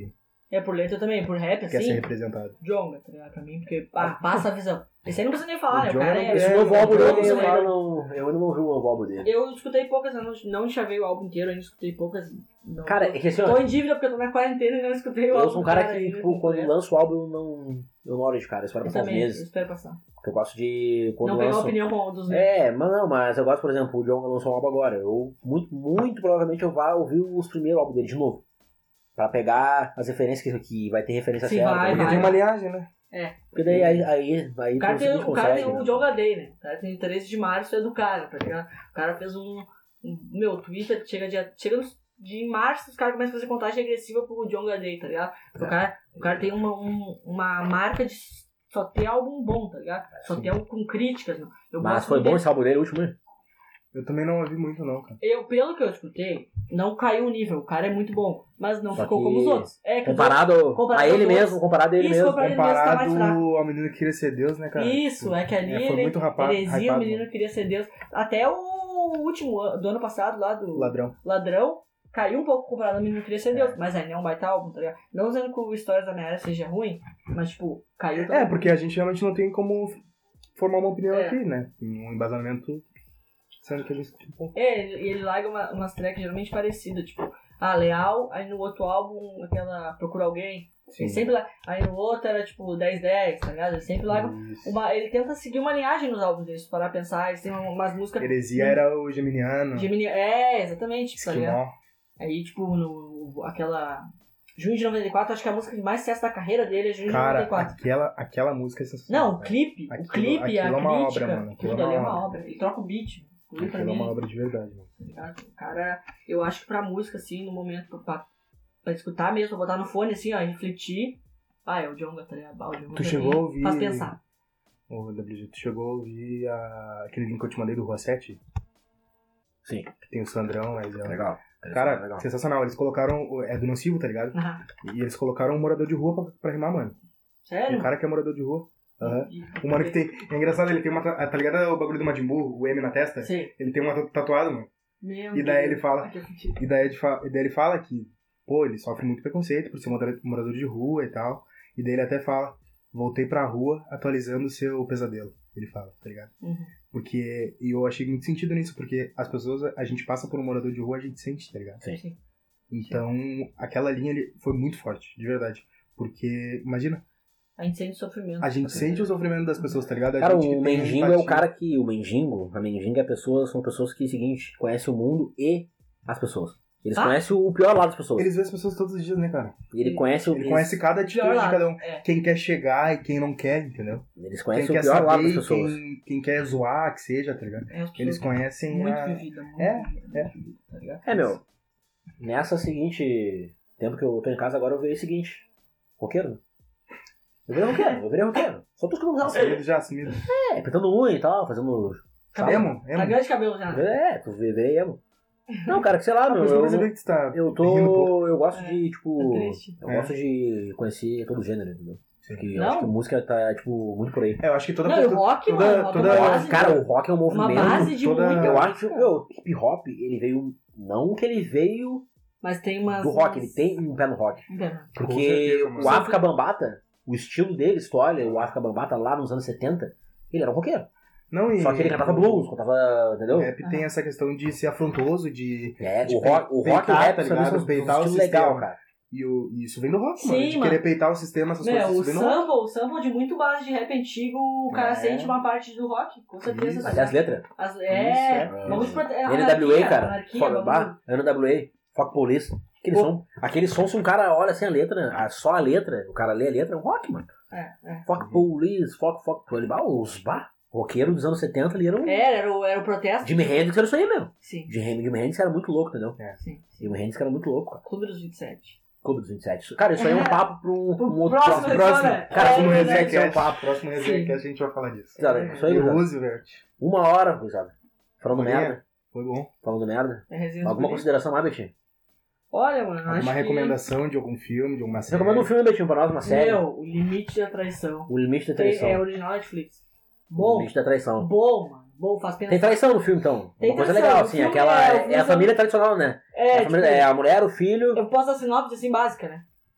Speaker 3: É, por letra também, por rap,
Speaker 1: Quer ser
Speaker 3: assim,
Speaker 1: representado.
Speaker 3: Djonga, tá ligado? Pra mim, porque ah, passa a visão. Esse aí não precisa nem falar,
Speaker 1: O
Speaker 3: né? O
Speaker 1: Djonga
Speaker 3: cara
Speaker 1: não
Speaker 3: é...
Speaker 2: Esse
Speaker 1: É,
Speaker 2: novo álbum
Speaker 1: eu
Speaker 2: dele,
Speaker 1: não
Speaker 2: eu
Speaker 1: sei.
Speaker 2: ainda não, eu ainda não vi o novo álbum dele.
Speaker 3: Eu escutei poucas, eu não, não chavei o álbum inteiro, ainda escutei poucas. Não,
Speaker 2: Cara,
Speaker 3: tô,
Speaker 2: é que assim, ó,
Speaker 3: tô em dívida porque eu tô na quarentena e não escutei o álbum.
Speaker 2: eu sou um cara que,
Speaker 3: ainda
Speaker 2: tipo, quando
Speaker 3: completo.
Speaker 2: lança o álbum, eu não, eu não olho de cara, eu espero
Speaker 3: Eu
Speaker 2: passar uns
Speaker 3: também, eu
Speaker 2: meses.
Speaker 3: espero passar.
Speaker 2: Porque eu gosto de, quando
Speaker 3: Não pegar a
Speaker 2: lançam...
Speaker 3: opinião com dos
Speaker 2: É, mas não, mas eu gosto, por exemplo, o Djonga lançou um álbum agora. Eu, muito, muito provavelmente eu vá ouvir os primeiros álbuns dele de novo. Pra pegar as referências que, que vai ter referência
Speaker 3: Sim,
Speaker 2: certa.
Speaker 3: vai,
Speaker 1: Porque
Speaker 3: vai.
Speaker 1: tem uma linhagem, né?
Speaker 2: Porque daí aí, aí, aí
Speaker 3: O cara
Speaker 2: tu
Speaker 3: tem,
Speaker 2: simplesmente
Speaker 3: o, cara
Speaker 2: consegue,
Speaker 3: tem
Speaker 2: né?
Speaker 3: o Djonga Day, né? O cara tem treze de março, é do cara, tá ligado? O cara fez um... um meu, Twitter chega, dia, chega nos, de março, os caras começam a fazer contagem regressiva pro Djonga Day, tá ligado? O,
Speaker 2: É.
Speaker 3: cara, o cara tem uma, um, uma marca de só ter álbum bom, tá ligado? Só
Speaker 1: Sim.
Speaker 3: ter álbum com críticas, meu. Eu
Speaker 2: Mas
Speaker 3: gosto
Speaker 2: foi
Speaker 3: muito
Speaker 2: bom
Speaker 3: dele.
Speaker 2: esse álbum dele, o último, né?
Speaker 1: Eu também não ouvi muito, não, cara.
Speaker 3: Eu, pelo que eu escutei, não caiu o nível. O cara é muito bom, mas não
Speaker 2: Só
Speaker 3: ficou
Speaker 2: que
Speaker 3: como os outros. É que os
Speaker 2: Comparado,
Speaker 3: comparado
Speaker 2: a ele
Speaker 3: aos
Speaker 2: mesmo,
Speaker 3: outros.
Speaker 2: comparado a ele
Speaker 3: Isso,
Speaker 2: mesmo.
Speaker 3: comparado- Ele mesmo tá mais
Speaker 1: Comparado
Speaker 3: fraco.
Speaker 1: ao menino que queria ser Deus, né, cara?
Speaker 3: Isso, é que ali
Speaker 1: É, foi
Speaker 3: ele,
Speaker 1: muito rapa-
Speaker 3: heresia,
Speaker 1: hypado,
Speaker 3: o menino
Speaker 1: mano.
Speaker 3: queria ser Deus. Até o último ano, do ano passado, lá do
Speaker 1: Ladrão.
Speaker 3: Ladrão, caiu um pouco comparado ao menino que queria ser Deus. Mas ainda é um baita álbum, tá ligado? Não dizendo que o Histórias da Minha Era seja ruim, mas tipo, caiu também.
Speaker 1: É, porque a gente realmente não tem como formar uma opinião
Speaker 3: É.
Speaker 1: aqui, né? Um embasamento, sendo que a gente um pouco.
Speaker 3: É, ele, ele larga uma, umas tracks geralmente parecidas, tipo, ah, Leal, aí no outro álbum, aquela Procura Alguém. Ele sempre lá, aí no outro era tipo dez dez, tá ligado? Ele sempre larga
Speaker 1: Isso.
Speaker 3: uma. Ele tenta seguir uma linhagem nos álbuns deles, para pensar, eles têm uma- umas músicas.
Speaker 1: Heresia era o Geminiano,
Speaker 3: Gemini, é, exatamente, tá ligado?
Speaker 1: Esquimó.
Speaker 3: Aí, tipo, no, aquela. Junho de noventa e quatro, acho que a música de mais sucesso da carreira dele é Junho de
Speaker 1: Cara,
Speaker 3: noventa e quatro.
Speaker 1: aquela, aquela música é sensacional.
Speaker 3: Não, o
Speaker 1: velho.
Speaker 3: clipe,
Speaker 1: Aquilo-
Speaker 3: o clipe,
Speaker 1: aquilo
Speaker 3: a
Speaker 1: é uma
Speaker 3: crítica,
Speaker 1: obra, mano, aquilo
Speaker 3: tudo
Speaker 1: é
Speaker 3: ali é
Speaker 1: uma
Speaker 3: uma
Speaker 1: obra.
Speaker 3: obra. Ele troca o beat. O clipe pra
Speaker 1: Aquilo é
Speaker 3: mim,
Speaker 1: uma obra de verdade, mano.
Speaker 3: tá ligado? O cara, eu acho que pra música, assim, no momento, pra, pra, pra escutar mesmo, pra botar no fone, assim, ó, refletir. Ah, é o Djonga, tá ligado? Ah, o Djonga
Speaker 1: Tu
Speaker 3: pra
Speaker 1: chegou
Speaker 3: mim
Speaker 1: a ouvir-
Speaker 3: Faz pensar.
Speaker 1: Ô, W G, tu chegou a ouvir a... aquele link que eu te mandei do Rua sete?
Speaker 2: Sim.
Speaker 1: Que tem o Sandrão, mas é...
Speaker 2: Legal.
Speaker 1: Cara,
Speaker 2: legal.
Speaker 1: sensacional. Eles colocaram... É do Nocivo, tá ligado?
Speaker 3: Ah,
Speaker 1: E eles colocaram um morador de rua pra, pra rimar, mano.
Speaker 3: sério?
Speaker 1: Um cara que é morador de rua. Aham.
Speaker 3: E-
Speaker 1: O mano que tem... É engraçado, ele tem uma... ta- Tá ligado o bagulho do Majin Buu, o M na testa?
Speaker 3: Sei.
Speaker 1: Ele tem uma tatu- tatuado, mano.
Speaker 3: Meu
Speaker 1: E daí
Speaker 3: Deus.
Speaker 1: ele fala-
Speaker 3: Ah, que sentido.
Speaker 1: E daí ele, fa... e daí ele fala que, pô, ele sofre muito preconceito por ser mora- morador de rua e tal. E daí ele até fala, voltei pra rua atualizando o seu pesadelo. Ele fala, tá ligado?
Speaker 3: Uhum.
Speaker 1: Porque, e eu achei muito sentido nisso, porque as pessoas, a gente passa por um morador de rua, a gente sente, tá ligado?
Speaker 2: Sim.
Speaker 3: Sim.
Speaker 1: Então, aquela linha ali foi muito forte, de verdade. Porque, imagina,
Speaker 3: A gente sente sofrimento.
Speaker 1: a gente sente o sofrimento das pessoas, tá ligado? A
Speaker 2: Cara,
Speaker 1: gente
Speaker 2: o
Speaker 1: tem
Speaker 2: mendigo é o
Speaker 1: empatia.
Speaker 2: cara que... O mendigo, a mendiga é pessoa, são pessoas que, seguinte, conhecem o mundo e as pessoas. Eles
Speaker 3: Ah.
Speaker 2: conhecem o pior lado das pessoas.
Speaker 1: Eles veem as pessoas todos os dias, né, cara?
Speaker 2: Ele conhece o...
Speaker 1: Ele
Speaker 2: eles-
Speaker 1: conhece cada
Speaker 3: Pior
Speaker 1: atitude de
Speaker 3: lado.
Speaker 1: cada um.
Speaker 3: É.
Speaker 1: Quem quer chegar e quem não quer, entendeu?
Speaker 2: Eles
Speaker 1: Quem
Speaker 2: conhecem
Speaker 1: quer
Speaker 2: o pior lado das
Speaker 1: saber,
Speaker 2: pessoas.
Speaker 1: quem, quem quer zoar, que seja, tá ligado?
Speaker 3: É, as pessoas
Speaker 1: Eles conhecem
Speaker 3: muito
Speaker 1: a...
Speaker 3: vivida, muito
Speaker 1: É,
Speaker 3: vivida,
Speaker 1: é.
Speaker 3: muito vivida, tá ligado?
Speaker 2: É, meu. Nessa seguinte... Tempo que eu tô em casa agora, eu virei o seguinte. Roqueiro, né? Eu virei roqueiro, eu virei roqueiro. Só tô escutando música.
Speaker 1: Assumido já, assumido.
Speaker 2: É, pintando unha e tal, fazendo...
Speaker 1: Emo?
Speaker 3: Tá
Speaker 1: Emo?
Speaker 3: grande cabelo já.
Speaker 2: É, tu virei emo. Não, cara, que sei lá,
Speaker 1: Ah,
Speaker 2: meu.
Speaker 1: mas eu
Speaker 2: Eu,
Speaker 1: percebi que tu tá
Speaker 2: eu
Speaker 1: rindo um pouco.
Speaker 2: tô... Eu gosto
Speaker 3: É,
Speaker 2: de, tipo...
Speaker 3: tá triste.
Speaker 2: Eu
Speaker 1: É.
Speaker 2: gosto de conhecer todo gênero, entendeu? Porque eu
Speaker 3: Não.
Speaker 2: acho que música tá, tipo, muito por aí.
Speaker 1: É, eu acho que toda...
Speaker 3: Não, e o
Speaker 1: toda-
Speaker 3: rock,
Speaker 1: toda-
Speaker 3: mano, o rock
Speaker 1: toda-
Speaker 3: é uma base,
Speaker 2: Cara,
Speaker 3: de-
Speaker 2: o rock é um
Speaker 3: uma
Speaker 2: movimento...
Speaker 3: base de
Speaker 1: toda-
Speaker 3: muita
Speaker 2: Eu acho,
Speaker 3: música.
Speaker 2: meu, hip hop, ele veio... Não que ele veio
Speaker 3: Mas tem umas...
Speaker 2: do rock, ele
Speaker 3: umas-
Speaker 2: tem um pé no rock.
Speaker 3: Entendeu?
Speaker 2: Porque
Speaker 1: certeza, mano.
Speaker 2: o África Bambata, o estilo dele, se tu olha, o África Bambata lá nos anos setenta, ele era um roqueiro.
Speaker 1: Não, e...
Speaker 2: Só que ele cantava blues, cantava, entendeu?
Speaker 1: O rap tem essa questão de ser afrontoso, de...
Speaker 2: É,
Speaker 1: de
Speaker 2: o rock, o rock e o
Speaker 1: peitar,
Speaker 2: rap
Speaker 1: tá
Speaker 2: são
Speaker 1: ligado?
Speaker 2: são um
Speaker 1: Peitar o
Speaker 2: estilo legal,
Speaker 1: sistema.
Speaker 2: cara.
Speaker 1: E, o, e isso vem do rock,
Speaker 3: Sim,
Speaker 1: mano. De
Speaker 3: mano.
Speaker 1: querer peitar o sistema, essas coisas.
Speaker 3: Meu,
Speaker 1: Isso
Speaker 3: o
Speaker 1: vem do rock.
Speaker 3: sample, o sample de muito base de rap antigo, o cara
Speaker 1: É.
Speaker 3: sente uma parte do rock, com certeza.
Speaker 1: Isso.
Speaker 2: Até as letras.
Speaker 3: As-
Speaker 1: Isso,
Speaker 3: é,
Speaker 1: é.
Speaker 3: vamos pro... é,
Speaker 2: N W A, cara.
Speaker 3: Anarquia,
Speaker 2: Foda,
Speaker 3: vamos-
Speaker 2: bah, N W A, Fuck Police. Aquele
Speaker 3: Pô.
Speaker 2: som, aquele som, se um cara olha assim a letra, a- só a letra, o cara lê a letra, é um rock, mano.
Speaker 3: É, é.
Speaker 2: Fuck Police, Fuck, Fuck Police. Bah, os bah, roqueiros dos anos setenta ali eram...
Speaker 3: Era, era o, era o protesto.
Speaker 2: Jimi Hendrix era isso aí mesmo.
Speaker 3: Sim,
Speaker 2: Jimi Jimi Hendrix era muito louco, entendeu?
Speaker 3: sim, sim.
Speaker 2: Jimi Hendrix era muito louco, cara.
Speaker 3: Clube dos vinte e sete.
Speaker 2: Clube dos vinte e sete. Cara, isso aí é um papo pra um,
Speaker 3: Pro
Speaker 2: um outro
Speaker 3: próximo
Speaker 2: próximo.
Speaker 3: episódio,
Speaker 2: próximo.
Speaker 3: né?
Speaker 2: Cara,
Speaker 3: É,
Speaker 2: próximo
Speaker 3: é
Speaker 2: resenha
Speaker 3: verdade.
Speaker 2: que é um papo.
Speaker 1: Próximo
Speaker 3: Sim.
Speaker 1: resenha que a gente vai falar disso.
Speaker 2: Cara, isso aí,
Speaker 1: E o
Speaker 2: cara.
Speaker 1: Roosevelt.
Speaker 2: Uma hora, gurizada. Falando
Speaker 1: Maria,
Speaker 2: merda.
Speaker 1: Foi bom.
Speaker 2: Falando merda.
Speaker 3: É resenha do
Speaker 2: Alguma
Speaker 3: Guri.
Speaker 2: consideração mais, Betinho?
Speaker 3: Olha, mano, acho
Speaker 1: Alguma
Speaker 3: que...
Speaker 1: recomendação de algum filme, de alguma
Speaker 2: Você
Speaker 1: série?
Speaker 2: recomenda um filme, Betinho, pra nós? Uma série?
Speaker 3: Meu, o limite da traição.
Speaker 2: O Limite da
Speaker 3: Tem-
Speaker 2: Traição.
Speaker 3: é original Netflix.
Speaker 2: O
Speaker 3: Bom,
Speaker 2: Limite da Traição.
Speaker 3: bom, mano. Bom, faz pensar.
Speaker 2: Tem traição no filme, então.
Speaker 3: Tem
Speaker 2: Uma coisa
Speaker 3: traição,
Speaker 2: legal,
Speaker 3: o
Speaker 2: assim.
Speaker 3: filme
Speaker 2: Aquela,
Speaker 3: é-
Speaker 2: é, é a família tradicional, né?
Speaker 3: É,
Speaker 2: a, família-
Speaker 3: tipo,
Speaker 2: é a mulher, o filho.
Speaker 3: eu posso dar sinopse assim básica, né?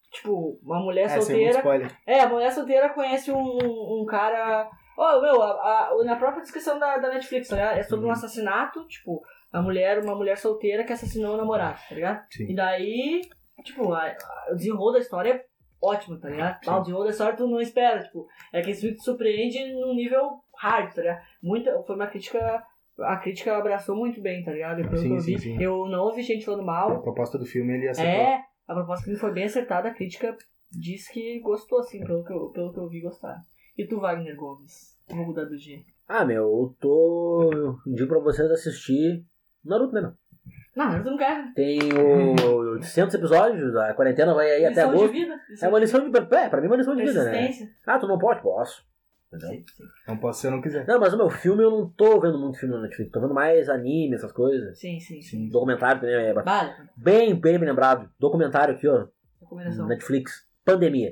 Speaker 3: tipo, uma mulher
Speaker 1: É, sem muito
Speaker 3: solteira.
Speaker 1: spoiler.
Speaker 3: É, a mulher solteira conhece um, um cara. Oh, meu, a, a, na própria descrição da, da Netflix, tá ligado? É sobre um assassinato, tipo, a mulher, uma mulher solteira que assassinou o namorado, tá ligado?
Speaker 1: Sim.
Speaker 3: E daí, tipo, a, a, o desenrolo da história é ótimo, tá ligado? Ah, o desenrolo da história tu não espera, tipo, é que esse filme te surpreende num nível hard, tá ligado? Muita, foi uma crítica. A crítica abraçou muito bem, tá ligado? Pelo
Speaker 1: Sim,
Speaker 3: que eu
Speaker 1: sim,
Speaker 3: vi,
Speaker 1: sim.
Speaker 3: eu não ouvi gente falando
Speaker 1: A
Speaker 3: mal.
Speaker 1: proposta do filme, ele acertou.
Speaker 3: É, a proposta do filme foi bem acertada, a crítica diz que gostou, assim, pelo que eu, pelo que eu vi gostar. E tu, Wagner Gomes? Vou mudar do G.
Speaker 2: Ah, meu, eu tô... Eu indico pra vocês assistir Naruto, né, meu?
Speaker 3: Não, eu não quero.
Speaker 2: Tem o oitocentos episódios, a quarentena vai aí até
Speaker 3: Lição de
Speaker 2: agosto.
Speaker 3: vida.
Speaker 2: É uma lição de... É, pra mim é uma lição de vida, né?
Speaker 3: Resistência.
Speaker 2: Ah, tu não pode? Posso. Entendeu?
Speaker 3: Sim, sim.
Speaker 1: Não posso se eu não quiser.
Speaker 2: Não, mas o meu filme, eu não tô vendo muito filme na Netflix. Tô vendo mais anime, essas coisas.
Speaker 3: Sim, sim, sim.
Speaker 2: Documentário também é
Speaker 3: Vale.
Speaker 2: bem, bem bem lembrado. Documentário aqui, ó.
Speaker 3: Recomendação.
Speaker 2: Netflix. Pandemia.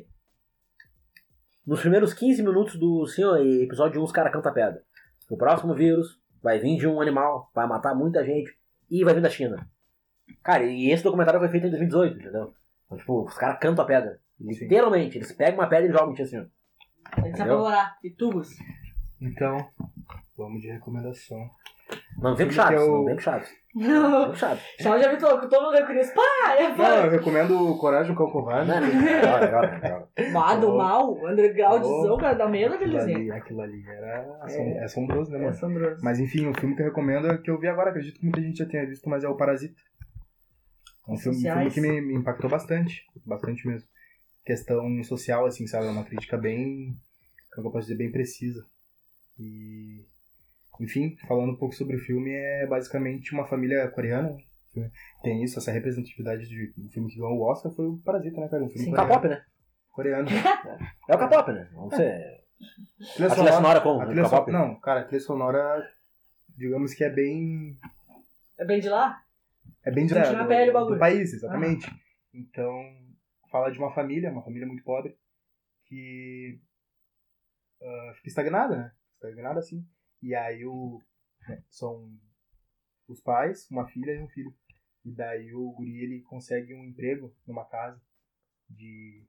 Speaker 2: Nos primeiros quinze minutos do sim, ó, episódio um, os caras cantam pedra. O próximo vírus vai vir de um animal, vai matar muita gente e vai vir da China. Cara, e esse documentário foi feito em dois mil e dezoito, entendeu? Então, tipo, os caras cantam a pedra. Literalmente, eles pegam uma pedra e jogam assim, ó.
Speaker 3: Tem que se apavorar. E tu, Gus?
Speaker 1: Então, vamos de recomendação.
Speaker 2: Não vem com
Speaker 1: Filme que
Speaker 2: Chaves,
Speaker 1: eu-
Speaker 2: não vem com Chaves. Não
Speaker 3: Não.
Speaker 2: vem com Chaves.
Speaker 3: Só já vi todo, todo mundo eu queria. Pá, é
Speaker 1: Não,
Speaker 3: fã.
Speaker 1: eu recomendo Coragem do Cão Covarde.
Speaker 2: Não, legal, legal, legal.
Speaker 3: Má do
Speaker 1: Oh.
Speaker 3: mal, undergroundzão,
Speaker 1: Oh.
Speaker 3: cara, dá medo
Speaker 1: Aquilo
Speaker 3: aqueles
Speaker 1: ali, aquilo ali era assom- é assombroso, né,
Speaker 3: É
Speaker 1: mano?
Speaker 3: assombroso.
Speaker 1: Mas enfim, o filme que eu recomendo é que eu vi agora, acredito que muita gente já tenha visto, mas é o Parasita. É um filme, um filme
Speaker 3: Sociais.
Speaker 1: que me, me impactou bastante, bastante mesmo. Questão social, assim, sabe? É uma crítica bem, como eu posso dizer, bem precisa. E, enfim, falando um pouco sobre o filme, é basicamente uma família coreana. Tem isso, essa representatividade de um filme que ganhou o Oscar foi o Parasita, né, cara? Um filme
Speaker 3: Sim.
Speaker 1: coreano.
Speaker 2: K-pop, né?
Speaker 1: coreano.
Speaker 2: É o K-pop, né? Vamos ser...
Speaker 1: Trilha
Speaker 2: A trilha sonora como?
Speaker 1: a
Speaker 2: No
Speaker 1: trilha son-
Speaker 2: K-pop?
Speaker 1: Não, cara, a trilha sonora, digamos que é bem...
Speaker 3: É bem de lá?
Speaker 1: É bem
Speaker 3: Sentir
Speaker 1: direto
Speaker 3: na
Speaker 1: do,
Speaker 3: pele o
Speaker 1: do
Speaker 3: bagulho.
Speaker 1: país, exatamente. Então, fala de uma família, uma família muito pobre, que ah, fica estagnada, né? Estagnada assim. E aí o, né, são os pais, uma filha e um filho. E daí o guri, ele consegue um emprego numa casa de,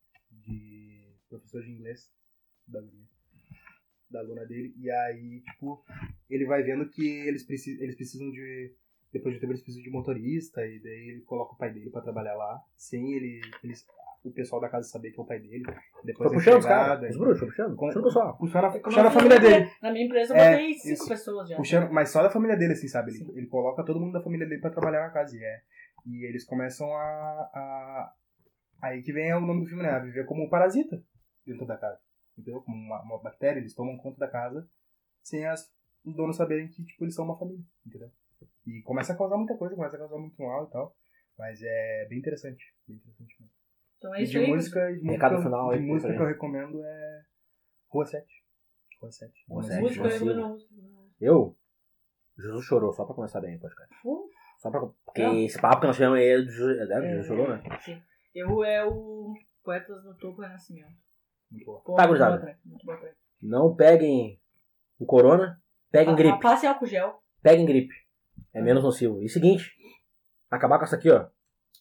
Speaker 1: de professor de inglês da guria, da aluna dele. E aí, tipo, ele vai vendo que eles, precis, eles precisam de... Depois de um tempo eles precisam de motorista, e daí ele coloca o pai dele pra trabalhar lá, sem ele, eles, o pessoal da casa saber que é o pai dele. Depois
Speaker 2: Foi
Speaker 1: a
Speaker 2: puxando os
Speaker 1: empregada,
Speaker 2: caras, os bruxos, foi puxando.
Speaker 1: Com-
Speaker 2: Puxando o pessoal.
Speaker 1: Puxando a,
Speaker 3: Como
Speaker 1: puxando a
Speaker 3: eu
Speaker 1: família
Speaker 3: falei,
Speaker 1: dele.
Speaker 3: Na minha empresa eu
Speaker 1: É,
Speaker 3: botei cinco
Speaker 1: isso.
Speaker 3: pessoas já.
Speaker 1: Puxando, mas só da família dele, assim, sabe? Ele,
Speaker 3: Sim.
Speaker 1: ele coloca todo mundo da família dele pra trabalhar na casa. E, é, e eles começam a, a... Aí que vem o nome do filme, né? A viver como um parasita dentro da casa. Entendeu? Como uma, uma bactéria, eles tomam conta da casa sem as, os donos saberem que, tipo, eles são uma família. Entendeu? E começa a causar muita coisa, começa a causar muito mal e tal. Mas é bem interessante. Bem interessante mesmo.
Speaker 3: Então é
Speaker 1: E
Speaker 3: isso
Speaker 1: de
Speaker 3: aí.
Speaker 1: música, de
Speaker 2: Recado
Speaker 1: música,
Speaker 2: final
Speaker 1: de
Speaker 2: aí,
Speaker 1: música
Speaker 2: por
Speaker 1: que eu recomendo é Rua sete. Rua sete.
Speaker 2: Rua
Speaker 1: Uma
Speaker 2: sete,
Speaker 3: Música,
Speaker 1: música-
Speaker 3: eu
Speaker 2: Massivo.
Speaker 3: não música.
Speaker 2: Eu? Jesus chorou, só pra começar bem o podcast.
Speaker 3: Uh,
Speaker 2: Só pra... Porque
Speaker 3: Não.
Speaker 2: esse papo que nós tivemos aí é do Jesus, é,
Speaker 3: É.
Speaker 2: Jesus chorou, né?
Speaker 3: Sim. Eu é o Poetas no Topo Renascimento.
Speaker 1: Muito boa.
Speaker 3: Pô,
Speaker 2: Tá,
Speaker 3: muito
Speaker 2: gurizada.
Speaker 3: boa track, muito boa track.
Speaker 2: Não peguem o corona, peguem
Speaker 3: Pa-
Speaker 2: gripe.
Speaker 3: Passe álcool gel.
Speaker 2: Peguem gripe. É menos nocivo. E seguinte, acabar com essa aqui, ó.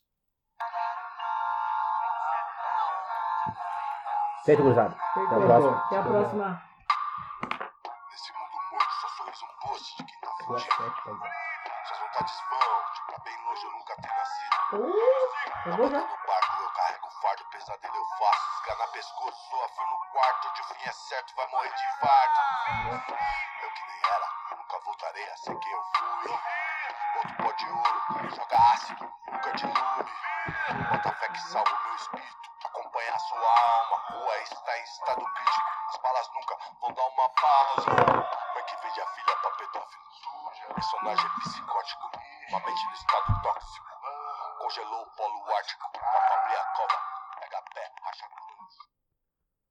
Speaker 2: Feito, gurizada. Até a próxima.
Speaker 3: Até a próxima.
Speaker 4: Nesse mundo morto, só sorriso um post de quem tá
Speaker 1: Rua
Speaker 4: fudido.
Speaker 1: sete, paizão.
Speaker 4: Suas vontades vão, de pra bem longe eu nunca ter nascido.
Speaker 3: Uh, eu vou já.
Speaker 4: No barco eu carrego fardo, pesadelo eu faço. Esganar pescoço, sou a frio no quarto. Onde o fim é certo, vai morrer de infarto. Eu que nem era, nunca voltarei a ser quem eu fui. Outro pó de ouro, joga ácido, nunca dilui. Bota fé que salva o meu espírito, acompanha a sua alma. Rua está em estado crítico, as balas nunca vão dar uma pausa. Mãe que vende a filha pra pedófilo. Personagem psicótico, uma mente no estado tóxico. Congelou o polo ártico, pra abrir a cova, pega pé, racha cruz.